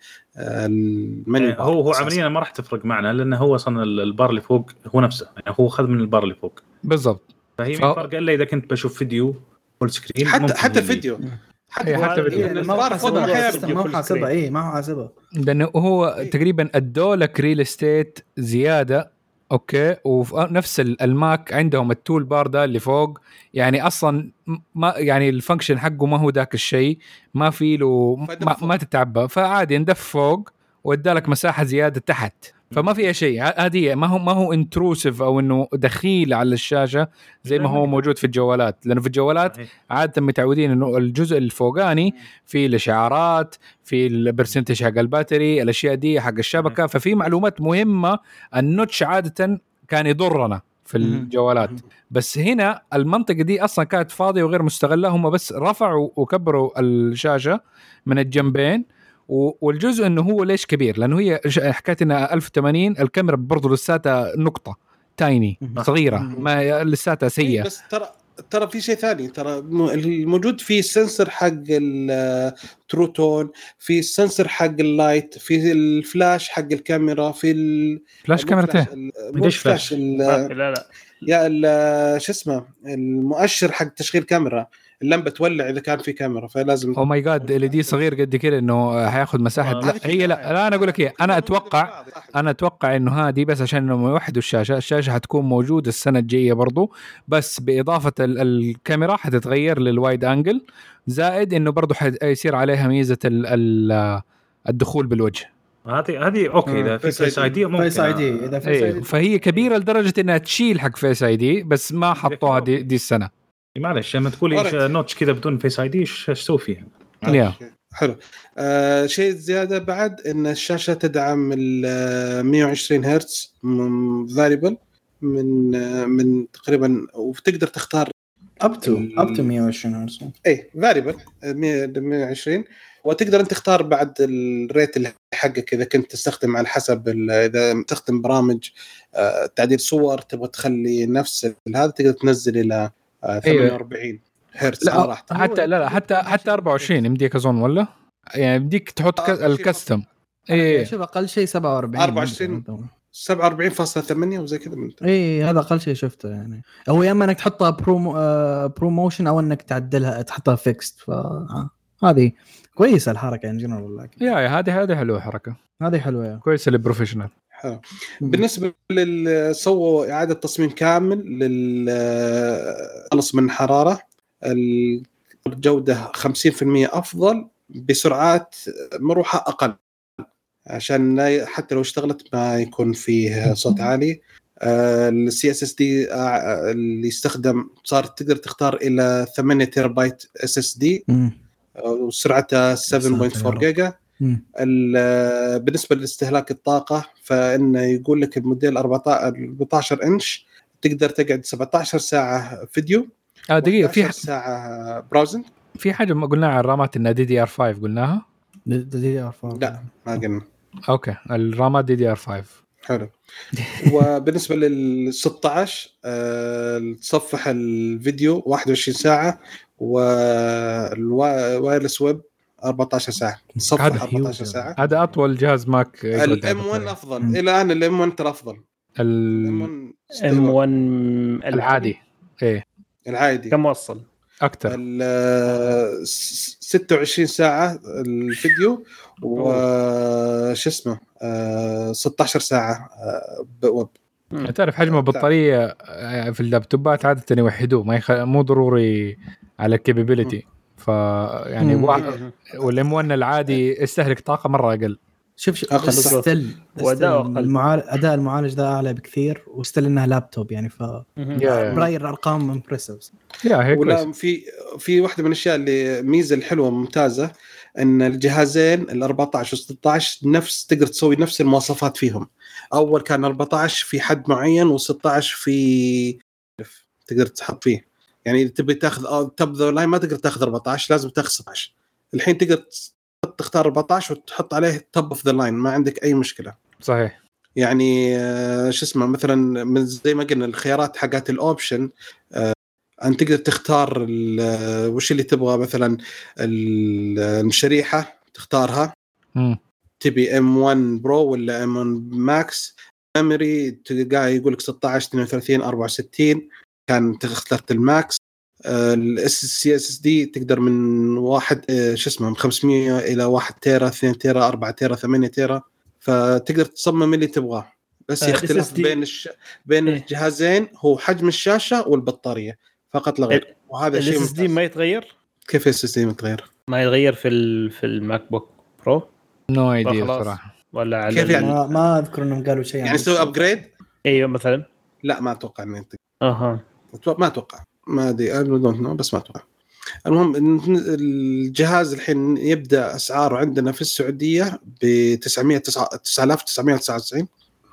المنيو يعني هو هو عمليا ما راح تفرق معنا لانه هو اصلا البار اللي فوق هو نفسه، يعني هو خذ من البار اللي فوق بالضبط. فهي ما فرق الا اذا كنت بشوف فيديو فول سكرين حتى حتى الفيديو حتى حتى فيديو ما هو حاسبها اي ما هو حاسبها لانه هو تقريبا ادوا لك ريل استيت زياده اوكي، ونفس الماك عندهم التول بار ده اللي فوق يعني اصلا ما يعني الفانكشن حقه ما هو ذاك الشيء، ما في له ما, ما تتعبى، فعادي ندف فوق وادالك مساحه زياده تحت، فما في شيء. هذه ما هو ما هو انتروسيف او انه دخيل على الشاشه زي ما هو موجود في الجوالات، لانه في الجوالات عاده متعودين انه الجزء الفوقاني في الاشعارات، في البرسنتج حق الباتري، الاشياء دي حق الشبكه، ففي معلومات مهمه النوتش عاده كان يضرنا في الجوالات. بس هنا المنطقه دي اصلا كانت فاضيه وغير مستغله، هم بس رفعوا وكبروا الشاشه من الجنبين. والجزء انه هو ليش كبير لانه هي حكايه انها ألف وثمانين الكاميرا برضو لساتها نقطه تايني صغيره، ما لساتها سيئه. بس ترى ترى في شيء ثاني، ترى الموجود في السنسر حق التروتون، في السنسر حق اللايت، في الفلاش حق الكاميرا، في الفلاش كاميرتين مش فلاش لا لا يا شو اسمه المؤشر حق تشغيل كاميرا، اللمبه تولع اذا كان في كاميرا فلازم. او ماي جاد ال دي صغير قد كده انه هياخذ مساحه. لا هي لا, لا انا اقول لك ايه، انا اتوقع انا اتوقع انه هذه بس عشان انهم يوحدوا الشاشه. الشاشه حتكون موجوده السنه الجايه برضو، بس باضافه الكاميرا حتتغير للوايد انجل، زائد انه برضو حيصير عليها ميزه الدخول بالوجه. هذه هذه اوكي اذا في فيس اي دي ممكن فيس اي دي اذا فيس اي دي فهي كبيره لدرجه انها تشيل حق فيس اي دي، بس ما حطوها دي, دي السنه. معلش لما تقولي نوتش كذا بدون فيس اي دي ايش اسوي فيها؟ يا حلو. آه شيء زياده بعد ان الشاشه تدعم ال مية وعشرين هرتز فاريبل من آه من تقريبا، وتقدر تختار اب تو اب تو مية وعشرين هرتز. اي فاريبل مية وعشرين، وتقدر انت تختار بعد الريت اللي حقك اذا كنت تستخدم على حسب اذا تستخدم برامج آه تعديل صور تبغى تخلي نفس هذا تقدر تنزل الى ثمانية وأربعين هرتز على راحتك. حتى لا لا حتى حتى أربعة وعشرين يمديك اظن، ولا يعني بديك تحط آه الكستم. اي شوف اقل شيء سبعة وأربعين أربعة وعشرين سبعة وأربعين فاصلة ثمانية وزي كذا. اي هذا اقل شيء شفته يعني. هو يا اما انك تحطها برومو آه بروموشن او انك تعدلها تحطها فيكست، فهذه كويسه الحركه ان جنرال والله. يا هذه هذه حلوه حركه، هذه حلوه يا كويسه للبروفيشنال. حلو. بالنسبه لل سووا اعاده تصميم كامل لل خلص من الحراره، الجوده خمسين بالمية افضل بسرعات مروحه اقل، عشان حتى لو اشتغلت ما يكون فيه صوت عالي. السي اس اس دي اللي يستخدم صار تقدر تختار الى ثمانية تيرا بايت اس اس دي وسرعتها سبعة فاصلة أربعة جيجا. بالنسبه لاستهلاك الطاقه فانه يقول لك الموديل أربعة عشر انش تقدر تقعد سبعة عشر ساعه فيديو اه دقيقه في ساعه براوزنج. في حاجه ما قلناها عن الرامات ان دي دي ار خمسة قلناها؟ دي دي ار خمسة لا ما قلنا. اوكي الرامات دي دي ار خمسة حلو. وبالنسبه لل ستة عشر آه تصفح الفيديو واحد وعشرين ساعه، والوايرلس ويب أربعة عشر ساعه تصفح أربعة عشر ساعه. هذا اطول جهاز ماك. الام واحد افضل م. الى الان الام واحد ترى افضل. الام واحد العادي ايه العادي كم وصل اكثر ستة وعشرين ساعه الفيديو وش اسمه ستة عشر ساعه ويب. تعرف حجم البطاريه في اللابتوبات عاده يوحدوه، ما يخ... مو ضروري على الكابابيلتي، ف يعني واحد والام واحد العادي يستهلك طاقه مره اقل. شوف شوف ستيل المعالج اداء المعالج ده اعلى بكثير، وستيل انها لابتوب يعني ف براي الارقام امبرسيف. ولا في في واحده من الاشياء اللي ميزه الحلوه ممتازه ان الجهازين ال أربعة عشر و ستة عشر نفس تقدر تسوي نفس المواصفات فيهم. اول كان أربعة عشر في حد معين و16 في تقدر تحط فيه يعني اذا تبي تاخذ تب ذا لاين ما تقدر تاخذ أربعة عشر، لازم تاخذ ستة عشر. الحين تقدر تختار أربعة عشر وتحط عليه توب اوف ذا لاين، ما عندك اي مشكله. صحيح. يعني شو اسمه مثلا من زي ما قلنا الخيارات حقات الاوبشن، انت تقدر تختار وش اللي تبغى، مثلا الشريحه تختارها م. تبي إم وان برو ولا إم وان ماكس. ميموري تلقى يقول لك ستة عشر اثنين وثلاثين أربعة وستين، كان اخترت الماكس. الاس سي اس دي تقدر من واحد شو اسمه من خمسمية الى واحد تيرا اثنين تيرا أربعة تيرا ثمانية تيرا، فتقدر تصمم اللي تبغاه. بس اختلاف بين الش... بين إيه؟ الجهازين هو حجم الشاشه والبطاريه فقط لا غير. وهذا شيء الاس اس دي ما يتغير. كيف الاس اس دي يتغير؟ ما يتغير في ال... في الماك بوك برو. نو ايديا صراحه. ولا على كيف يعني؟ ما, ما اذكر انهم قالوا شيء يعني يسوي ابجريد. ايوه مثلا. لا ما اتوقع انه اها ما اتوقع ما ادري انا بس ما اتوقع. المهم الجهاز الحين يبدا اسعاره عندنا في السعوديه ب تسعمية تسعة آلاف وتسعمية وتسعة وتسعين.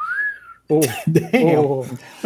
اوه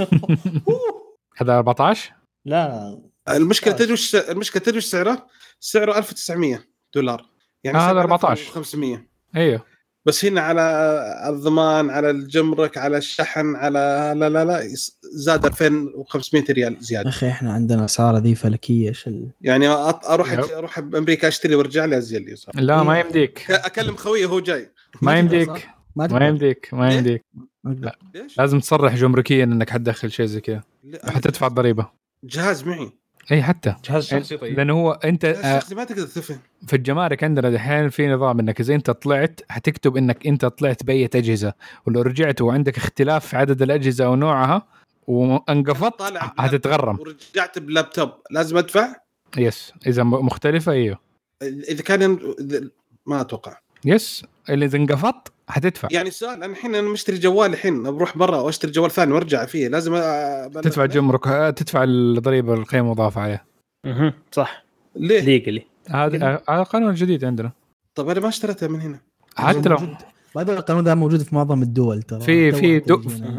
هذا أربعة عشر. لا المشكله تدري المشكله تدري سعره سعره ألف وتسعمية دولار، يعني هذا أربعة عشر خمسمية. ايوه بس هنا على الضمان على الجمرك على الشحن على لا لا لا زاد ألفين وخمسمية ريال زياده. اخي احنا عندنا اسعار ذي فلكيه شل. يعني اروح اروح بامريكا اشتري وارجع لي ازيل لي صار. لا ما يمديك. اكلم خويه هو جاي. ما يمديك ما يمديك ما يمديك. لا لازم تصرح جمركيا انك حتدخل شيء زي كذا حتدفع الضريبه. جهاز معي اي حتى جهاز شخصي. طيب لانه هو انت آه ما تقدر تفهم. في الجمارك عندنا دحين في نظام انك اذا انت طلعت حتكتب انك انت طلعت باي اجهزه، ولو رجعت وعندك اختلاف في عدد الاجهزه ونوعها وانقفضت هتتغرم. ورجعت بلابتوب لازم ادفع. يس اذا مختلفه. ايوه اذا كان ما اتوقع. يس اللي اذا انقفضت هتدفع. يعني السؤال انا الحين انا مشتري جوال الحين بروح برا واشتري جوال ثاني وارجع فيه لازم أ... تدفع جمرك، تدفع الضريبه القيمه المضافه عليه. اها صح. ليه ليجلي هذا هذا القانون الجديد عندنا. طب انا ما اشتريتها من هنا حتى لو هذا القانون ده موجود في معظم الدول ترى. في في دو...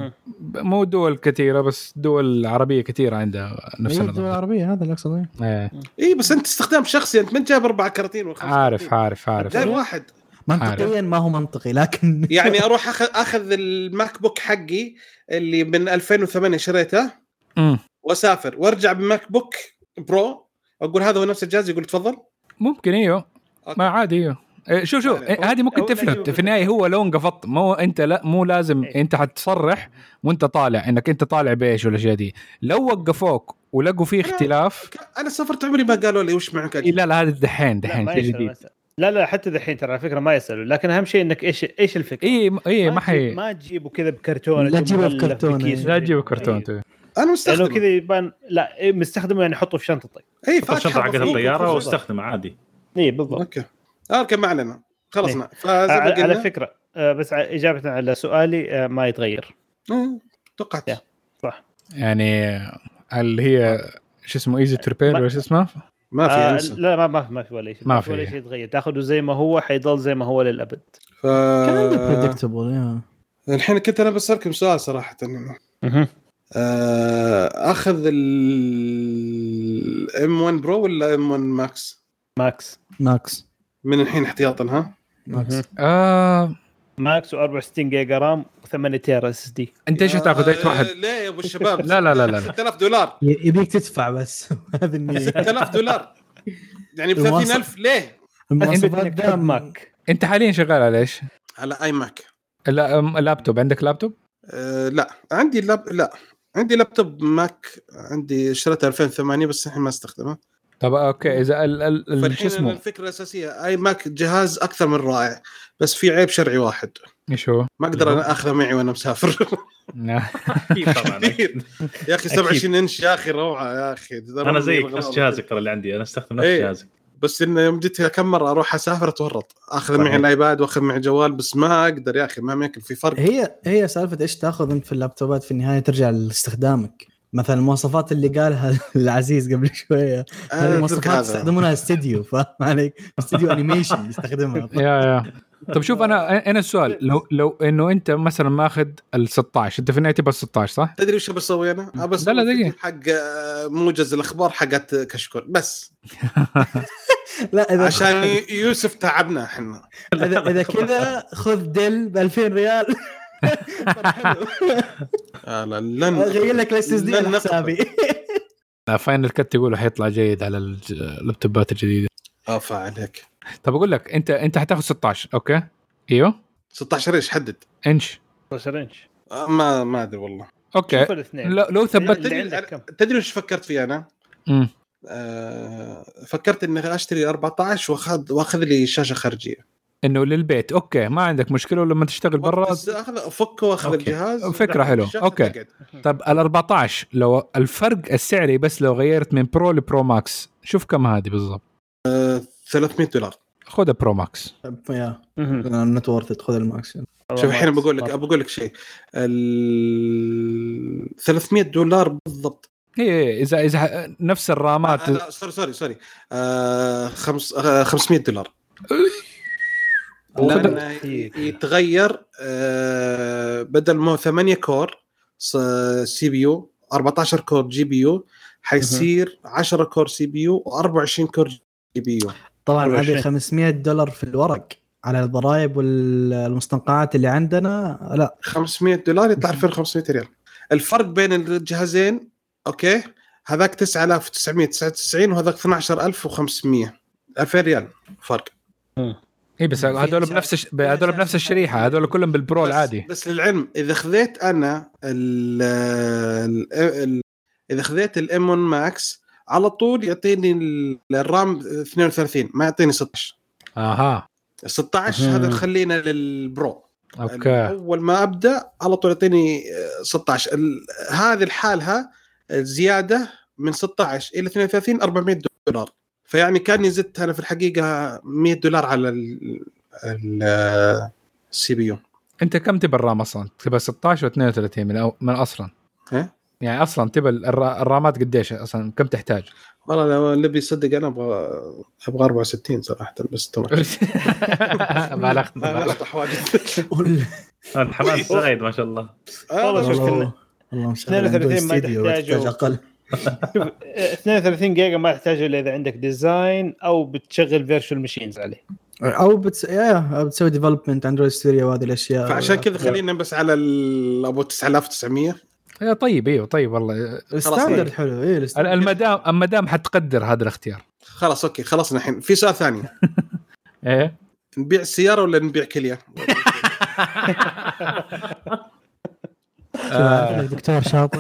مو دول كثيره بس دول عربيه كثيره عندها نفس النظام. الدول العربيه هذا اللي اقصده. ايه اي بس انت استخدام شخصي، انت من جايب اربع كراتين وخمس عارف عارف عارف غير واحد. منطقيا ما هو منطقي لكن يعني اروح اخذ اخذ الماك بوك حقي اللي من ألفين وثمانية شريته امم واسافر وارجع بماك بوك برو اقول هذا هو نفس الجهاز، يقول تفضل ممكن. ايوه ما عادي. ايوه شوف شوف هذه ممكن تفلت في النهايه. هو لو انقفضت مو انت لا مو لازم إيه؟ انت حتصرح وانت طالع انك انت طالع بايش ولا شيء دي. لو وقفوك ولقوا فيه اختلاف انا سافرت عمري ما قالوا لي وش معك. لا لا هذا دحين دحين شيء جديد. لا لا حتى دحين ترى على فكره ما يسالوا، لكن اهم شيء انك ايش ايش الفكره. اي اي ما حي ما تجيبه كذا بكرتون. لا تجيبه بكرتون. لا تجيبه بكرتون. انا مستخدم كذا يبان. لا مستخدمه يعني حطه في شنطتك. اي في شنطه حق الطياره واستخدمه عادي. اي بالضبط. اوكي اوكي ما علينا خلصنا. على, على فكره بس اجابه على سؤالي ما يتغير. توقعت صح. يعني اللي هي شو اسمه ايزي تريبير ولا شو اسمه ما في آه أنسى. لا ما ما ما في ولا شيء. ما في ولا شيء يتغير، تاخذه زي ما هو حيضل زي ما هو للابد. ف كان بريدكتبل يا الحين كنت انا بسالكم سؤال صراحه. اها اخذ ال إم وان برو ولا إم وان ماكس؟ ماكس ماكس من الحين احتياطا. ها ماكس آه ماكس وأربعة وستين جيجا رام وثمانية تيرا اس دي. انت ايش هتاخذ اي واحد؟ ليه يا ابو الشباب؟ لا لا لا لا ستة آلاف دولار يبيك تدفع بس هذا النية. ستة آلاف دولار يعني ب ثلاثين ألف. ليه المواصفات ده ماك. انت حاليا شغال على ايش؟ على اي ماك. لا لابتوب. عندك لابتوب؟ أه لا عندي لاب لا عندي لابتوب ماك عندي شريته ألفين وثمانية بس الحين ما استخدمه. طب اوكي اذا ال ال شو اسمه الفكره الاساسيه اي ماك جهاز اكثر من رائع بس في عيب شرعي واحد. ايش هو؟ ما اقدر انا اخذه معي وانا مسافر. طبعا يا اخي سبعة وعشرين انش يا اخي روعه يا اخي. انا زيك نفس جهازك ترى اللي عندي انا استخدم نفس ايه. جهازك بس انه يوم جيت كم مره اروح اسافر اتورط اخذ معي الايباد واخذ معي جوال بس ما اقدر يا اخي ما ماكل في فرق. هي هي سالفه ايش تاخذ انت في اللابتوبات في النهايه ترجع لاستخدامك. مثلا المواصفات اللي قالها العزيز قبل شويه هذه مواصفات يستخدمونها استديو فاهم عليك استديو انيميشن يستخدمها يا يا طب شوف انا انا السؤال لو لو انه انت مثلا ماخذ ال ستة عشر انت في النهايه تبغى ستة عشر صح؟ تدري وش بسوي انا؟ ابى اسوي حق موجز الاخبار حقت كشكول بس لا إذا عشان يوسف تعبنا احنا اذا اذا كذا خذ دل ب ألفين ريال لا لن غير لك الاس اس دي على حسابي. لا فاينل كت يقولوا حيطلع جيد على اللابتوبات الجديده. افا عليك. طب اقول لك انت انت حتاخذ ستة عشر اوكي ايوه ستة عشر ايش حدد انش ستة عشر انش ما ما ادري والله. اوكي لو, لو ثبت تدري وش فكرت فيه انا امم آه فكرت اني اشتري أربعة عشر واخذ واخذ لي شاشه خارجيه انه للبيت اوكي ما عندك مشكله لما تشتغل برا اخذ افكه واخذ الجهاز فكره حلوه اوكي. طب ال أربعة عشر لو الفرق السعري بس لو غيرت من برو لبرو ماكس شوف كم هذه بالضبط. آه ثلاثمية دولار. خذها برو ماكس يا نت وورث تاخذ الماكس. شوف الحين بقول لك بقول لك شيء ال ثلاثمية دولار بالضبط. ايه اذا اذا نفس الرامات آه سوري سوري سوري آه خمس آه خمسمية دولار. لأنه يتغير آه بدل ما ثمانية كور سي بي يو أربعة عشر كور جي بي يو حيصير عشرة كور سي بي يو وأربعة وعشرين كور جي بي يو. طبعا هذه خمسمية دولار في الورق على الضرائب والمستنقعات اللي عندنا. لا خمسمية دولار يطلع ألفين وخمسمية ريال. الفرق بين الجهازين اوكي هذاك تسعة آلاف وتسعمية وتسعة وتسعين وهذاك اثنا عشر ألف وخمسمية ألفين ريال فرق. اي بس هذول بنفس الش... هذول بنفس الشريحه هذول كلهم بالبرو بس العادي. بس للعلم اذا خذيت انا ال ال اذا خذيت الام واحد ماكس على طول يعطيني الرام اثنين وثلاثين ما يعطيني ستة عشر. اها ستة عشر هذا خلينا للبرو. اوكي اول ما ابدا على طول يعطيني ستة عشر. هذه الحالها الزياده من ستة عشر الى اثنين وثلاثين أربعمية دولار. فيعني كان زدت انا في الحقيقه مية دولار على السي بي يو. انت كم تبى الرام اصلا؟ تبى ستة عشر و اثنين وثلاثين من أو... من اصلا ها يعني اصلا تبى الر... الرامات قديش اصلا كم تحتاج؟ والله لو اللي بيصدق انا ابغى ابغى أربعة وستين صراحه بس تمام. بالغت بالغت حواجز. الحماس زايد ما شاء الله. والله شوف كنا اثنين وثلاثين ما تحتاجه اقل. اثنين وثلاثين جيجا ما تحتاجه الا اذا عندك ديزاين او بتشغل فيرتشوال ماشينز عليه او بتس... يا بتسوي ديفلوبمنت اندرويد ستوديو وهذه الاشياء. فعشان كذا خلينا بس على ابو تسعة آلاف وتسعمية. يا طيب ايوه طيب والله الستاندرد حلو. ايه المدام المدام حتقدر هذا الاختيار. خلاص اوكي خلصنا الحين. في سؤال ثاني ايه نبيع السياره ولا نبيع كليه؟ آه. دكتور شاطر.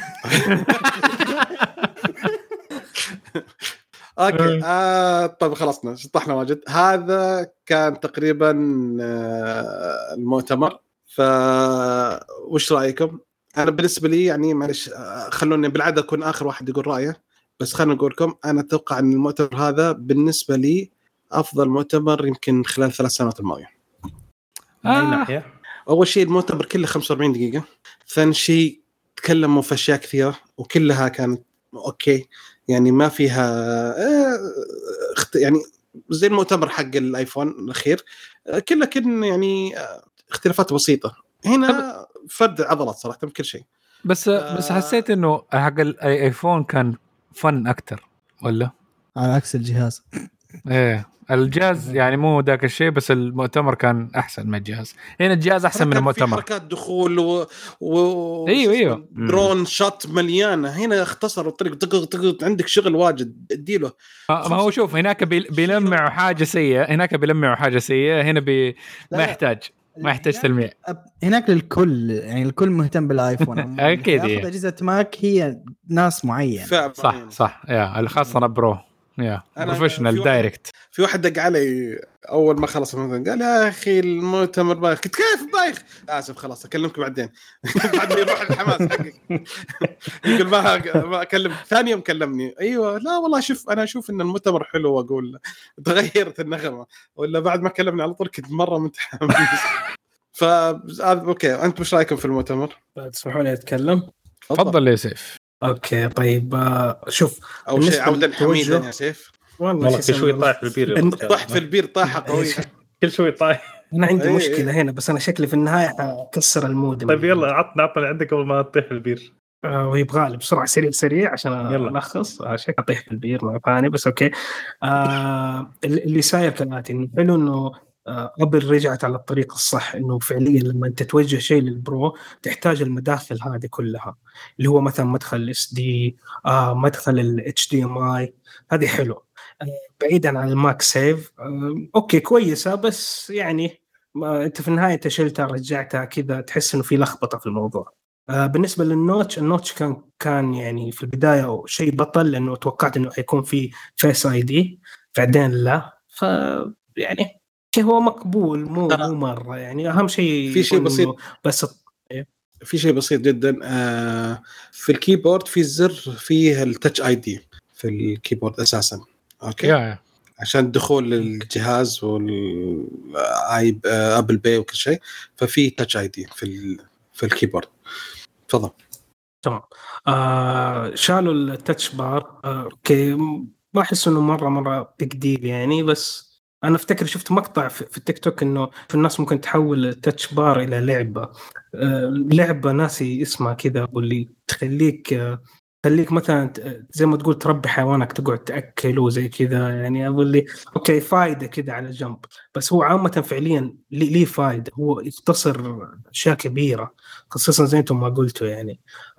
اوكي آه طيب خلصنا شطحنا واجد. هذا كان تقريبا آه المؤتمر. ف وش رايكم؟ انا بالنسبه لي يعني معلش خلوني بالعاده اكون اخر واحد يقول رايه بس خليني اقول لكم انا اتوقع ان المؤتمر هذا بالنسبه لي افضل مؤتمر يمكن خلال ثلاث سنوات الماضيه. من اي ناحيه؟ اول شيء المؤتمر كله خمسة وأربعين دقيقه. ثاني شيء تكلموا في اشياء كثيره وكلها كانت اوكي يعني ما فيها آه يعني زي المؤتمر حق الايفون الاخير كله كان يعني اختلافات بسيطه. هنا فرد عضلات صراحه من كل شيء. بس آه بس حسيت انه حق الايفون كان فن اكتر ولا على عكس الجهاز. ايه الجهاز يعني مو ذاك الشيء بس المؤتمر كان احسن من الجهاز. هنا الجهاز احسن من المؤتمر. حركات دخول و, و... ايوه ايوه درون شوت مليانه. هنا اختصروا الطريق دقق دقق عندك شغل واجد اديله. آه ما هو شوف هناك بيلمعوا حاجه سيئه هناك بيلمعوا حاجه سيئه هنا بي... ما يحتاج ما يحتاج تلميع. هناك للكل يعني الكل مهتم بالايفون. اكيد ياخذ اجهزه ماك هي ناس معين. صح صح يا الخاصه برو يا بروفيشنال دايركت. في واحد دق علي اول ما خلص المؤتمر قال يا اخي المؤتمر بايخ. كنت كيف بايخ؟ اسف خلاص اكلمك بعدين. بعد ما يروح الحماس حقك يقول ما ما اكلم. ثاني يوم كلمني ايوه لا والله شوف انا اشوف ان المؤتمر حلو واقول تغيرت النغمه ولا بعد ما كلمني على طول كنت مره متحمس. ف اوكي انت وش رايكم في المؤتمر؟ تسمحوني اتكلم؟ تفضل يا سيف. اوكي طيب شوف اول شيء عودا حميدا يا سيف. والله كل شوي طايح في البير، طاحت في البير طاحه قويه كل شوي طايح. انا عندي أيه مشكله هنا، بس انا شكلي في النهايه حكسر المود. طيب يلا عطنا عطنا عندك قبل ما تطيح في البير. آه ويبغى لي بسرعه سريع سريع عشان الخص شكل اطيح في البير مره ثانيه، بس اوكي. آه اللي صاير كالاتي، انه حلو انه آه ابل رجعت على الطريق الصح، انه فعليا لما انت توجه شيء للبرو تحتاج المداخل هذه كلها، اللي هو مثلا مدخل الاس دي، آه مدخل الاتش دي ام اي، هذه حلو. آه بعيدا عن الماك سيف، آه اوكي كويسه، بس يعني ما انت في النهايه تشلتها رجعتها كذا، تحس انه في لخبطه في الموضوع. آه بالنسبه للنوتش، النوتش كان كان يعني في البدايه شيء بطل، لانه توقعت انه حيكون في فيس اي دي، بعدين لا، ف يعني شيء هو مقبول، مو مو مره يعني. اهم شيء في شيء بسيط، بس في شيء بسيط جدا. آه في الكيبورد في زر فيه التاتش اي دي في الكيبورد اساسا، اوكي yeah. عشان دخول للجهاز والاي ابل باي وكل شيء، ففي تاتش اي دي في في الكيبورد. تفضل. تمام. آه شالوا التاتش بار، آه اوكي، ما احس انه مره مره بيج ديل يعني، بس انا افتكر شفت مقطع في التيك توك انه في الناس ممكن تحول التاتش بار الى لعبه، آه لعبه ناسي اسمها كذا، واللي تخليك آه خليك مثلا زي ما تقول تربي حيوانك، تقعد تأكله زي كذا يعني. أقول لي أوكي فايدة كذا على جنب، بس هو عامة فعليا ليه فايدة، هو يختصر أشياء كبيرة، خصوصا زي أنتم ما قلتوا يعني.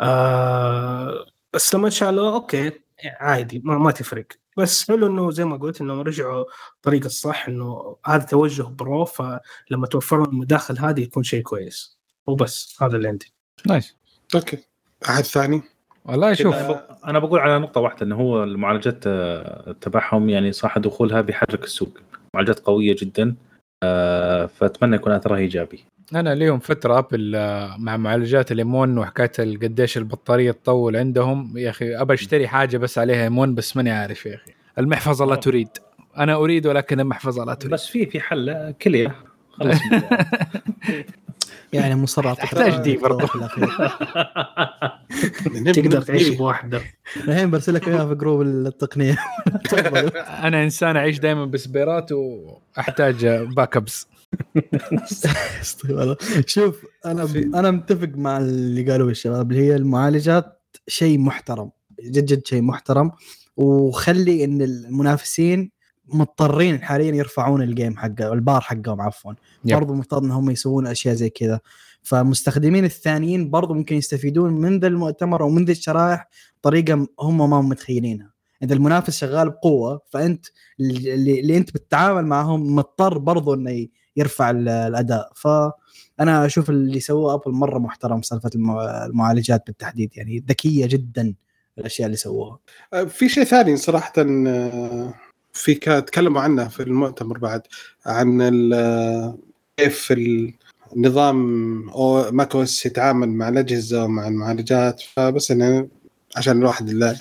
آه بس لما شالوه أوكي عادي، ما ما تفرق، بس حلو إنه زي ما قلت إنه رجعوا طريقة الصح، إنه هذا توجه برو، فلما توفروا المداخل هذه يكون شيء كويس. وبس هذا اللي عندي. نايس. أوكي أحد ثاني؟ والله شوف انا بقول على نقطه واحده، انه هو المعالجات تبعهم يعني صح دخولها بيحرك السوق، معالجات قويه جدا، فاتمنى يكون اثرها ايجابي. انا اليوم فتره ابل مع معالجات الام وحكايه قديش البطاريه تطول عندهم يا اخي، ابى اشتري حاجه بس عليها ام بس ماني عارف يا اخي. المحفظه لا تريد، انا اريد ولكن المحفظه لا تريد. بس في في حل كليه خلاص يعني مصرات تحتاج دي برضه تقدر تعيش بواحدة. الحين برسلك اياها في جروب التقنيه. انا انسان اعيش دائما بسبيرات واحتاج باك ابس. شوف انا انا متفق مع اللي قالوه الشباب، اللي هي المعالجات شيء محترم جد جد شيء محترم، وخلي ان المنافسين مضطرين حاليا يرفعون الجيم حقه البار حقهم عفوا برضو مفترض انهم يسوون اشياء زي كذا، فمستخدمين الثانيين برضو ممكن يستفيدون من ذا المؤتمر او من ذا الشرائح طريقه هم ما متخيلينها. انت المنافس شغال بقوه، فانت اللي, اللي انت بتتعامل معهم مضطر برضو انه يرفع الاداء. فانا اشوف اللي سووه ابل مره محترم، سالفه المعالجات بالتحديد يعني ذكيه جدا الاشياء اللي سووها. في شيء ثاني صراحه في تكلموا عنه في المؤتمر بعد، عن كيف النظام او ماك او اس يتعامل مع الاجهزه ومع المعالجات، فبس انا عشان الواحد اللي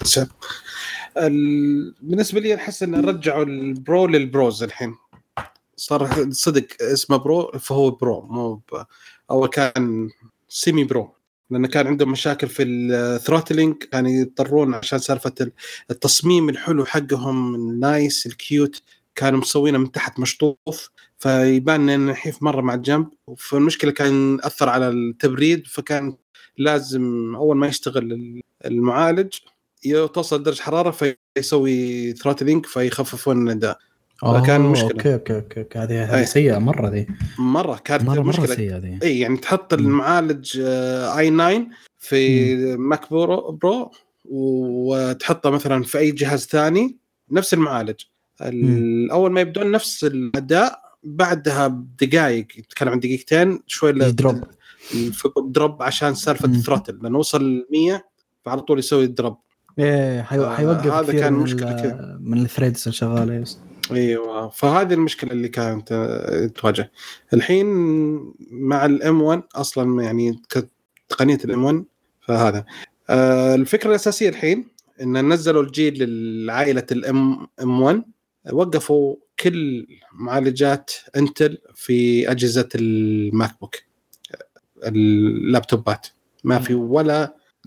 بالنسبه لي احس ان رجعوا البرو للبروز الحين، صار صدق اسمه برو فهو برو، مو اول كان سيمي برو، لأنه كان عندهم مشاكل في الثروتلينج، كانوا يضطرون عشان سالفة التصميم الحلو حقهم النايس الكيوت كانوا مسوينه من تحت مشطوف، فيبان إنه نحيف مرة مع الجنب، فالمشكلة كان أثر على التبريد، فكان لازم أول ما يشتغل المعالج يوصل درجة حرارة فيسوي ثروتلينج فيخففون الأداء. فكان مشكلة. اوكي اوكي اوكي هذه هذه سيئة مرة دي. مرة كانت مرة مشكلة مرة سيئة دي. اي يعني تحط المعالج اي تسعة في ماك برو, برو وتحطه مثلا في اي جهاز ثاني نفس المعالج، اول ما يبدون نفس الاداء بعدها بدقائق، يتكلم عن دقيقتين شوي دروب دروب عشان سالفة الثروتل، لانه وصل مية فعلى طول يسوي الدروب. ايه حيوقف آه كثير كان من, مشكلة من الثريدز الشغالة. يس ايوه، فهذه المشكله اللي كانت تواجه الحين مع الام واحد اصلا، يعني تقنيه الام واحد. فهذا آه الفكره الاساسيه الحين ان نزلوا الجيل لعائله الام ام واحد، وقفوا كل معالجات انتل في اجهزه الماك بوك اللابتوبات، ما في ولا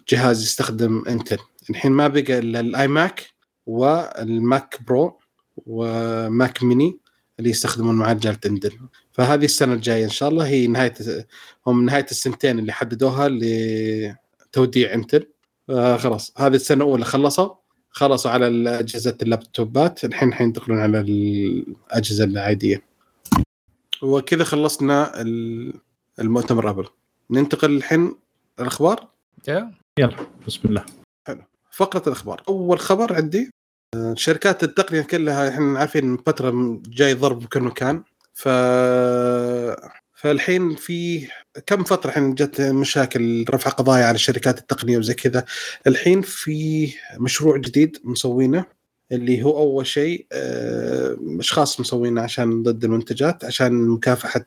جهاز يستخدم انتل. الحين ما بقى الا الاي ماك والماك برو وماك ميني اللي يستخدمون معالجات انتل. فهذه السنه الجايه ان شاء الله هي نهايه هم نهايه السنتين اللي حددوها لتوديع انتل. آه خلاص هذه السنه الاولى خلصوا خلصوا على اجهزه اللابتوبات. الحين حينتقلون على الاجهزه العاديه. وكذا خلصنا المؤتمر ابل. ننتقل الحين الاخبار. يلا بسم الله. حلو. فقره الاخبار. اول خبر عندي شركات التقنيه كلها احنا عارفين فتره جاي ضرب بكل مكان. ف فالحين في كم فتره الحين جت مشاكل رفع قضايا على شركات التقنيه وزي كذا. الحين في مشروع جديد مسوينه اللي هو اول شيء اشخاص مسوينه عشان ضد المنتجات عشان مكافحه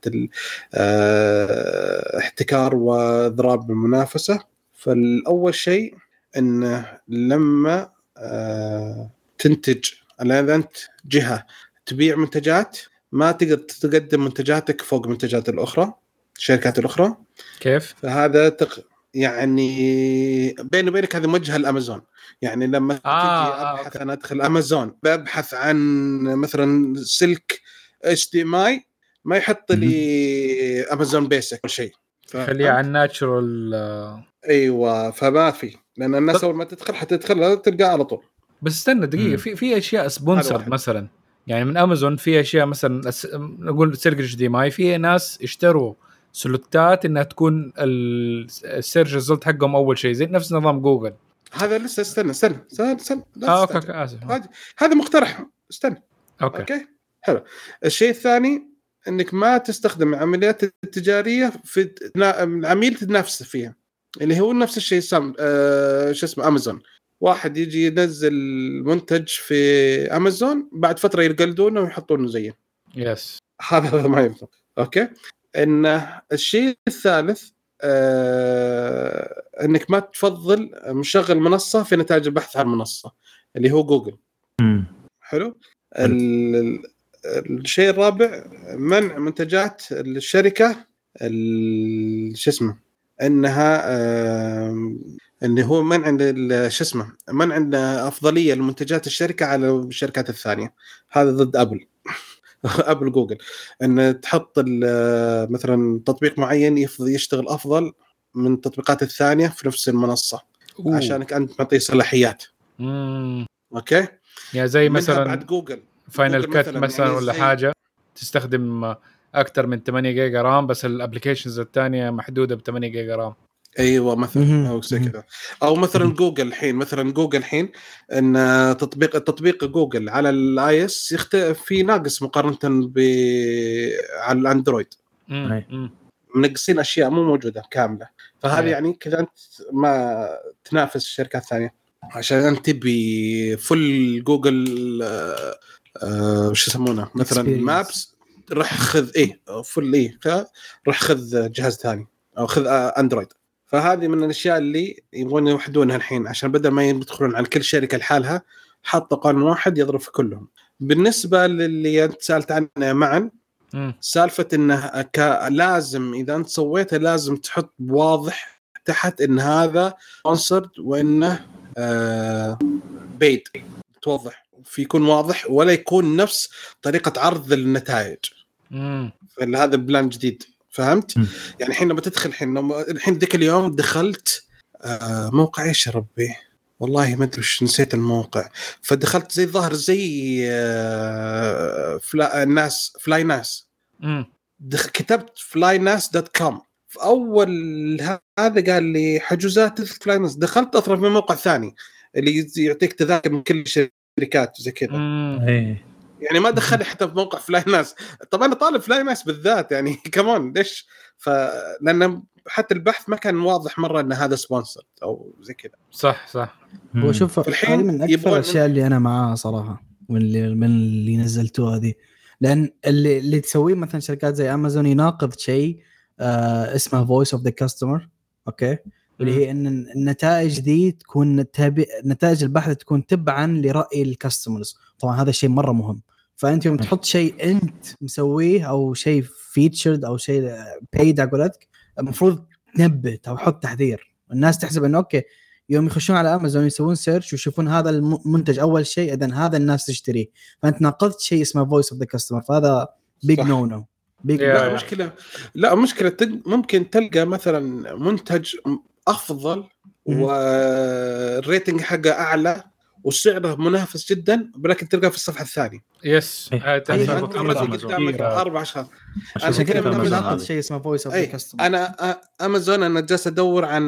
الاحتكار واضراب المنافسه. فالاول شيء ان لما تنتج الان انت جهه تبيع منتجات ما تقدر تقدم منتجاتك فوق منتجات الاخرى الشركات الاخرى. كيف؟ فهذا تق... يعني بيني وبينك هذه موجهه لامازون. يعني لما آه تجي ابحث آه انا ادخل امازون ببحث عن مثلا سلك اتش دي ام اي ما يحط لي امازون بيسك ولا شيء. خليه على الناتشرال. ايوه فما في لان الناس اول ما تدخل حتدخل تلقى على طول. بس استنى دقيقه في في اشياء سبونسر مثلا يعني من امازون في اشياء مثلا نقول سلك اتش دي ام اي في ناس اشتروا سلوتات انها تكون السيرش ريزلت حقهم اول شيء زي نفس نظام جوجل. هذا لسه استنى استنى استنى, استنى. آه اوكي اسف هذا مقترح استنى اوكي اوكي حلو. الشيء الثاني انك ما تستخدم العمليات التجاريه في العميل تنافس فيها اللي هو نفس الشيء سام آه شو اسمه امازون. واحد يجي ينزل منتج في امازون بعد فتره يقلدونه ويحطونه زيه. يس هذا ما ينفع. اوكي. ان الشيء الثالث آه انك ما تفضل مشغل منصه في نتائج البحث عن المنصه اللي هو جوجل. امم حلو. الشيء الرابع منع منتجات الشركه شو اسمه انها آه اللي هو منع شو اسمه منع افضليه لمنتجات الشركه على الشركات الثانيه. هذا ضد ابل ابل جوجل ان تحط مثلا تطبيق معين يشتغل افضل من التطبيقات الثانيه في نفس المنصه. أوه. عشانك انت معطيه صلاحيات. امم اوكي يا زي مثلا بعد جوجل فاينل كات مثلا, مثلاً يعني ولا حاجه تستخدم اكثر من ثمانية جيجا رام بس الابلكيشنز الثانيه محدوده ب ثمانية جيجا رام. ايوه مثلا او زي كذا. او مثلا جوجل الحين مثلا جوجل الحين ان تطبيق التطبيق جوجل على الاي اس يختلف في ناقص مقارنه ب على الاندرويد. منقصين اشياء مو موجوده كامله. فهذه يعني كذا انت ما تنافس الشركات الثانيه عشان انت تبي فل جوجل آه وش يسمونه مثلا مابس راح خذ ايه فل ايه راح خذ جهاز ثاني او خذ اندرويد. فهذه من الاشياء اللي يبغون يوحدونها الحين عشان بدل ما يدخلون على كل شركه لحالها حطوا قانون واحد يضرب في كلهم. بالنسبه للي انت سالت عنه معا م. سالفه انه لازم اذا انت سويته لازم تحط واضح تحت ان هذا سبونسرد وانه آه بيد توضح في يكون واضح ولا يكون نفس طريقه عرض النتائج. فهذا بلان جديد فهمت؟ م. يعني الحين لما تدخل الحين الحين ذيك اليوم دخلت آه موقع ايش يا ربي والله ما ادري ايش نسيت الموقع. فدخلت زي ظهر زي آه فلا الناس فلاي ناس كتبت فلاي ناس دوت كوم في اول هذا قال لي حجوزات فلاي ناس. دخلت اطرف من موقع ثاني اللي يعطيك تذاكر من كل الشركات زي كذا. يعني ما دخلني حتى في موقع فلاي ناس. طبعا انا طالب فلاي ناس بالذات يعني كمان ليش فلان حتى البحث ما كان واضح مره ان هذا سبونسر او زي كذا. صح صح. وشوف هذه من اكثر الاشياء اللي انا معاه صراحه واللي من اللي نزلتوها هذه لان اللي اللي تسويه مثلا شركات زي امازون يناقض شيء آه اسمه فويس اوف ذا كاستمر. اوكي اللي هي ان النتائج دي تكون تابع نتائج البحث تكون تبعا لراي الكاستمرز. طبعا هذا شيء مره مهم. فانت يوم تحط شيء انت مسويه او شيء فيتشرد او شيء بيد اقولك المفروض تنبه او حط تحذير. الناس تحسب انه اوكي يوم يخشون على امازون يسوون سيرش ويشوفون هذا المنتج اول شيء اذا هذا الناس تشتريه، فانت ناقضت شيء اسمه فويس اوف ذا كاستمر، فهذا بيج نو نو. لا مشكله لا مشكله ممكن تلقى مثلا منتج افضل والريتنج حقه اعلى وسعره منافس جدا، ولكن تلقاه في الصفحه الثانيه. يس اربع اشخاص. عشان كذا بناخذ شيء اسمه فويس اوف ذا كاستمر. انا امازون انا جالس ادور عن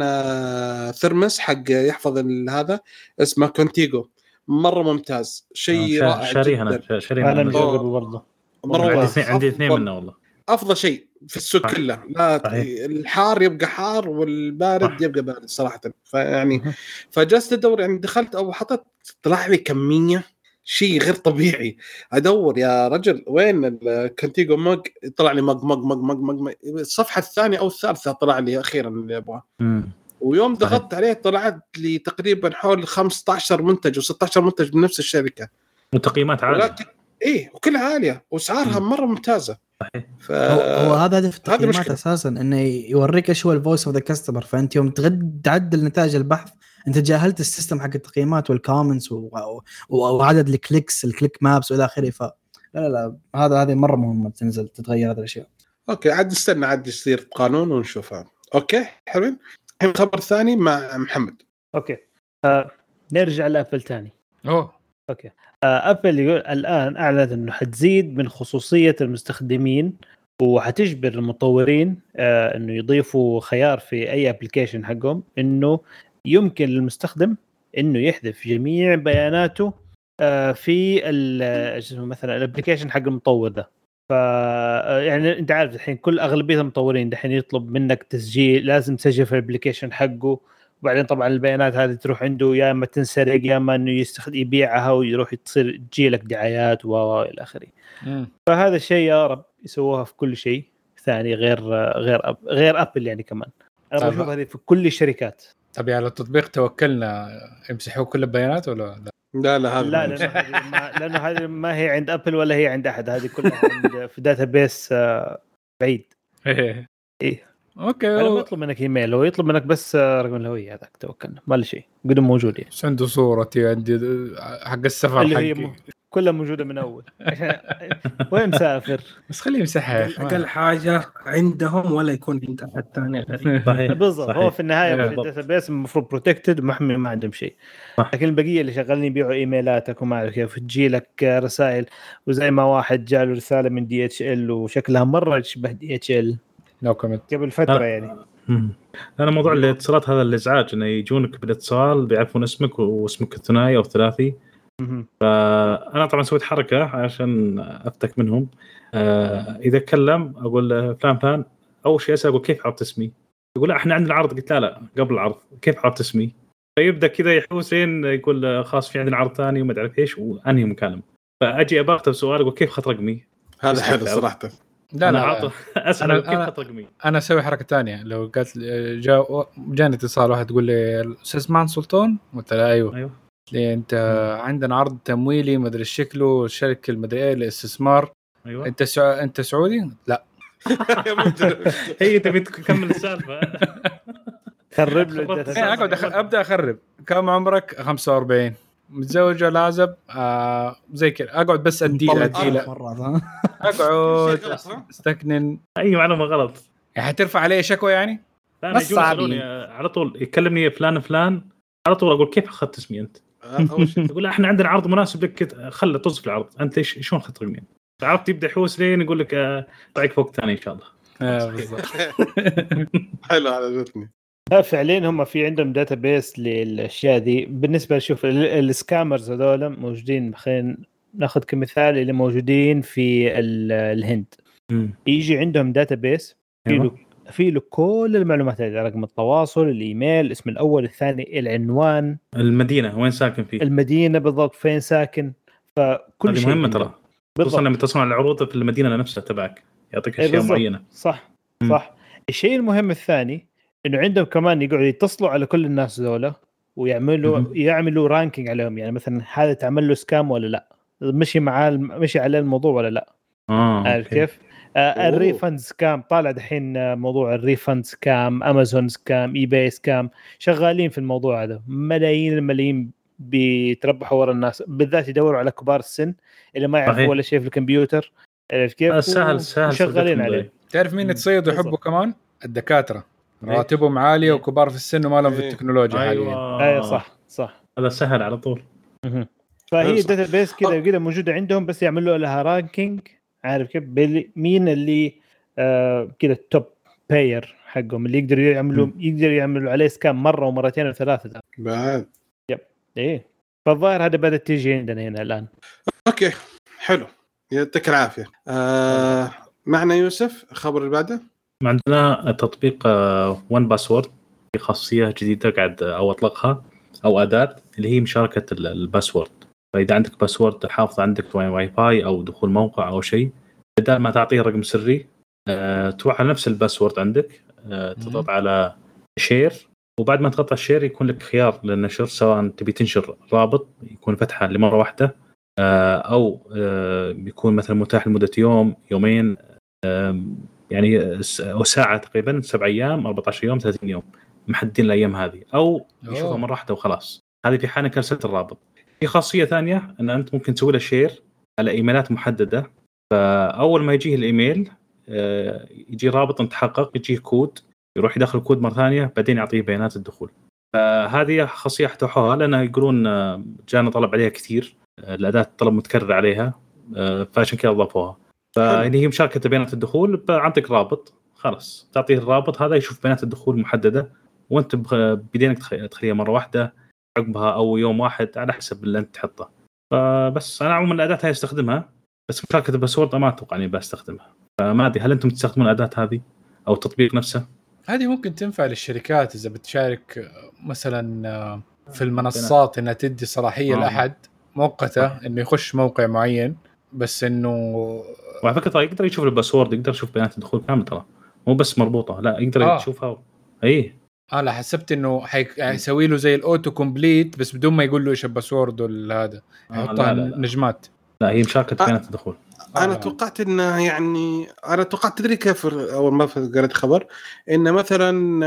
ثرمس حق يحفظ هذا اسمه كونتيجو، مره ممتاز، شيء رائع شاريه انا شاريه انا مجربه برضه مره. عندي اثنين منه والله، افضل شيء في السوق صحيح. كله لا صحيح. الحار يبقى حار والبارد صح. يبقى بارد صراحه. فيعني فجلست ادور يعني دخلت او حطيت طلع لي كميه شيء غير طبيعي، ادور يا رجل وين الكونتيجو مج، طلع لي مج مج مج مج, مج. الصفحه الثانيه او الثالثه طلع لي اخيرا اللي ابغاه، ويوم ضغطت عليه طلعت لي تقريبا حول خمسة عشر منتج وستة عشر منتج من نفس الشركه وتقييمات عاليه. ولكن ايه وكلها عاليه واسعارها مره ممتازه. ف... هو هذا هدف التقييمات اساسا انه يوريك ايش هو الفويس اوف ذا كاستمر، فانت يوم تغد تعدل نتائج البحث انت جاهلت السيستم حق التقييمات والكومنتس و... و... وعدد الكليكس الكليك مابس والى اخره. ف لا لا لا هذا هذه مره مهمه تنزل تتغير هذه الاشياء. اوكي عاد نستنى عاد يصير قانون ونشوفها. اوكي حلوين. الحين خبر ثاني مع محمد. اوكي آه، نرجع لابل ثاني. اوه اوكي آه، ابل يقول الان اعلنت انه حتزيد من خصوصيه المستخدمين وحتجبر المطورين آه انه يضيفوا خيار في اي ابلكيشن حقهم انه يمكن للمستخدم انه يحذف جميع بياناته آه في مثلا الابلكيشن حق المطور ده. ف يعني انت عارف الحين كل اغلبيه المطورين دحين يطلب منك تسجيل، لازم تسجل في الابلكيشن حقه، وبعدين طبعا البيانات هذه تروح عنده يا اما تنسرق يا اما انه يستخدم يبيعها ويروح تصير تجيلك دعايات والى اخره. فهذا الشيء يا رب يسووها في كل شيء ثاني غير غير أب غير ابل يعني كمان. انا بشوف هذه في كل الشركات. طب على التطبيق توكلنا يمسحوا كل البيانات ولا لا؟ لا لا هذا لا لأنه هذه ما لأنه هذه ما هي عند أبل ولا هي عند أحد، هذه كلها عند في داتابيس بعيد. إيه إيه أوكي. أنا ما يطلب منك إيميل، هو يطلب منك بس رقم الهوية، هذاك توكلنا ما له شيء قدم موجود يعني. بس عنده صورتي عندي حق السفر اللي حقي هي م... كلها موجودة من أول. وين مسافر؟ بس خليه يمسحها. أقل حاجة عندهم ولا يكون عند أحد ثاني. صحيح بالضبط. هو في النهاية في الداتابيس المفروض بروتكتد ومحمي ما عندهم شيء. لكن البقية اللي شغالين يبيعوا إيميلاتك وما أعرف كيف تجي لك رسائل، وزي ما واحد جاله رسالة من دي اتش ال وشكلها مرة تشبه دي اتش ال نو كومنت قبل فترة يعني. أنا موضوع الاتصالات هذا الإزعاج إنه يجونك بالاتصال بيعرفون اسمك واسمك الثنائي أو الثلاثي. فأنا طبعا سويت حركة عشان أفتك منهم. آه إذا كلم أقول فلان فلان، أول شيء أسأل أقول كيف عرفت اسمي؟ يقول لا إحنا عندنا عرض. قلت لا لا قبل العرض كيف عرفت اسمي؟ فيبدأ كذا يحوسين يقول خاص في عندنا عرض ثاني وما أعرف إيش وأنهي مكالمة. فأجي أبغى سؤال أقول كيف خط رقمي؟ هذا حلو صراحة. لا لا أسأل كيف خط رقمي؟ أنا أسوي حركة تانية. لو قالت جاء جاني اتصال واحد تقول لي الأستاذ مان سلطان، قلت له أيوه أيوه ليه انت م. عندنا عرض تمويلي ما ادري شكله الشركه المدري ايه الاستثمار. أيوة. انت سع... انت سعودي؟ لا. هي تبي تكمل السالفه. خرب له اقعد أخ... ابدا اخرب. كم عمرك؟ خمسة وأربعين. متزوج ولا عزب؟ آه زي كذا اقعد بس اديله اديله اقعد استكنن اي معلومه غلط يعني حترفع عليه شكوى يعني. بس يسالوني على طول يكلمني فلان فلان على طول اقول كيف اخذت اسمي انت؟ يقول احنا عندنا عرض مناسب لك خله طز في العرض. انت ايش شلون خط رقمين؟ عرفت يبدا يحوس لين يقول لك طيق فوق ثاني ان شاء الله. اه بالضبط. حلو عجبتني. فعليا هم في عندهم داتابيس للاشياء دي. بالنسبه شوف السكامرز هذول موجودين، خلينا ناخذ كمثال اللي موجودين في الهند. يجي عندهم داتابيس فيه في له كل المعلومات هذه، رقم التواصل، الايميل، اسم الاول الثاني، العنوان، المدينه وين ساكن فيه، المدينه بالضبط فين ساكن. فكل شيء مهمه ترى، خصوصا لما تصنع العروض في المدينه نفسها تبعك يعطيك اشياء معينه. صح م. صح. الشيء المهم الثاني انه عندهم كمان يقعدوا يتصلوا على كل الناس ذولا ويعملوا م- يعملوا رانكينج عليهم. يعني مثلا هذا تعمل له سكام ولا لا، مشي معاه مشي على الموضوع ولا لا. اه عارف كيف؟ آه الريفند سكام طالع دحين، موضوع الريفند سكام، امازون سكام، اي باي سكام، شغالين في الموضوع هذا. ملايين الملايين بيتربحوا ورا الناس، بالذات يدوروا على كبار السن اللي ما يعرفوا ولا شيء في الكمبيوتر. كيف سهل سهل شغالين عليه. تعرف مين تصيد ويحبوا كمان؟ الدكاتره، راتبهم عاليه وكبار في السن وما لهم في التكنولوجيا حاليا. ايوه صح صح، هذا سهل على طول. فهي داتا بيس كذا كذا موجوده عندهم، بس يعملوا لها رانكينج، عارف كيف مين اللي آه كذا التوب باير حقهم اللي يقدروا يعملوا م. يقدروا يعملوا عليه سكام مره ومرتين وثلاثه بعد. يب ايه، فالظاهر هذا بدأت تيجي عندنا هنا الان. اوكي حلو، يعطيك العافيه. آه معنا يوسف، الخبر اللي بعده. عندنا تطبيق ون باسورد، في خاصيه جديده قاعد او اطلقها او اداه اللي هي مشاركه الباسورد. فاذا عندك باسورد حافظ عندك واي فاي او دخول موقع او شيء، بدل ما تعطيه رقم سري أه تروح على نفس الباسورد عندك، أه تضغط على شير، وبعد ما تضغط على الشير يكون لك خيار للنشر، سواء تبي تنشر رابط يكون فتحه لمره واحده، أه او أه بيكون مثلا متاح لمده يوم يومين، أه يعني او ساعه تقريبا، سبع ايام، أربعة عشر يوم، ثلاثين يوم، محددين الايام هذه، او يشوفها مره واحده وخلاص. هذه في حال كنسلت الرابط. في خاصيه ثانيه ان انت ممكن تسوي له شير على ايميلات محدده، فاول ما يجيه الايميل يجي رابط متحقق، يجيه كود، يروح يدخل الكود مره ثانيه، بعدين يعطيه بيانات الدخول. فهذه خاصيه احتوحوها لانها يقولون جانا طلب عليها كثير، الاداه طلب متكرر عليها، فعشان كذا اضافوها. فهي مشاركه بيانات الدخول، عندك رابط خلاص تعطيه الرابط هذا يشوف بيانات الدخول محدده، وانت بدينك تخليها مره واحده عقبها او يوم واحد على حسب اللي انت تحطه. فبس انا عموما الاداه هاي استخدمها، بس مشاركه الباسورد ما اتوقع اني بستخدمها. فما ادري هل انتم تستخدمون الاداه هذه او التطبيق نفسه؟ هذه ممكن تنفع للشركات اذا بتشارك مثلا في المنصات، انها تدي صلاحيه آه. لاحد مؤقته انه يخش موقع معين، بس انه وعلى فكره يقدر يشوف الباسورد، يقدر يشوف بيانات الدخول كامل، ترى مو بس مربوطه، لا يقدر آه. يشوفها. اي اه لا حسبت انه حيسوي له زي الاوتو كومبليت بس بدون ما يقول له ايش الباسورد ولا هذا، يحطها آه نجمات. لا هي مشاركه بيانات الدخول. انا توقعت انه يعني انا توقعت تدري كيف اول ما قرأت خبر ان مثلا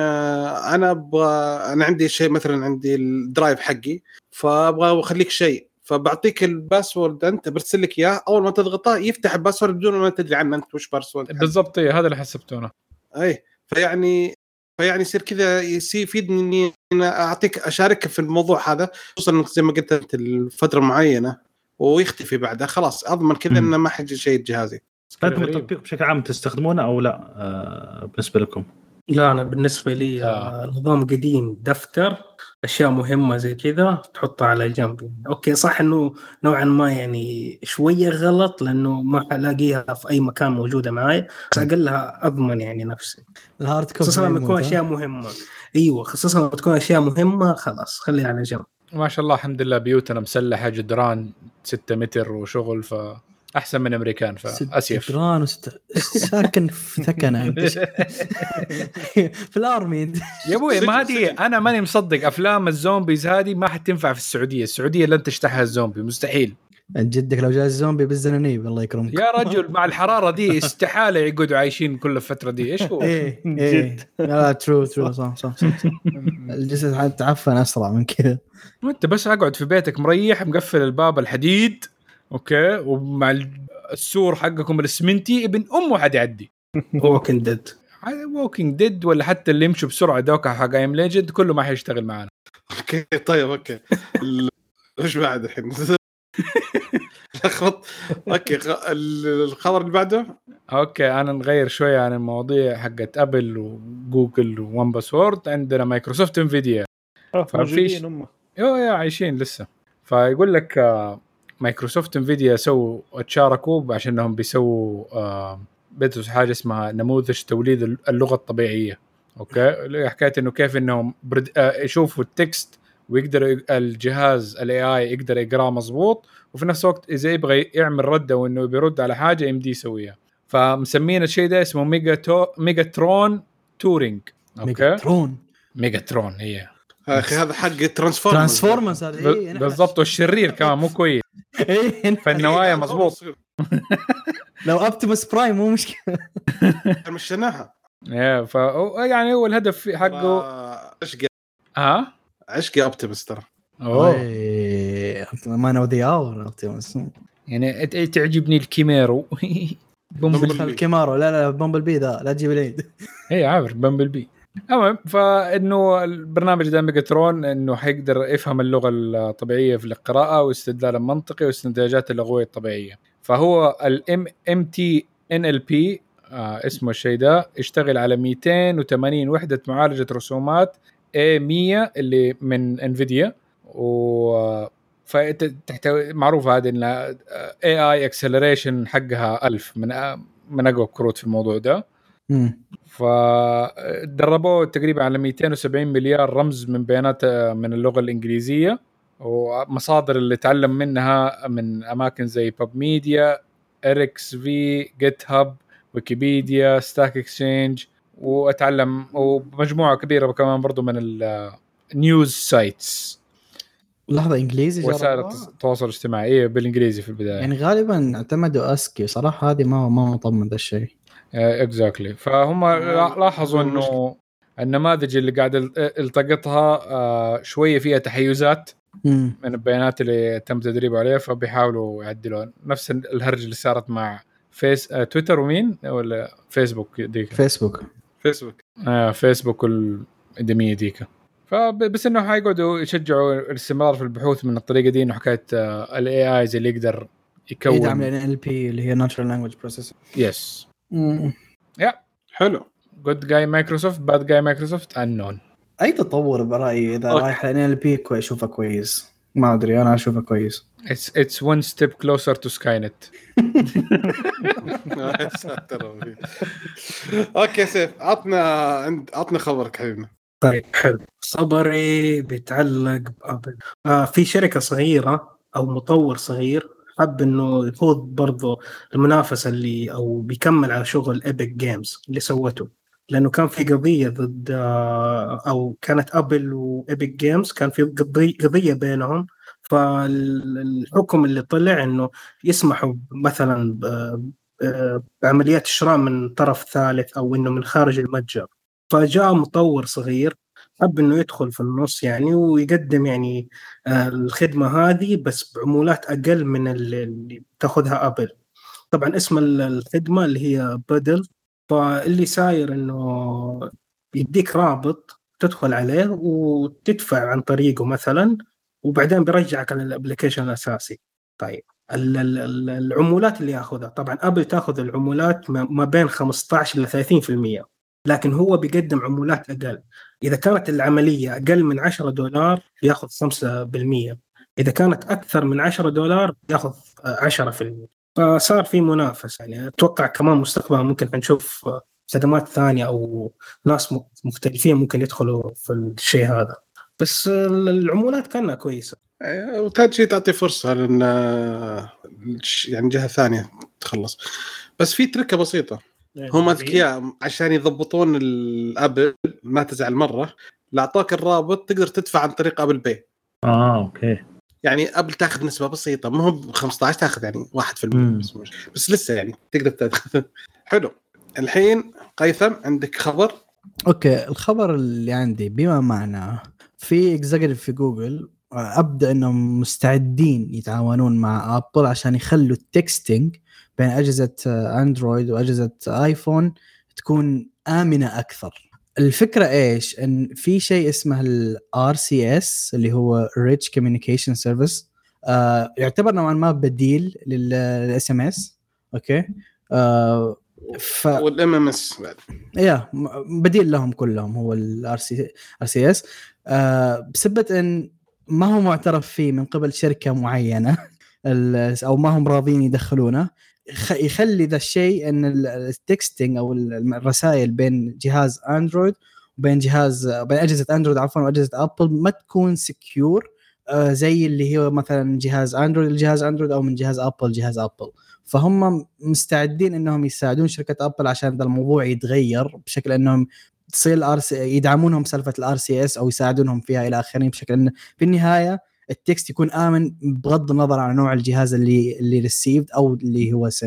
انا ابغى انا عندي شيء، مثلا عندي الدرايف حقي فابغى اخليك شيء، فبعطيك الباسورد انت برسل لك اياه، اول ما تضغطه يفتح الباسورد بدون ما تدري عنه انت وش باسورد بالضبط. هذا اللي حسبته انا. اي فيعني فيعني يصير كذا يفيدني اني انا اعطيك اشارك في الموضوع هذا، خصوصا زي ما قلت انت الفتره معينه ويختفي بعدها، خلاص اضمن كذا انه ما حد شيء جهازي. فانتم التطبيق بشكل عام تستخدمونه او لا آه بالنسبه لكم؟ لا انا بالنسبه لي آه. نظام قديم، دفتر اشياء مهمه زي كذا تحطها على جنب. اوكي صح انه نوعا ما يعني شويه غلط لانه ما الاقيها في اي مكان موجوده معي، بس اقلها اضمن يعني نفسي. الهارد كوبي خصوصا لما تكون اشياء مهمه. ايوه خصوصا لما تكون اشياء مهمه خلاص خليها على جنب. ما شاء الله الحمد لله بيوتنا مسلحه، جدران ستة متر وشغل، ف احسن من امريكان. فاسيف جدران وست... ساكن في ثكنه انت في الارمي يا ابوي. ما هذه انا ماني مصدق، افلام الزومبيز هذه ما حتنفع في السعوديه. السعوديه لن تشتحها الزومبي، مستحيل. جدك لو جاء الزومبي بالزنانيب الله يكرمك يا رجل، مع الحراره دي استحاله يقعدوا عايشين كل الفتره دي. ايش هو ايه جد لا ترو ترو صح صح, صح. الجسد حتعفن اسرع من كذا. وانت بس اقعد في بيتك مريح مقفل الباب الحديد اوكي، ومع السور حقكم الاسمنتي ابن امه حد يعدي. ووكينج ديد ووكينج ديد ولا حتى اللي يمشوا بسرعه دوكا حق ايم ليجند كله ما حيشتغل معنا. اوكي طيب اوكي ايش بعد الحين لخبط. اوكي الخبر اللي بعده. اوكي انا نغير شويه عن المواضيع حقت ابل وجوجل وون باسورد. عندنا مايكروسوفت انفيديا فمفيش يو يا عايشين لسه. فيقول لك مايكروسوفت انفيديا سووا تشاركوا عشان انهم بيسووا بدوا حاجه اسمها نموذج توليد اللغه الطبيعيه. اوكي حكايه انه كيف انهم برد... يشوفوا التكست ويقدر الجهاز الاي اي يقدر يقراه مظبوط، وفي نفس الوقت اذا يبغى يعمل رده وانه بيرد على حاجه يمدي يسويها. فمسمين الشيء ده اسمه ميجا تو... ميجاترون تورينج. اوكي ميجاترون ميجاترون هي اخي هذا حق ترانسفورمرز ترانسفورمرز بالضبط، والشرير كمان مو كويس فالنوايا مظبوط. لو اوبتيموس برايم مو مشكله مشيناها. يا ف يعني هو الهدف حقه عشق ها عشق اوبتيموس ترى. اوه ما نو ذي اور اوبتيموس يعني تعجبني الكيميرو. بومبل الكيمارو لا لا بومبل بي ذا لا تجيب العيد. اي عارف بومبل بي. المهم فانه البرنامج ده ميجاترون انه حيقدر يفهم اللغه الطبيعيه في القراءه واستدلال المنطقي واستنتاجات اللغويه الطبيعيه. فهو الام ام تي ان ال بي اسمه الشيء ده يشتغل على مئتين وثمانين وحده معالجه رسومات إيه مية اللي من انفيديا و فتحتوي معروف هذا ان اي اي اكسلريشن حقها ألف من من اقوى كروت في الموضوع ده. فدربوه تقريبا على مئتين وسبعين مليار رمز من بيانات من اللغه الانجليزيه ومصادر اللي تعلم منها من اماكن زي باب ميديا اريكس في جيت هاب ويكيبيديا ستاك اكسشينج واتعلم ومجموعه كبيره كمان برضو من النيوز سايتس. لحظه انجليزي وسائل التواصل الاجتماعي بالانجليزي في البدايه يعني غالبا اعتمدوا اسكي صراحه هذه ما ما مطمن ذا الشيء اكزاكتلي. فهم لاحظوا انه النماذج اللي قاعد التقطها شويه فيها تحيزات من البيانات اللي تم تدريبه عليها فبيحاولوا يعدلون نفس الهرج اللي صارت مع فيس تويتر ومين ولا فيسبوك ديك فيسبوك فيسبوك آه فيسبوك الإدمية ديك. فبس انه حيقعدوا يشجعوا الاستمرار في البحوث من الطريقه دي انه حكايه الاي ايز اللي يقدر يكون يدعم ال إن إل بي اللي هي Natural Language Processing. يس يا حلو. good guy مايكروسوفت bad guy مايكروسوفت unknown. اي تطور برايي اذا رايح ل إن إل بي كويس اشوفه كويس ما ادري انا اشوفه كويس. it's it's one step closer to Skynet. اوكي سيف عطنا عطنا خبرك حبيبنا. طيب حلو. خبري بيتعلق بأبل. آه في شركة صغيرة أو مطور صغير حب إنه يخوض برضو المنافسة اللي أو بيكمل على شغل إيبك جيمز اللي سوته لأنه كان في قضية ضد آه أو كانت أبل وإيبك جيمز كان في قضية قضية بينهم. فالحكم اللي طلع إنه يسمحوا مثلا بعمليات شراء من طرف ثالث أو إنه من خارج المتجر. فجاء مطور صغير حب إنه يدخل في النص يعني ويقدم يعني آه الخدمة هذه بس بعمولات أقل من اللي تأخذها أبل. طبعا اسم الخدمة اللي هي بدل. فاللي ساير إنه يديك رابط تدخل عليه وتدفع عن طريقه مثلا وبعدين بيرجعك على الابليكيشن الأساسي. طيب العمولات اللي يأخذها طبعا أبل تأخذ العمولات ما بين خمسة عشر إلى ثلاثين بالمئة لكن هو بيقدم عمولات أقل. إذا كانت العملية أقل من عشرة دولار يأخذ خمسة بالمئة إذا كانت أكثر من عشرة دولار يأخذ عشرة بالمئة. فصار في منافسة يعني أتوقع كمان مستقبلا ممكن هنشوف خدمات ثانية أو ناس مختلفين ممكن يدخلوا في الشيء هذا بس العمولات كانت كويسة وثاني شيء تعطي فرصة لأن يعني جهة ثانية تخلص. بس في تركة بسيطة هم أذكياء عشان يضبطون الأبل ما تزعل مرة لا أعطاك الرابط تقدر تدفع عن طريق أبل باي. آه أوكي يعني أبل تأخذ نسبة بسيطة ما هو خمسة عشر تأخذ يعني واحد في المية بس, بس لسه يعني تقدر تأخذ. حلو. الحين قيثم عندك خبر. أوكي الخبر اللي عندي بما معناه في إكزيكتيف في جوجل أبدأ أنهم مستعدين يتعاونون مع أبل عشان يخلوا التكستينج بين أجهزة أندرويد وأجهزة آيفون تكون آمنة أكثر. الفكرة إيش؟ إن في شيء اسمه ال آر سي إس اللي هو Rich Communication Service آه يعتبر نوعا ما بديل لل إس إم إس. أوكي آه ف... والام ام اس بعد يا بديل لهم كلهم هو الار سي اس بسبب ان ما هو معترف فيه من قبل شركه معينه او ما هم راضين يدخلونه يخلي ذا الشيء ان التكستينج او الرسائل بين جهاز اندرويد وبين جهاز بين اجهزه اندرويد عفوا واجهزه ابل ما تكون سكيور زي اللي هو مثلا جهاز اندرويد الجهاز اندرويد او من جهاز ابل جهاز ابل. فهم مستعدين انهم يساعدون شركه ابل عشان ذا الموضوع يتغير بشكل انهم تصير الار يدعمونهم سالفه الار سي اس او يساعدونهم فيها الى اخره بشكل انه في النهايه التكست يكون امن بغض النظر عن نوع الجهاز اللي اللي ريسيفد او اللي هو سنت.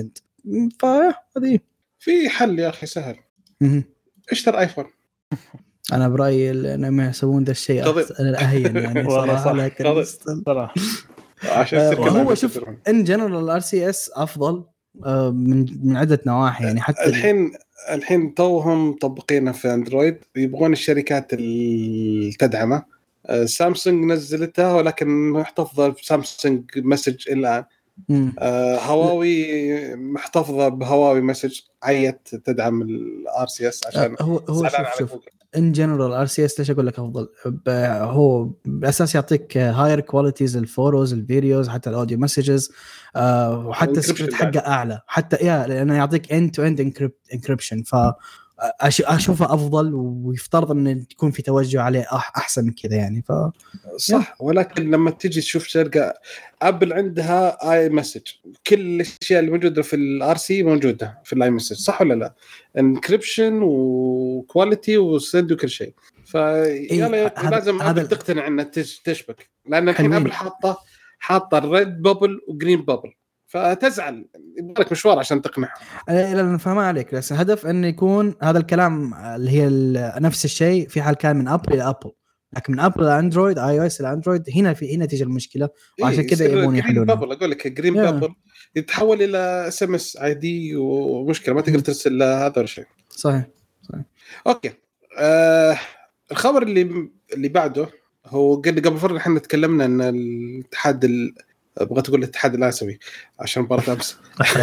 فهذه في حل يا اخي سهل. اشتري ايفون. انا برايي انهم يسوون ذا الشيء اهين يعني صراحه. لكن صراحه عشان هو شوف ان جنرال الار سي اس افضل من من عده نواحي يعني. حتى الحين الحين توهم مطبقينها في اندرويد، يبغون الشركات اللي تدعمه. سامسونج نزلتها ولكن محتفظه بسامسونج مسج الان. آه هواوي محتفظه بهواوي مسج، عيت تدعم الار سي اس عشان هو هو شوف شوف ان جنرال ار سي اس ليش اقول لك افضل؟ هو بالاساس يعطيك هاير كواليتيز الفوتوز الفيديوز حتى الاوديو مسجز، آه وحتى السكريبت حقه اعلى حتى يا لانه يعطيك اند تو اند انكريبشن. ف اشوفه افضل ويفترض ان يكون في توجه عليه احسن من كذا يعني. ف صح. ولكن لما تيجي تشوف شركه ابل عندها اي مسج، كل الاشياء اللي موجوده في الار سي موجوده في الاي مسج، صح ولا لا؟ انكريبشن وكواليتي وسند وكل شيء. فيلا لازم هذا تقتنع انها تشبك، لان الحين ابل حاطه حاطه الريد بابل وجرين بابل، فتزعل يبغالك مشوار عشان تقنع. لا انا فاهم عليك، بس الهدف انه يكون هذا الكلام اللي هي نفس الشيء في حال كان من ابل الى ابل، لكن من ابل لاندرويد اي او اس لاندرويد هنا في هنا تيجي المشكله. وعشان إيه كذا يبون يحلونها. بابل اقول لك جرين بابل يتحول الى اس ام اس اي دي ومشكله ما تقدر ترسل هذا الشيء. صحيح صحيح. اوكي آه الخبر اللي اللي بعده هو قبل قبل فرق احنا تكلمنا ان الاتحاد ال... ابغى تقول الاتحاد الاسيوي عشان مباراه امس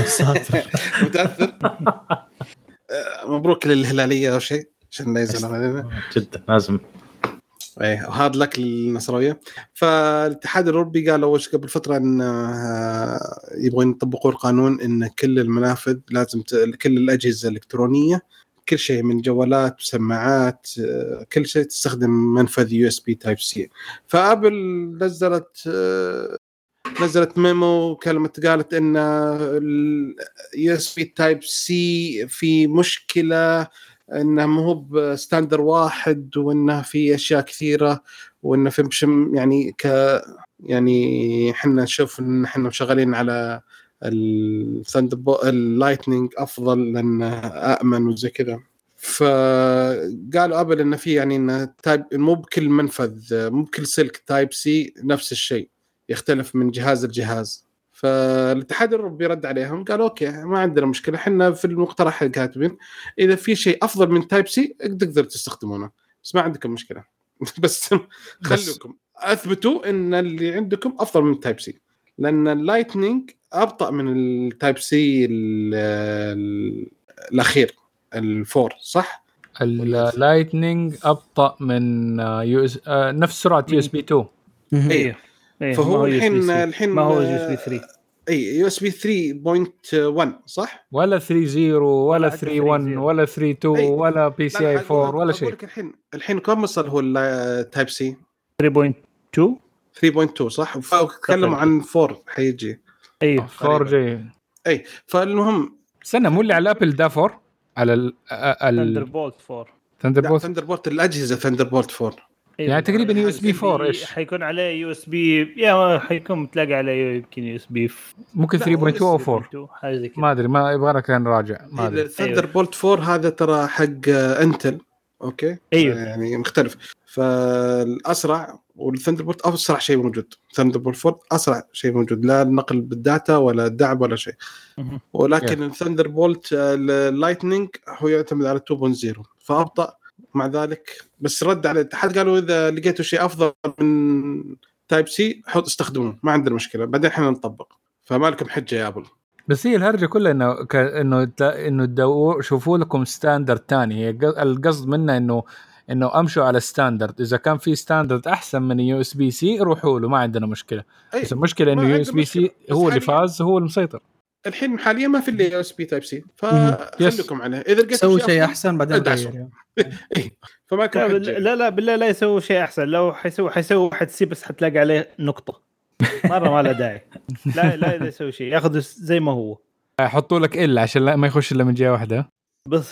متاثر. مبروك للهلاليه او شيء عشان لا يزعلون علينا جدا لازم. ايه وهذا لك النصراويه. فالاتحاد الاوروبي قالوا وش قبل فتره ان يبغون يطبقوا القانون ان كل المنافذ لازم ت... كل الاجهزه الالكترونيه كل شيء من جوالات وسماعات كل شيء تستخدم منفذ يو اس بي تايب سي. فابل نزلت نزلت ميمو كلمه قالت ان اليو اس بي تايب سي في مشكله، انه مو هو بستاندر واحد وانه في اشياء كثيره وانه في يعني ك يعني احنا نشوف ان احنا شغالين على الثاندر اللايتنينج افضل لانه امن وزي كذا. فقالوا ابل انه في يعني انه تايب مو بكل منفذ مو بكل سلك تايب سي نفس الشيء، يختلف من جهاز لجهاز. فالاتحاد الاوروبي رد عليهم قال اوكي ما عندنا مشكله، احنا في المقترح كاتبين اذا في شيء افضل من تايب سي تقدر تستخدمونه بس ما عندكم مشكله بس خلوكم اثبتوا ان اللي عندكم افضل من تايب سي، لان اللايتنينج ابطا من التايب سي الاخير الفور صح. اللايتنينج ابطا من يو اس نفس سرعه يو اس بي تو. ايه فهو الحين الحين ما هو يو اس بي ثري. اي يو اس بي ثري نقطة واحد صح ولا ثري زيرو ولا ثري ون ولا ثري تو ولا بي سي اي فور ولا شيء. الحين الحين كم وصل هو التايب سي ثري بوينت تو ثري بوينت تو صح. وتكلموا عن فور حيجي اي فور جي اي. فالمهم استنى مو اللي على الابل ده فور على ال ثاندربولت فور ثاندربولت ثاندربولت الاجهزه ثاندربولت فور يعني تقريبا يو اس بي فور ايش حيكون عليه يو اس بي يا حيكون تلاقي عليه يمكن يو اس بي ممكن ثري بوينت تو او فور ما ادري ما يبغى لك نراجع ما ادري. ثاندربولت فور هذا ترى حق انتل اوكي أيوه. يعني مختلف. فالاسرع والثاندربولت اسرع شيء موجود. ثاندربولت فور اسرع شيء موجود لا النقل بالداتا ولا الدعم ولا شيء. ولكن الثاندربولت اللايتنينج هو يعتمد على تو بوينت زيرو فابطا مع ذلك. بس رد على الاتحاد قالوا اذا لقيتوا شيء افضل من تايب سي حط استخدموه ما عندنا مشكله بعدين احنا نطبق. فما لكم حجه يا ابل. بس هي الهرجه كلها انه ك... انه انه تدور شوفوا لكم ستاندرد تاني. هي القصد منه انه انه امشوا على ستاندرد. اذا كان في ستاندرد احسن من يو اس بي سي روحوا له ما عندنا مشكله. بس المشكله انه يو اس بي سي هو اللي فاز هو المسيطر. الحين حاليا ما في اللي يو اس بي تايب سي فخليكم عليه. اذا لقيتوا سووا شيء احسن بعدين غير. فما لا, لا لا بالله لا يسوي شيء احسن. لو حيسوي حيسوي واحد سي بس حتلاقي عليه نقطه مره ما له داعي. لا لا لا يسوي شيء ياخذ زي ما هو. يحطوا لك الا عشان لا ما يخش الا من جهه واحده بس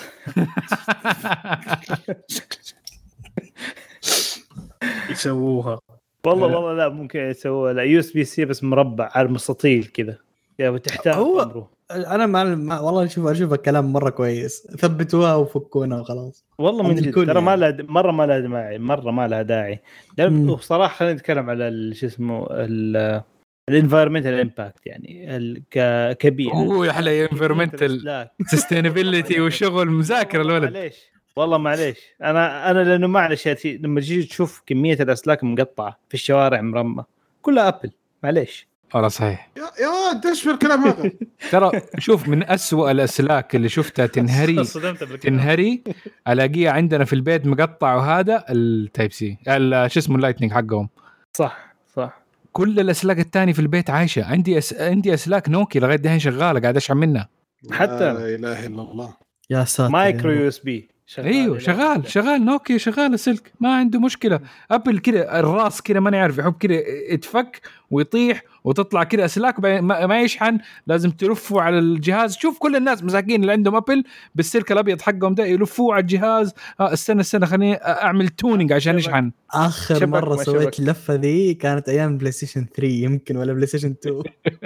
يسووها والله والله لا ممكن يسووها لا يو اس بي سي بس مربع على مستطيل كذا يا بتحتاج هو انا ما والله نشوف اشوف الكلام مره كويس، ثبتوها وفكونا وخلاص. والله من جد ترى ما له مره ما له داعي مره ما لها داعي. وبصراحه خلينا نتكلم على شو اسمه الانفايرمنتال امباكت، يعني كبير. هو يا حلا انفايرمنتال سستينابيلتي وشغل مذاكره الولد. معليش والله معليش، انا انا لانه معلش لما تجي تشوف كميه الاسلاك مقطعه في الشوارع مرمى كلها ابل، معليش والله صحيح. يا يا دش بالكلام هذا. ترى شوف من أسوأ الأسلاك اللي شفتها تنهري تنهري ألاقيها عندنا في البيت مقطع، وهذا التايب سي شو اسمه اللايتنينج حقهم. صح صح. كل الأسلاك الثاني في البيت عايشة. عندي أس... عندي أسلاك نوكي لغاية دحين شغالة قاعد أشعل منها. حتى لا إله إلا الله. يا ساتر. مايكرو يو اس بي شغال. ايوه شغال شغال نوكيا شغال سلك ما عنده مشكله. ابل كده الراس كده ما نعرف يحب كده يتفك ويطيح وتطلع كده اسلاك ما يشحن، لازم تلفوا على الجهاز. شوف كل الناس مساكين اللي عندهم ابل بالسلك الابيض حقهم ده يلفوا على الجهاز. ها استنى استنى خليني اعمل تونينج عشان يشحن. اخر مره سويت اللفه ذي كانت ايام بلاي ستيشن ثري يمكن ولا بلاي ستيشن تو.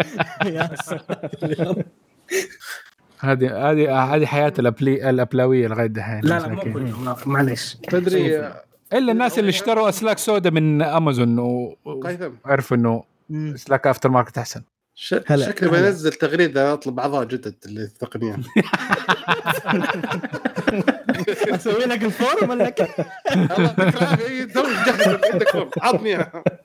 هذه هذه هذه حياة الأبلي الأبلاوية لغاية دحين. لا لا مو معلش تدري إلا الناس اللي اشتروا أسلاك سودا من أمازون وعرفوا إنه أسلاك أفتر ماركت أحسن. شكلي بنزل تغريدة أطلب أعضاء جدد للتقنية. أسوي لك الفورم ولا كيف؟ الله تكرهني دوم جهز عندك فورم عطني.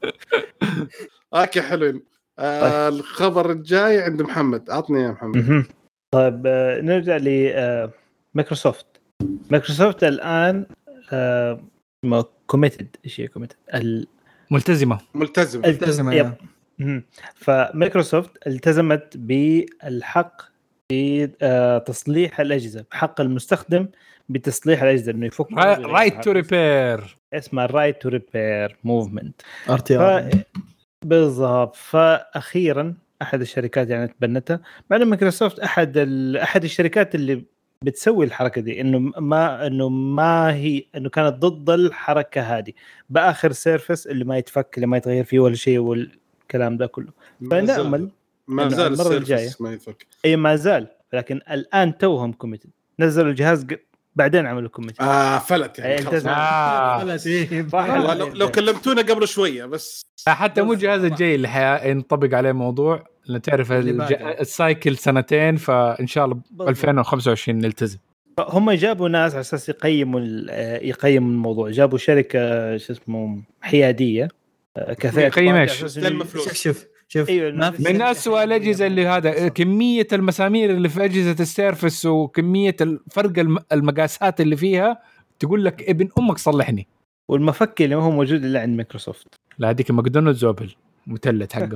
أوكي حلوين. آه الخبر الجاي عند محمد، عطني يا محمد. طيب نرجع لمايكروسوفت. مايكروسوفت الآن ما كوميتد شيء كوميتد ملتزمة ملتزمة ملتزمة يب. فمايكروسوفت التزمت بالحق في تصليح الأجهزة، حق المستخدم بتصليح الأجهزة إنه يفك رايت تو ريبير، اسمه رايت تو ريبير موفمنت ار تي ار بالضبط. فأخيرا أحد الشركات يعني تبنتها، مع أن مايكروسوفت أحد أحد الشركات اللي بتسوي الحركة دي، إنه ما إنه ما هي إنه كانت ضد الحركة هذه بآخر سيرفس اللي ما يتفك اللي ما يتغير فيه ولا شيء والكلام ده كله. فنأمل ما زال المرة الجاية ما يتفك. أي ما زال، لكن الآن توهم كوميتد نزلوا الجهاز بعدين عملوا كوميتد. آه فلت يعني آه. فلت إيه والله لو, لو كلمتونا قبل شوية بس. حتى مو الجهاز الجاي اللي حينطبق عليه موضوع لتعرف الج... السايكل سنتين، فإن شاء الله ألفين وخمسة وعشرين نلتزم. هم جابوا ناس على أساس يقيموا يقيموا الموضوع، جابوا شركة شو اسمه حيادية كفاءة يقيم ايش؟ شوف شوف شوف أيوة من أسوأ الأجهزة اللي هذا كمية المسامير اللي في أجهزة السيرفس وكمية الفرق المقاسات اللي فيها تقول لك ابن أمك صلحني. والمفك اللي ما هو موجود إلا عند مايكروسوفت. لا هذيك ماكدونالدز وابل متلت حقه.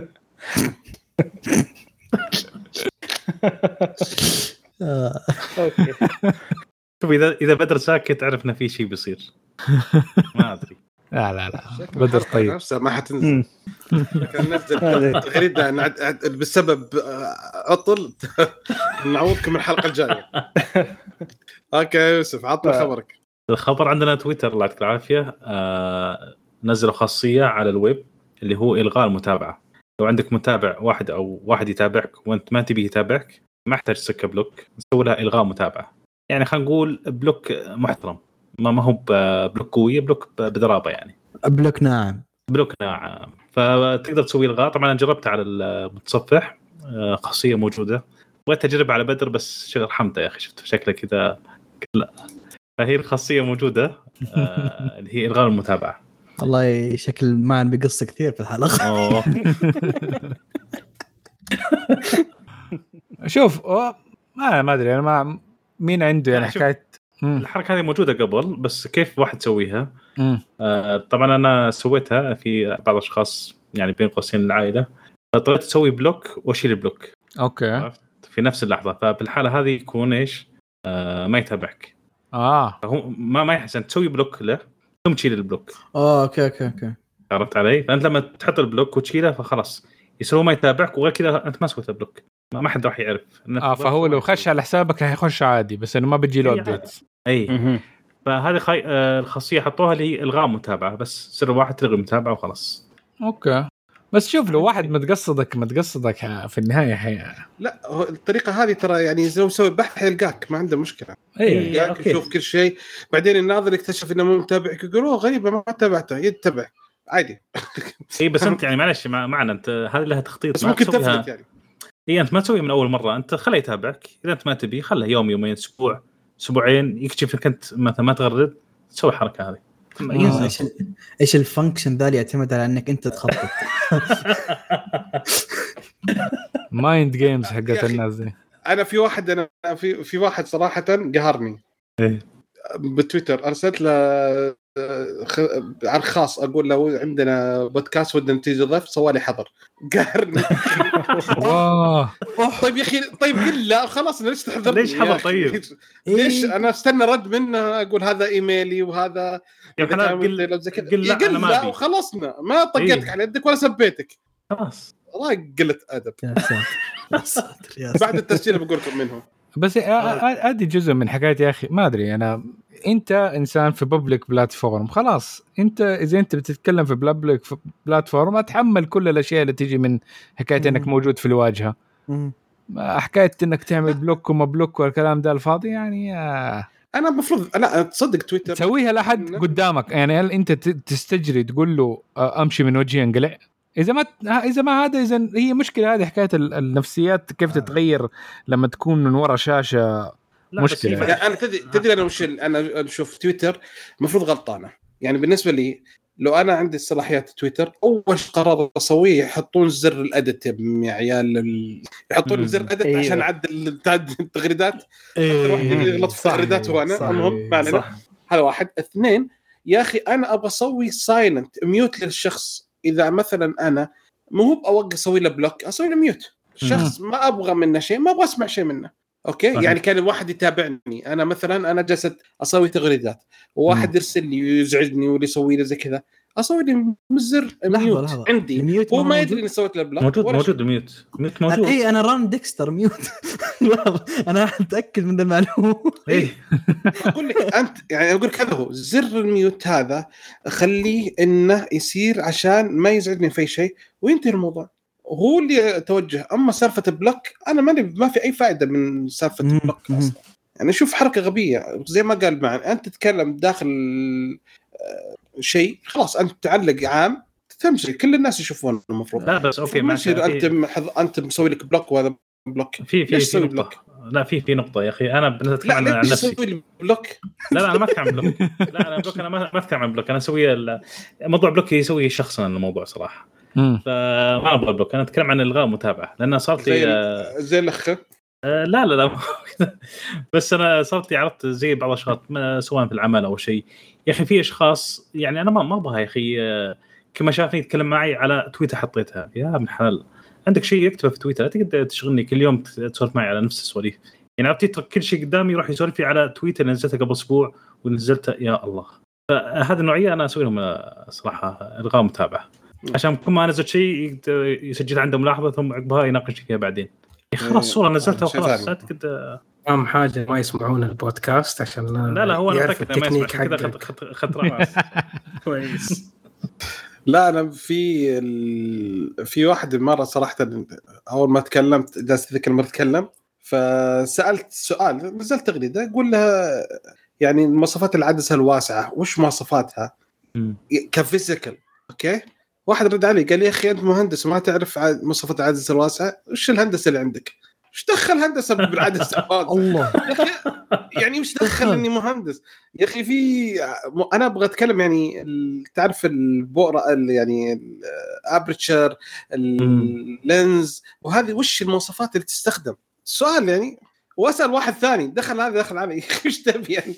اوكي شوف اذا اذا بدر ساكت عرفنا في شيء بيصير. ما ادري. لا لا لا بدر طيب نفسها ما حتنزل. كان نزل تغريدة بسبب عطل نعوضكم الحلقة الجاية. اوكي يوسف عطنا خبرك. الخبر عندنا تويتر الله يعطيك العافية آه نزلوا خاصية على الويب اللي هو إلغاء المتابعة. لو عندك متابع واحد أو واحد يتابعك وأنت ما تبيه يتابعك ما احتاج تسكر بلوك، نسوي لها إلغاء متابعة. يعني خلينا نقول بلوك محترم، ما ما هو بلوك قوي، بلوك بدرابة يعني بلوك ناعم بلوك ناعم. فتقدر تسوي إلغاء. طبعا أنا جربتها على المتصفح خاصية موجودة، بغيت أجرب على بدر بس شغل حمدة يا أخي شفت شكله كذا لا. فهي الخاصية موجودة اللي هي إلغاء المتابعة. والله شكل ما بيقص كثير في الحلقة. شوف ما ما ادري انا ما مين عنده يعني حكايه الحركه هذه موجوده قبل بس كيف واحد يسويها. آه طبعا انا سويتها في بعض الاشخاص يعني بين قوسين العائله، اضطريت اسوي بلوك واشيل البلوك اوكي في نفس اللحظه. فبالحاله هذه يكون ايش آه ما يتابعك اه فهو ما ما يحسن تسوي بلوك له ثم تشيل البلوك. اه اوكي اوكي اوكي عرفت علي؟ فانت لما تحط البلوك وتشيله فخلاص يصير ما يتابعك، وغير كذا انت ما سويت بلوك ما حد راح يعرف. اه فهو لو خش على حسابك هيخش عادي بس انه ما بيجي له ابديت. اي فهذه خي... آه الخاصيه حطوها لي الغاء متابعه، بس سر واحد تلغي متابعه وخلاص. اوكي بس شوف لو واحد متقصدك متقصدك في النهايه حي... لا هو الطريقه هذه ترى يعني زي مسوي بحث حيلقاك ما عنده مشكله. اي يشوف كل شيء بعدين الناظر يكتشف انه مو متابعك يقول اوه غريبه ما تابعته يتبع عادي. اي بس انت يعني معلش معنى انت هذه لها تخطيط بس ممكن تفلت يعني. اي انت ما تسوي من اول مره انت خليه يتابعك اذا انت ما تبي خله يوم يومين اسبوع اسبوعين يكتشف انك انت مثلا ما تغرد تسوي الحركه هذه. آه ايش ايش الفانكشن ذا اللي يعتمد على انك انت تخطط مايند جيمز حقت الناس دي. انا في واحد انا في في واحد صراحه قهرني ايه بتويتر ارسلت له على الخاص اقول له عندنا بودكاست ودنا تيجي ضيف سوالي حضر قهرني. واه طيب يا اخي طيب قل لا خلاص ليش تحضر ليش حضر طيب ليش انا استنى رد منه اقول هذا ايميلي وهذا يا حنان قل قل لا انا ما ابي وخلصنا ما طقيتك على يدك ولا سبيتك خلاص والله قلت ادب. يا ساتر يا بعد التسجيل بقول لكم منهم بس هذه جزء من حكايتي يا اخي ما ادري انا انت انسان في بابليك بلاتفورم خلاص انت اذا انت بتتكلم في بابليك بلاتفورم اتحمل كل الاشياء اللي تيجي من حكايه انك موجود في الواجهه. حكايه انك تعمل بلوك وما بلوك والكلام ده الفاضي يعني آه. انا المفروض لا تصدق تويتر تسويها لحد قدامك يعني هل انت تستجري تقول له امشي من وجهي انقلع اذا ما اذا ما هذا اذا هي مشكله هذه حكايه النفسيات كيف تتغير لما تكون من وراء شاشه مشكله يعني. انا تدري تدري انا وش انا اشوف تويتر المفروض غلطانه يعني بالنسبه لي لو انا عندي صلاحيات تويتر اول قرار اسويه يحطون زر الاديت يا عيال ال... يحطون زر الاديت أيوه. عشان اعدل التغريدات أيوه. واحد يغلط في التغريدات وانا المهم معنا هذا واحد اثنين يا اخي انا ابغى اسوي سايلنت ميوت للشخص اذا مثلا انا مو بأوقف اسوي له بلوك اسوي له ميوت الشخص ما ابغى منه شيء ما ابغى اسمع شيء منه اوكي صحيح. يعني كان الواحد يتابعني انا مثلا انا جالس اسوي تغريدات وواحد يرسل لي يزعجني واللي يسوي لي زي كذا اسوي لي مزر ميوت عندي الميوت هو ما يدري اني سويت له بلوك موجود موجود الميوت ميوت موجود اي انا ران ديكستر ميوت انا اتاكد من المعلومه اي اقول لك انت يعني اقول لك هذا هو زر الميوت هذا خليه انه يصير عشان ما يزعجني في شيء وينتهي الموضوع هو اللي توجه. اما سالفه البلوك انا ما ما في اي فائده من سالفه البلوك اصلا يعني شوف حركه غبيه زي ما قال معنا انت تتكلم داخل شيء خلاص انت تعلق عام تمشي كل الناس يشوفون المفروض لا بس اوكي ماشي انت محض... انت مسوي لك بلوك وهذا بلوك في في في بلوك لا في في نقطه يا اخي انا بنتكلم عن نفسي بلوك لا لا انا ما اتكلم عن بلوك لا انا بلوك انا ما اتكلم عن بلوك انا اسوي موضوع بلوك يسوي شخصا الموضوع صراحه فما ابغى بلوك انا اتكلم عن الغاء متابعه لان صارت لي زي, زي الاخ لا لا لا بس انا صارت لي عرفت زي بعض الاشخاص سواء في العمل او شيء يا اخي في اشخاص يعني انا ما ما ابغى يا اخي كما شافني يتكلم معي على تويتر حطيتها يا ابن حلال عندك شيء يكتبه في تويتر لا تقدر تشغلني كل يوم تسولف معي على نفس السواليف يعني عرفت يترك كل شيء قدامي يروح يسولف لي على تويتر اللي نزلته قبل اسبوع ونزلته يا الله فهذه النوعيه انا اسوي لهم صراحه الغاء متابعه عشان كل ما نزلت شيء يسجل عنده ملاحظه ثم عقبها يناقش فيها بعدين خلاص صورة نزلتها وخلاص لا كده أهم حاجة ما يسمعون البودكاست عشان لا لا هو أنا متأكد ما يسمع كده خط خط راس كويس. لا أنا في ال... في واحد مرة صراحة أول ما تكلمت جالس ذيك المرة تكلم فسألت سؤال نزلت تغريدة أقول لها يعني مواصفات العدسة الواسعة وش مواصفاتها كفيزيكال أوكي واحد رد علي قال لي يا أخي أنت مهندس ما تعرف مواصفات العدسة الواسعة وش الهندسة اللي عندك وش دخل هندسة بالعدسة الله يعني وش دخل إني مهندس يا أخي في أنا أبغى أتكلم يعني تعرف البؤرة يعني الأبرتشر اللينز وهذه وش المواصفات اللي تستخدم السؤال يعني وأسأل واحد ثاني دخل هذا دخل علي وش تبي يعني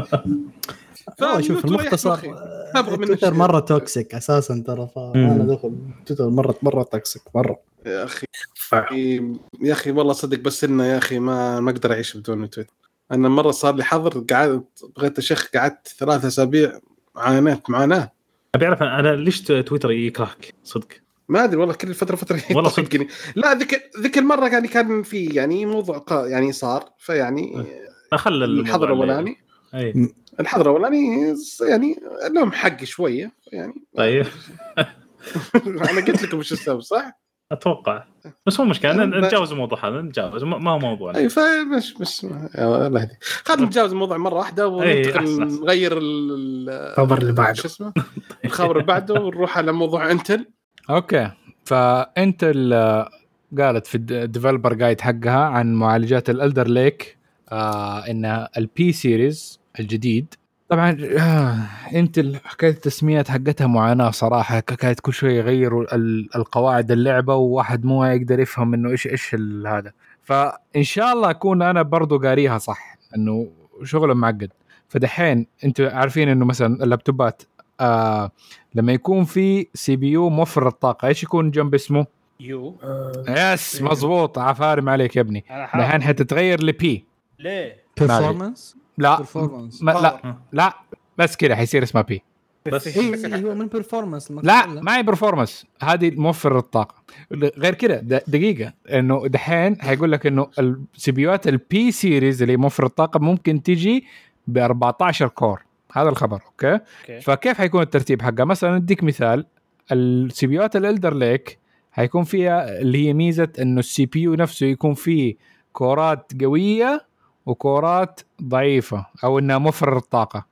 فشوف المختصر تويتر مرة توكسيك أساساً ترى فأنا دخل تويتر مرة مرة توكسيك مرة يا أخي يا أخي والله صدق بس إنه يا أخي ما ما أقدر أعيش بدون تويتر أنا مرة صار لي حظر قعدت بغيت أشيخ قعدت ثلاثة أسابيع عانيت معاناة أبي أعرف أنا ليش تويتر يكرهك صدق ما أدري والله كل فترة فترة والله صدقني لا ذيك ذيك المرة يعني كان في يعني موضوع يعني صار فيعني أخل الحظر الأولاني الحضرة والله يعني لهم حق شوية يعني طيب انا قلت لكم وش السبب صح اتوقع بس مو مشكله نتجاوز الموضوع هذا نتجاوز ما هو موضوع اي فمش مش الله يهدي خلينا نتجاوز الموضوع مره واحده وننتقل نغير الخبر اللي بعده شو اسمه الخبر اللي بعده ونروح على موضوع انتل. اوكي فانتل قالت في الديفلوبر جايد حقها عن معالجات الالدر ليك آه ان البي سيريز الجديد طبعا آه انت حكايه التسميات حقتها معاناه صراحه كانت كل شويه يغيروا القواعد اللعبه وواحد مو يقدر يفهم انه ايش ايش هذا. فان شاء الله اكون انا برضو قاريها صح انه شغله معقد. فدحين انتوا عارفين انه مثلا اللابتوبات آه لما يكون في سي بي يو موفر الطاقه ايش يكون جنب اسمه يو آه يس مزبوط عفارم عليك يا ابني. دحين حتتغير لبي ليه performance لا performance ما لا لا بس كده حيصير اسمها بي بس إيه هو من performance لا ما هي برفورمانس هذه موفر الطاقه. غير كده دقيقه انه دحين هيقول لك انه السيبيوات البي سيريز اللي موفر الطاقه ممكن تيجي ب أربعة عشر كور. هذا الخبر أوكي؟, أوكي فكيف حيكون الترتيب حقها؟ مثلا اديك مثال السيبيوات الالدر ليك هيكون فيها اللي هي ميزه انه السي بي يو نفسه يكون فيه كورات قويه وكورات ضعيفه او انها موفر الطاقه.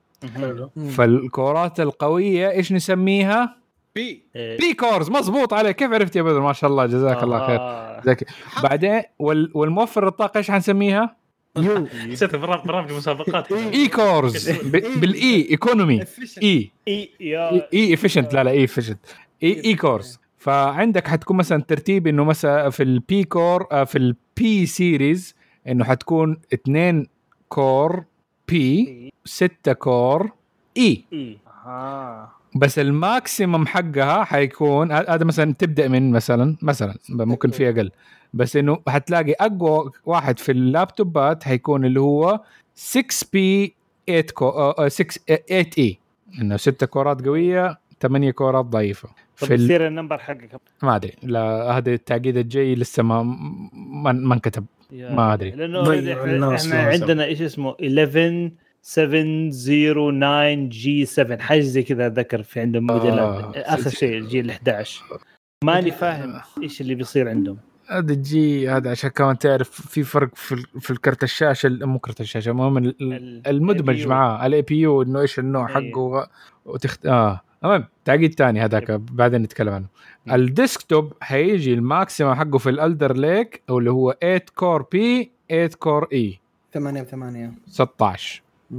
فالكورات القويه ايش نسميها؟ بي بي كورز. مزبوط عليك. كيف عرفت يا بدر؟ ما شاء الله جزاك آه. الله خير ذكي. بعدين وال... والموفر الطاقه ايش حنسميها؟ يو نسيت برامج المسابقات اي كورز بالاي ايكونومي اي اي اي افيشنت لا لا اي افيشنت اي اي كورز. فعندك حتكون مثلا ترتيب انه مثلا في البي كور في البي سيريز انه حتكون اثنين كور بي ستة كور اي آه. بس الماكسيمم حقها حيكون هذا مثلا تبدا من مثلا مثلا ممكن في اقل بس انه حتلاقي اقوى واحد في اللابتوبات حيكون اللي هو ستة بي ثمانية كو ستة ثمانية اي انه ستة كورات قويه ثمانية كورات ضعيفه. في يصير النمبر حقك ما ادري لا هذا التعقيد الجاي لسه ما ما انكتب ما ادري لانه احنا عندنا ايش اسمه إحدى عشر سبعمية وتسعة جي سبعة حاجه زي كذا ذكر في عندهم موديلات آه. اخر شيء الجيل إحدى عشر ماني فاهم ايش اللي بيصير عندهم هذا الجي هذا عشان كمان تعرف في فرق في في الكرت الشاشه مو كرت الشاشه المهم المدمج معاه الاي بي يو انه ايش النوع حقه وتخت... اه تمام. تعقيد تاني هذاك بعدين نتكلم عنه. الديسكتوب هيجي الماكسيمم حقه في الالدر ليك او اللي هو ثمانية كور بي ثمانية كور اي ثمانية ثمانية ستة عشر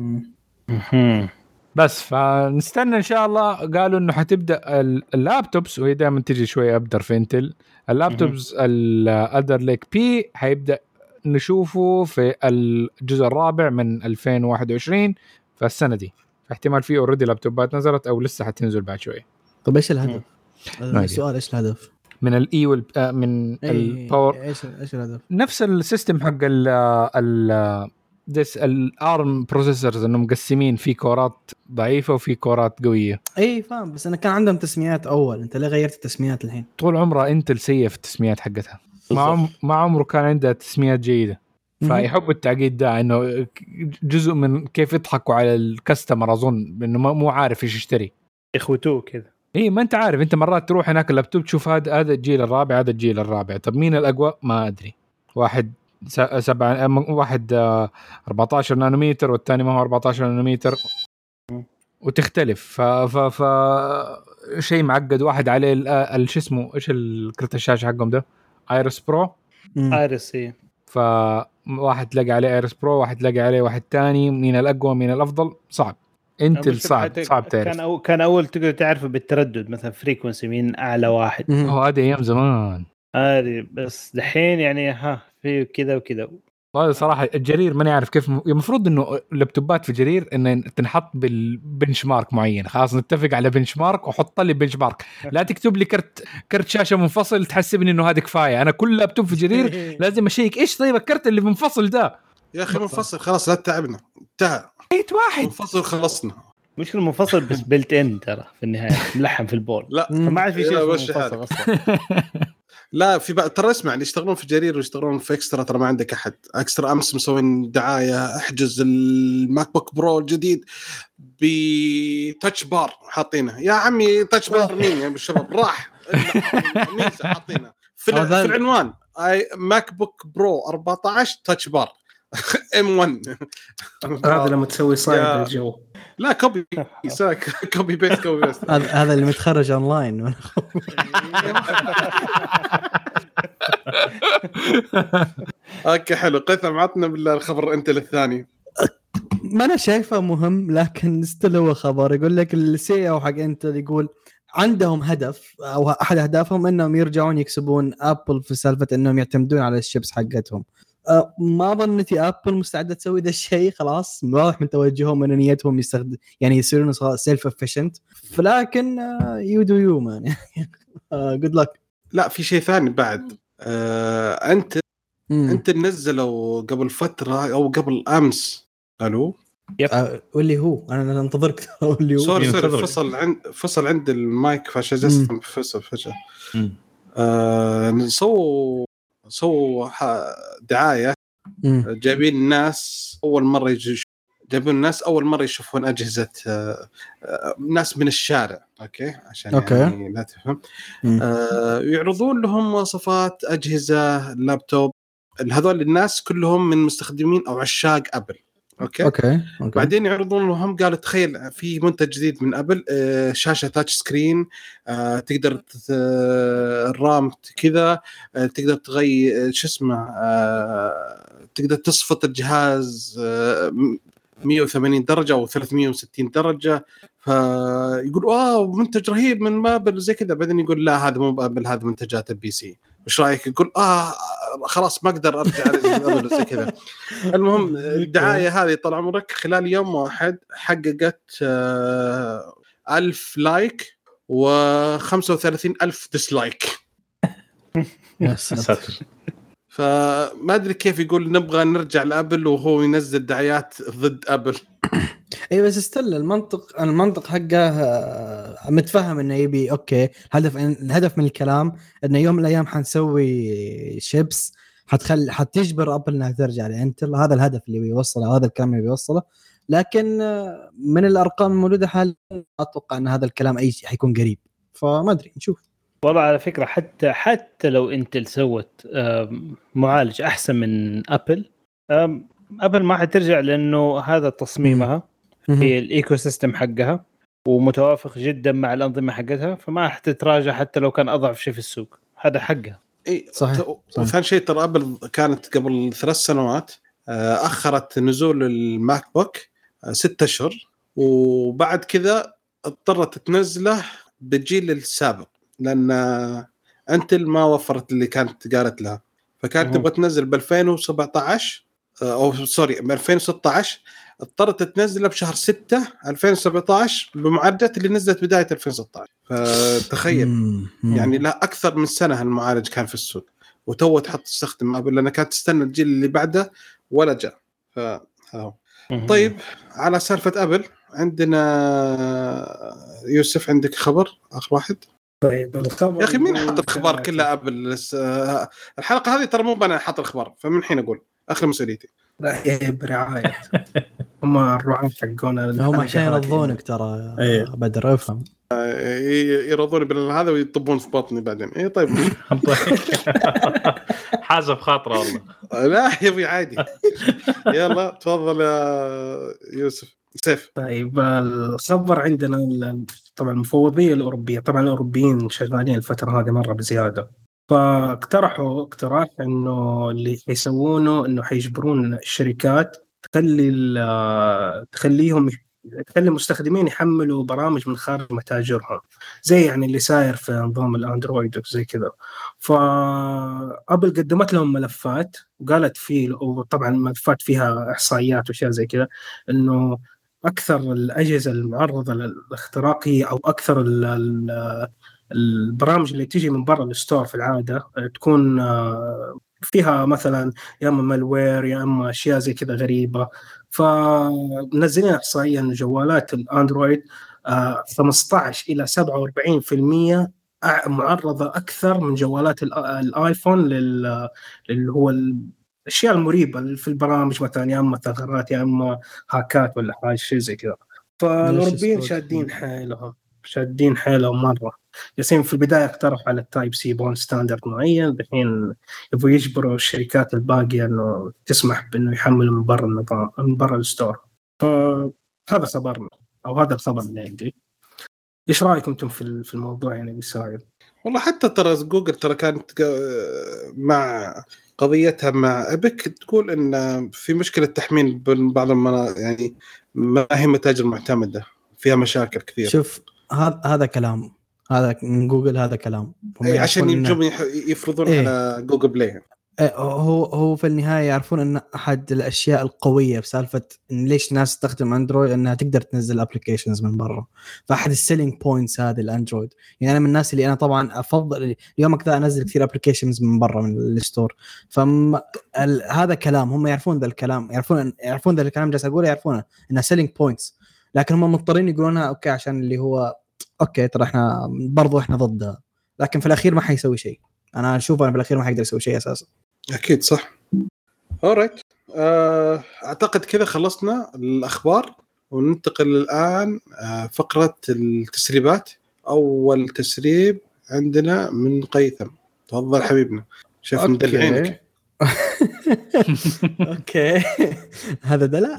بس. فنستنى ان شاء الله. قالوا انه حتبدا اللابتوبس وهي دائما تجي شويه ابدر في انتل اللابتوبس الالدر ليك بي حيبدا نشوفه في الجزء الرابع من ألفين وواحد وعشرين فالسنه دي. احتمال فيه اوريدي لابتوبات نزلت او لسه حتنزل بعد شويه. طب ايش الهدف؟ السؤال ايش الهدف من الاي وال من الباور؟ ايش ايش الهدف؟ نفس السيستم حق ال ال ديس الارم بروسيسورز انهم مقسمين في كورات ضعيفه وفي كورات قويه. اي فاهم بس انا كان عندهم تسميات اول انت ليه غيرت التسميات الحين؟ طول عمره انتل سيء في التسميات حقتها ما عم... ما عمره كان عندها تسميات جيده. فيحبوا التعقيد ده انه جزء من كيف يضحكوا على الكاستمر اظن انه مو عارف ايش يشتري اخوتوه كذا. ايه ما انت عارف انت مرات تروح هناك اللابتوب تشوف هذا هذا الجيل الرابع هذا الجيل الرابع طب مين الاقوى ما ادري. واحد سبعة واحد أربعة عشر نانومتر والثاني ما هو أربعة عشر نانومتر وتختلف. ف ف ف شيء معقد. واحد عليه الش اسمه ايش الكرت الشاشه حقهم ده ايرس برو ايرس ايه. فواحد تلاقي عليه ايرس برو واحد تلاقي عليه واحد تاني مين الاقوى مين الافضل صعب. انتل صعب صعب تعرف. كان أو كان اول تقدر تعرفه بالتردد مثلا فريكونسي مين اعلى واحد. هو هذا ايام زمان هذه بس دحين يعني ها في كذا وكذا. هذا صراحه الجرير ماني عارف كيف المفروض انه اللابتوبات في جرير ان تنحط بالبنش مارك معين. خلاص نتفق على بنش مارك وحط لي بنش مارك. لا تكتب لي كرت كرت شاشه منفصل تحسبني انه هذا كفايه. انا كل لابتوب في جرير لازم اشيك ايش طيب الكرت اللي منفصل ده يا اخي منفصل خلاص لا تتعبنا انتهى. ايت واحد منفصل خلصنا. مشكلة منفصل بس بلت ان ترى في النهايه ملحم في البول لا فما عاد في شيء منفصل اصلا. لا في بقى ترى اسمع اللي يشتغلون في جرير ويشتغلون في اكسترا ترى ما عندك احد. اكسترا امس مسوين دعايه احجز الماك بوك برو الجديد بتاتش بار حاطينه. يا عمي تاتش بار مين يا بالشباب راح ميزه حاطينه في, في العنوان اي ماك بوك برو أربعة عشر تاتش بار ام واحد. هذا لما تسوي صايد الجو. لا كوبي ساك كوبي بيست كوبي بيست. هذا اللي متخرج اونلاين. اوكي حلو. قيثم عطنا بالخبر انت للثاني. ما انا شايفه مهم لكن ستيل هو خبر يقول لك السي او حق انت يقول عندهم هدف او احد اهدافهم انهم يرجعون يكسبون ابل في سالفه انهم يعتمدون على الشيبس حقتهم. أه ما ظنيتي ابل مستعده تسوي ذا الشيء. خلاص واضح من توجههم ان نيتهم يستخدم يعني يصيرون سيلف افيشنت. فلكن يو دو يو مان جود لك. لا في شيء ثاني بعد. آه انت مم. انت نزلوا قبل فتره او قبل امس قالوا يب آه واللي هو انا انتظرك اللي هو سوري سوري فصل عند فصل عند المايك فشجست فصل فجاه. آه سووا سووا دعايه مم. جايبين الناس اول مره يجي جايبين الناس اول مره يشوفون اجهزه آه آه ناس من الشارع اوكي عشان أوكي. يعني لا تفهم آه يعرضون لهم مواصفات اجهزه لابتوب. هذول الناس كلهم من مستخدمين او عشاق ابل أوكي. أوكي. أوكي بعدين يعرضون لهم قالوا تخيل في منتج جديد من ابل آه شاشه تاتش سكرين آه تقدر الرام كذا آه تقدر تغير شو اسمه آه تقدر تصفط الجهاز آه مية وثمانين درجه او ثلاثمية وستين درجه. فيقول واو منتج رهيب من ابل زي كذا. بعدين يقول لا هذا مو ابل هذا منتجات البي سي. وش رايك؟ يقول اه خلاص ما اقدر ارجع ابل زي كذا. المهم الدعايه هذه طال عمرك خلال يوم واحد حققت آه ألف لايك وخمسة وثلاثين ألف ديسلايك. يا ساتر. فما ادري كيف يقول نبغى نرجع لابل وهو ينزل دعايات ضد ابل. اي بس استل المنطق المنطق حقه متفهم انه يبي اوكي هدف الهدف من الكلام انه يوم من الايام حنسوي شيبس حتخلي حتجبر ابل انها ترجع لانتل. هذا الهدف اللي بيوصله هذا الكلام اللي بيوصله. لكن من الارقام الموجوده حاليا اتوقع ان هذا الكلام اي شيء حيكون قريب. فما ادري نشوف. والله على فكره حتى حتى لو انتل سوت معالج احسن من ابل ابل ما حترجع لانه هذا تصميمها هي الايكو سيستم حقها ومتوافق جدا مع الانظمه حقتها. فما حتتراجع حتى لو كان اضعف شيء في السوق. هذا حقها. اي صحيح. وثاني شيء ترى ابل كانت قبل ثلاث سنوات اخرت نزول الماك بوك ستة اشهر وبعد كذا اضطرت تنزله بالجيل السابق لان انتل ما وفرت اللي كانت قالت لها. فكانت تبغى تنزل ب ألفين وسبعة عشر او سوري ب ألفين وستة عشر اضطرت تنزله بشهر ستة ألفين وسبعة عشر بمعالجات اللي نزلت بدايه ألفين وستة عشر. فتخيل يعني لا اكثر من سنه المعالج كان في السوق وتو تحط تستخدم ابل لانها كانت تستنى الجيل اللي بعده ولا جاء. ف طيب على سالفه ابل عندنا يوسف عندك خبر اخر واحد؟ طيب الخبر يا اخي مين حط الخبر كلها ابل؟ الحلقه هذه ترى مو انا حاط الخبر فمن الحين اقول اخر مسؤوليتي. لا يا برعايه هم الرعاة حقونا هم عشان يرضونك ترى بدر افهم يرضوني بالهذا ويطبون في بطني بعدين. اي طيب حازف خاطره والله. لا يا ابي عادي. يلا تفضل يا يوسف سيف. طيب الخبر عندنا طبعا المفوضيه الاوروبيه طبعا الاوروبيين شغالين الفتره هذه مره بزياده. فاقترحوا اقتراح انه اللي يسوونه انه حيجبرون الشركات تخلي تخليهم تخلي المستخدمين يحملوا برامج من خارج متاجرهم زي يعني اللي ساير في نظام الاندرويد وزي كذا. فابل قدمت لهم ملفات وقالت فيه وطبعا ملفات فيها احصائيات واشياء زي كذا انه اكثر الاجهزه المعرضه للاختراق هي او اكثر البرامج اللي تيجي من برا الستور في العاده تكون فيها مثلا يا اما مالوير يا اما اشياء زي كذا غريبه. فنزلنا احصائيا جوالات الاندرويد خمسة عشر الى سبعة وأربعين بالمئة معرضة أكثر من جوالات الآيفون لل اللي هو الأشياء المريبة في البرامج مثلا، يا إما ثغرات يا إما هاكات ولا حاجة شيء زي كذا. فالأوروبيين شادين حيلهم شادين حيلهم مرة. ياسين في البداية اقترح على التايب سي بون ستاندرد معين، الحين يبغوا يجبروا الشركات الباقية إنه تسمح بإنه يحملوا من برا النظام من برا الستور. فهذا خبرنا أو هذا الخبر اللي عندي. إيش رأيكم أنتم في في الموضوع يعني بيساعد؟ والله حتى ترى جوجل ترى كانت مع قضيتها مع أبيك تقول إن في مشكلة تحميل بعض المنا يعني ما هي متاجر معتمدة فيها مشاكل كثير. شوف هذا هذا كلام هذا من جوجل، هذا كلام إيه عشان يجوا يفرضون إيه؟ على جوجل بلاي. هو هو في النهايه يعرفون ان احد الاشياء القويه بسالفه إن ليش الناس تستخدم اندرويد انها تقدر تنزل ابلكيشنز من برا. فاحد السيلينج بوينتس هذه الاندرويد، يعني انا من الناس اللي انا طبعا افضل اليوم كذا انزل كثير ابلكيشنز من برا من الستور. فهذا كلام هم يعرفون ذا الكلام، يعرفون يعرفون ذا الكلام جالس اقوله، يعرفونه انها سيلينج بوينتس، لكن هم مضطرين يقولونها اوكي عشان اللي هو اوكي ترى احنا برضو احنا ضدها، لكن في الاخير ما حيسوي شيء. انا اشوف انا في الاخير ما حيقدر يسوي شيء اساسا. اكيد صح. اورايت أه اعتقد كذا خلصنا الاخبار وننتقل الان أه فقره التسريبات. اول تسريب عندنا من قيثم، تفضل حبيبنا. شوف مدلعينك. اوكي هذا دلع.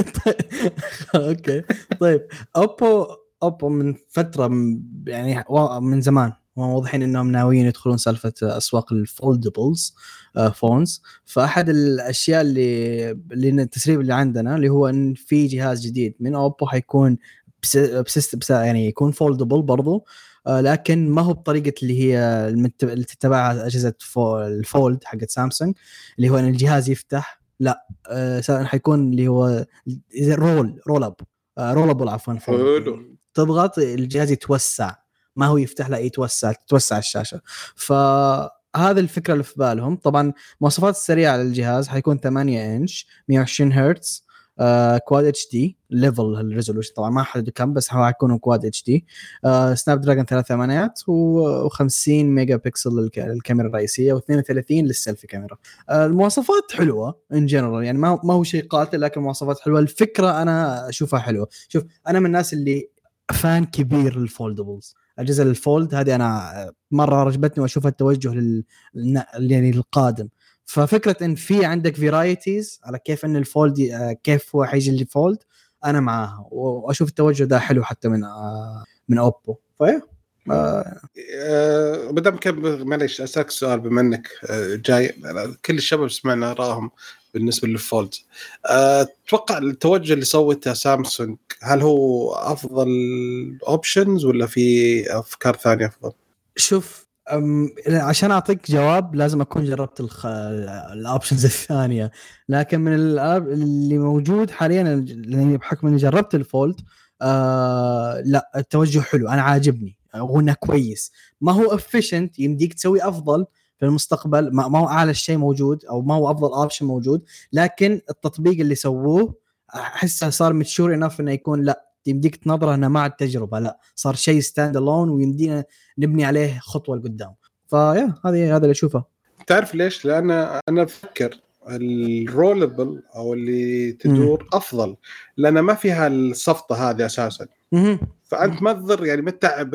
اوكي طيب اوبو اوبو من فتره يعني من زمان واضحين انهم ناويين يدخلون سالفه اسواق الفولدبلز فونز. فاحد الاشياء اللي اللي التسريب اللي عندنا اللي هو ان في جهاز جديد من اوبو حيكون بس بس يعني يكون فولدبل برضو، لكن ما هو بطريقه اللي هي اللي تتبعها اجهزه الفولد حقت سامسونج اللي هو ان الجهاز يفتح. لا حيكون اللي هو رول رول اب رولابل عفوا تضغط الجهاز يتوسع، ما هو يفتح لا يتوسع تتوسع الشاشة. فهذا الفكرة اللي في بالهم. طبعا مواصفات السريعة للجهاز حيكون ثمانية إنش مية وعشرين هرتز آه، كواد اتش دي ليفل الريزولوشن طبعا ما حدد كم بس هو حيكون كواد اتش دي آه، سناب دراجون ثلاث ثمانيات وخمسين ميجا بكسل للكاميرا الرئيسية واثنين وثلاثين للسيلفي كاميرا. آه، المواصفات حلوة ان جنرال يعني ما ما هو شيء قاتل لكن مواصفات حلوة. الفكرة انا اشوفها حلوة. شوف انا من الناس اللي فان كبير للفولدبلز، أجهزة الفولد هذه أنا مرة رجبتني وأشوفها التوجه لل يعني القادم. ففكرة إن في عندك فيرايتيز على كيف إن الفولد كيف هو حيجي الفولد أنا معاها وأشوف التوجه ده حلو حتى من من أوبو. فيا أه بدم كم معلش أسألك سؤال بما إنك جاي كل الشباب سمعنا راهم بالنسبة للفولد. أه توقع التوجه اللي سوته سامسونج هل هو أفضل أوبشنز ولا في أفكار ثانية أفضل؟ شوف عشان أعطيك جواب لازم أكون جربت الخ... الأوبشنز الثانية، لكن من اللي موجود حاليا بحكم إني جربت الفولد أه لا التوجه حلو أنا عاجبني وهنا كويس. ما هو efficient يمديك تسوي أفضل في المستقبل، ما هو أعلى شيء موجود أو ما هو أفضل أوبشن موجود، لكن التطبيق اللي سووه أحسه صار متشور إنه إنه يكون لا يمديك تنظره أنه مع التجربة لا صار شيء ستاند ألون ويمدينا نبني عليه خطوة لقدام. فيا هذه هذا اللي أشوفه. تعرف ليش؟ لأن أنا أفكر الرولبل أو اللي تدور م- أفضل لأن ما فيها الصفطة هذه أساساً. م- فأنت ما تضر يعني متعب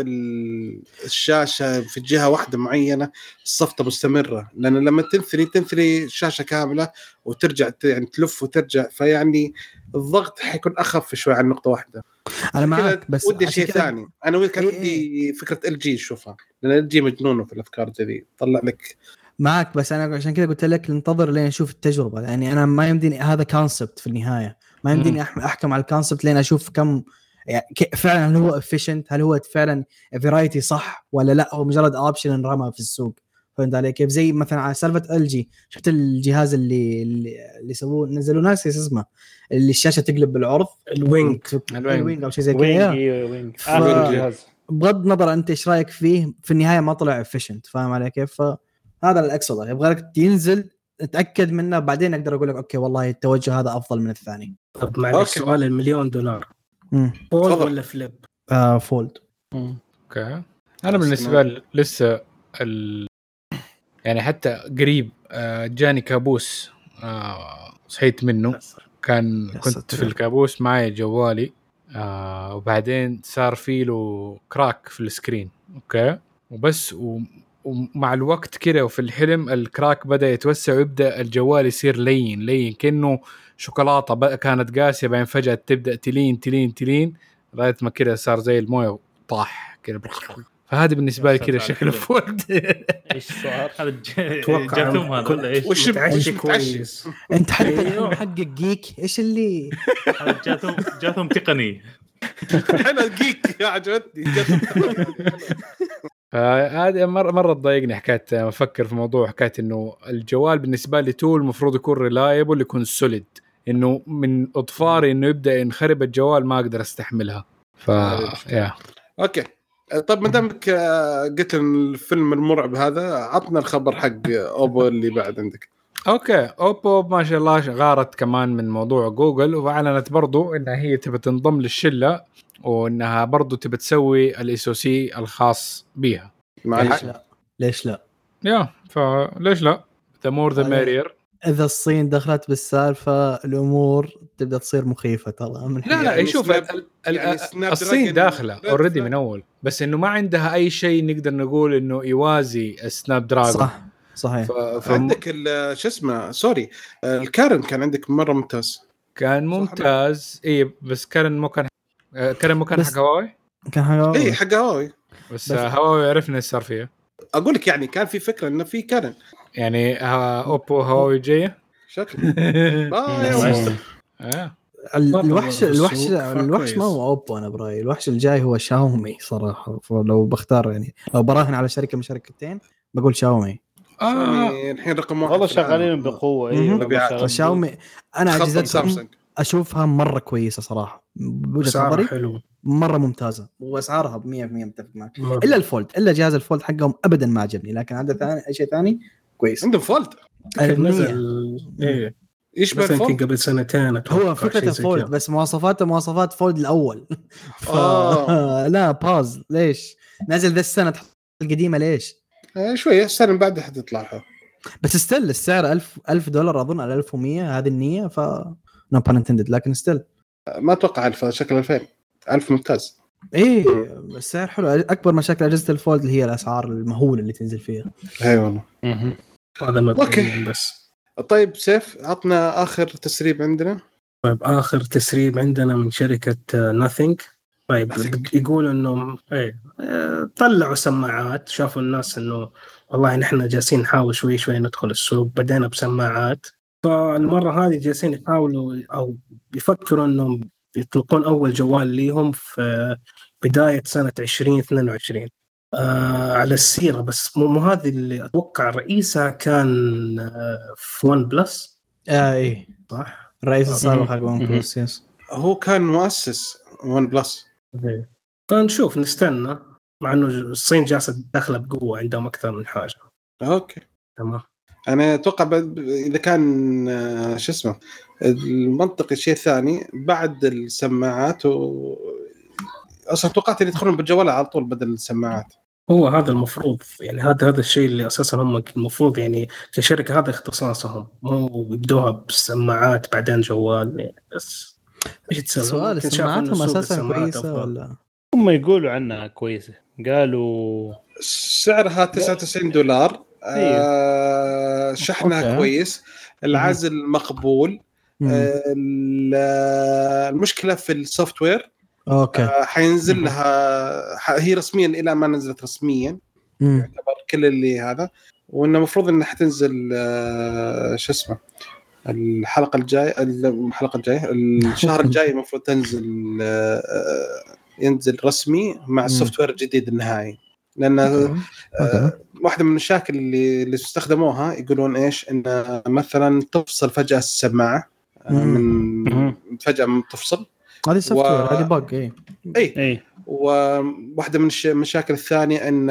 الشاشة في جهة واحدة معينة الصفطة مستمرة، لأن لما تنثري تنثري الشاشة كاملة وترجع يعني تلف وترجع فيعني الضغط حيكون أخف شوي عن نقطة واحدة. أنا معك بس ودي شيء ثاني أنا ودي كان ودي فكرة ال جي شوفها لأن ال جي مجنونة في الأفكار ذي طلع لك معك بس أنا عشان كذا قلت لك ننتظر لين نشوف التجربة يعني أنا ما يمديني هذا كونسبت في النهاية ما يمديني أحكم على الكونسبت لين أشوف كم يعني فعلا هل هو efficient هل هو فعلا variety صح ولا لا هو مجرد option انرمى في السوق. فهمت علي كيف؟ زي مثلا على سالفة ال جي شفت الجهاز اللي اللي سووه نزلوا ناس اسمه اللي الشاشة تقلب بالعرض الوينج الوينج أو شيء زي كذا. بغض النظر أنت إيش رأيك فيه في النهاية ما طلع efficient. فاهم علي كيف؟ فهذا الأقصد يبغى لك ينزل اتأكد منه بعدين أقدر أقول لك أوكي والله التوجه هذا أفضل من الثاني. طب معلش سؤال المليون دولار مم. فولد ولا فليب؟ آه فولد. اوكي انا بالنسبه لي لسه ال... يعني حتى قريب جاني كابوس صحيت منه، كان كنت في الكابوس معي جوالي آه وبعدين صار فيه له كراك في السكرين اوكي وبس و... ومع الوقت كده وفي الحلم الكراك بدأ يتوسع ويبدأ الجوال يصير لين لين كأنه شوكولاتة كانت قاسية بعدين فجأة تبدأ تلين تلين تلين لغاية ما كده صار زي المويه طاح كده. فهذا بالنسبة لي كده شكله فورد. ايش صار؟ هذا جاتهم هذا ولا ايش؟ وش متعشي كويس انت حتى محقق جيك ايش اللي جاتهم جاتهم تقني انا جيك يا عجبتني هذا مرة مرة تضايقني حكاية أفكر في موضوع حكاية إنه الجوال بالنسبة لي تول المفروض يكون ريلايبل يكون سوليد، إنه من أطفاري إنه يبدأ ينخرب الجوال ما أقدر أستحملها. ف يا أوكي طب ما دامك قلت الفيلم المرعب هذا عطنا الخبر حق أوبو اللي بعد عندك. اوكي اوبو ما شاء الله غارت كمان من موضوع جوجل واعلنت برضو انها هي تبي تنضم للشله وانها برضو تبي تسوي الاس او سي الخاص بيها. ليش لا ليش لا يا فليش لا the more the merrier. اذا الصين دخلت بالسالفه الامور تبدا تصير مخيفه ترى من لا لا يعني شوف يعني الصين داخله اوريدي من اول بس انه ما عندها اي شيء نقدر نقول انه يوازي السناب دراجون. صح صحيح. ف... عندك شو اسمه سوري الكارن كان عندك مره ممتاز كان ممتاز اي بس كارن مو كان كارن مو كان حق هواوي كان هواوي اي حق هواوي بس, بس هواوي عرفنا ايش صار فيها. اقول لك يعني كان في فكره انه في كارن يعني اوبو هواوي جايه شكل الوحش الوحش الوحش ما هو اوبو انا برايي الوحش الجاي هو شاومي صراحه. لو بختار يعني لو براهن على شركه من شركتين بقول شاومي. آه. الحين رقم واحد والله شغالين بقوه. ايوه شاومي انا اجهزتهم اشوفها مره كويسه صراحه بوجهه نظري حلو مره ممتازه واسعارها ب مية بالمية متفق معك الا الفولد الا جهاز الفولد حقهم ابدا ما عجبني لكن هذا ثاني اي شيء ثاني كويس. عندهم فولد نزل ايه يشبه الفولد قبل سنتين هو فكره الفولد بس مواصفاته مواصفات فولد الاول. ف... آه. لا باز ليش نازل ذا السنه القديمه ليش آه شويه السنه بعدها حتطلعها بس استل السعر ألف ألف دولار اظن على ألف ومية هذه النيه ف نو بان انتندد لكن استل ما اتوقع ألف شكل ألفين ألف ممتاز. ايه السعر حلو. اكبر مشاكل اجهزه الفولد اللي هي الاسعار المهوله اللي تنزل فيها. اي والله هذا ما اوكي بس. طيب سيف عطنا اخر تسريب عندنا. طيب اخر تسريب عندنا من شركه ناثينج. طيب يقول انه ايه طلعوا سماعات شافوا الناس انه والله نحن جالسين نحاول شوي شوي ندخل السوق بدينا بسماعات فالمرة هذه جالسين يحاولوا أو بيفكروا إنهم يطلقون أول جوال ليهم في بداية سنة عشرين اثنين وعشرين آه على السيرة بس مو هذه اللي أتوقع رئيسها كان آه في ون بلس. آه إيه صح الرئيس السابق حق ون بلس يس هو كان مؤسس ون بلس. فنشوف نستنى مع إنه الصين جالسة داخلة بقوة عندهم أكثر من حاجة. أوكي تمام. أنا أتوقع إذا كان شو اسمه المنطقي الشيء الثاني بعد السماعات و... أصلا توقعت إن يدخلون بالجوال على طول بدل السماعات. هو هذا المفروض يعني هذا هذا الشيء اللي أساسا هم المفروض يعني كشركة هذا اختصاصهم مو يبدوها بالسماعات بعدين جوال يعني بس إيش تسوي؟ سؤال سماعاتهم أساسا كويسة ولا هم يقولوا عنها كويسة قالوا سعرها تسعة وتسعين دولار. آه شحنها أوكي. كويس العزل مقبول. آه المشكلة في السوفت وير اوكي آه حينزل لها هي رسميا الى ما نزلت رسميا مم. يعتبر كل اللي هذا وانه المفروض انها حتنزل آه شو اسمه الحلقة الجاية الحلقة الجاية الشهر الجاي المفروض تنزل آه ينزل رسمي مع السوفت وير الجديد النهائي لأن أوكي. آه واحدة من المشاكل اللي اللي استخدموها يقولون إيش إن مثلا تفصل فجأة السماعة آه من فجأة تفصل هذه سوفت وير هذه باج اي اي اي وواحدة من المشاكل الثانية ان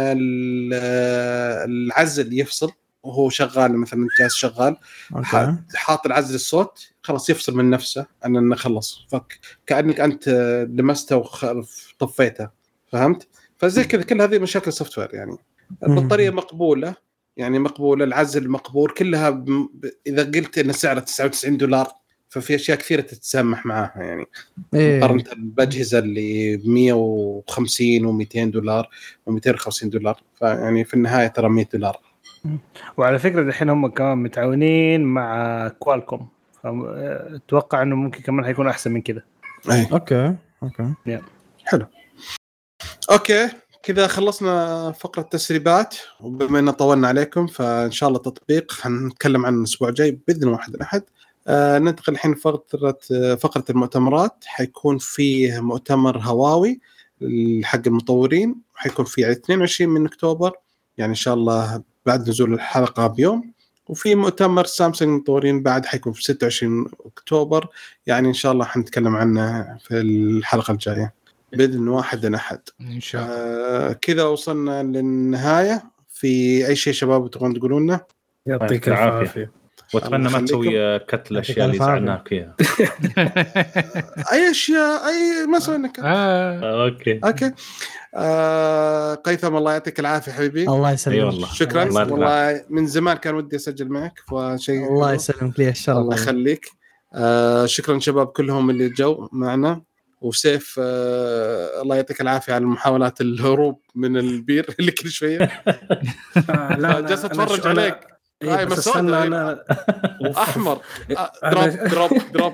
العزل يفصل وهو شغال مثلا الجهاز شغال حاط العزل الصوت خلاص يفصل من نفسه انه خلص فك كأنك انت لمسته وطفيته فهمت فزي كذا كل هذه مشاكل سوفت وير. يعني البطاريه مقبوله، يعني مقبوله، العزل مقبول، كلها ب... اذا قلت ان سعرها تسعة وتسعين دولار ففي اشياء كثيره تتسامح معاها يعني مقارنه إيه. بالاجهزه اللي مية وخمسين ومئتين دولار ومئتين وخمسين دولار، فيعني في النهايه ترى مية دولار. وعلى فكره الحين هم كمان متعاونين مع كوالكوم، فاتوقع انه ممكن كمان حيكون احسن من كذا. أي. اوكي اوكي yeah. حلو. اوكي كذا خلصنا فقره التسريبات، وبما ان طولنا عليكم فان شاء الله تطبيق هنتكلم عنه الاسبوع الجاي باذن واحد احد. آه ننتقل الحين فقره فقره المؤتمرات. حيكون فيه مؤتمر هواوي حق المطورين، حيكون فيه اثنين وعشرين من اكتوبر يعني ان شاء الله بعد نزول الحلقه بيوم، وفي مؤتمر سامسونج المطورين بعد حيكون في ستة وعشرين اكتوبر، يعني ان شاء الله حنتكلم عنه في الحلقه الجايه باذن واحد احد ان شاء الله. آه كذا وصلنا للنهايه. في اي شيء شباب تبغون تقولون؟ يعطيك العافيه، واتمنى ما تسوي كت الاشياء اللي زعلناك فيها. اي اشياء اي ما سوينا كت. آه. اوكي اوكي آه قيثم الله يعطيك العافيه حبيبي. الله يسلمك. أي والله. شكرا الله والله من زمان كان ودي اسجل معك فشيء. الله يسلمك لي الشرف. الله يخليك. آه شكرا شباب كلهم اللي جو معنا. وسيف آه الله يعطيك العافيه على محاولات الهروب من البير اللي كل شويه. آه لا جالس اتفرج عليك. إيه هاي بس مسود أنا احمر دروب دروب دروب.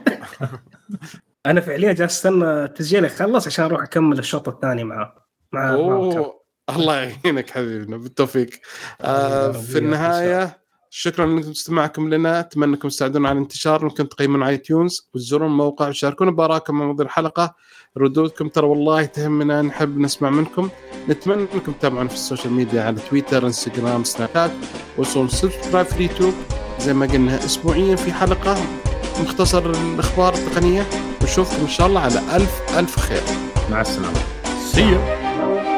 انا فعليا جالس استنى تسجيلي خلص عشان اروح اكمل الشوط الثاني معه مع أوه. الله يعينك حبيبنا بالتوفيق. آه في النهايه شكرا لكم استماعكم لنا، اتمنى انكم تساعدونا على الانتشار، ممكن تقيمون على ايتونز وتزورون الموقع وتشاركونا بارائكم مع موضوع الحلقه، ردودكم ترى والله تهمنا، نحب نسمع منكم. نتمنى انكم تتابعونا في السوشيال ميديا على تويتر انستغرام سناب شات، وصلوا سبسكرايب في اليوتيوب زي ما قلنا اسبوعيا في حلقه مختصر الاخبار التقنيه، ونشوفكم ان شاء الله على الف الف خير. مع السلامه. See you.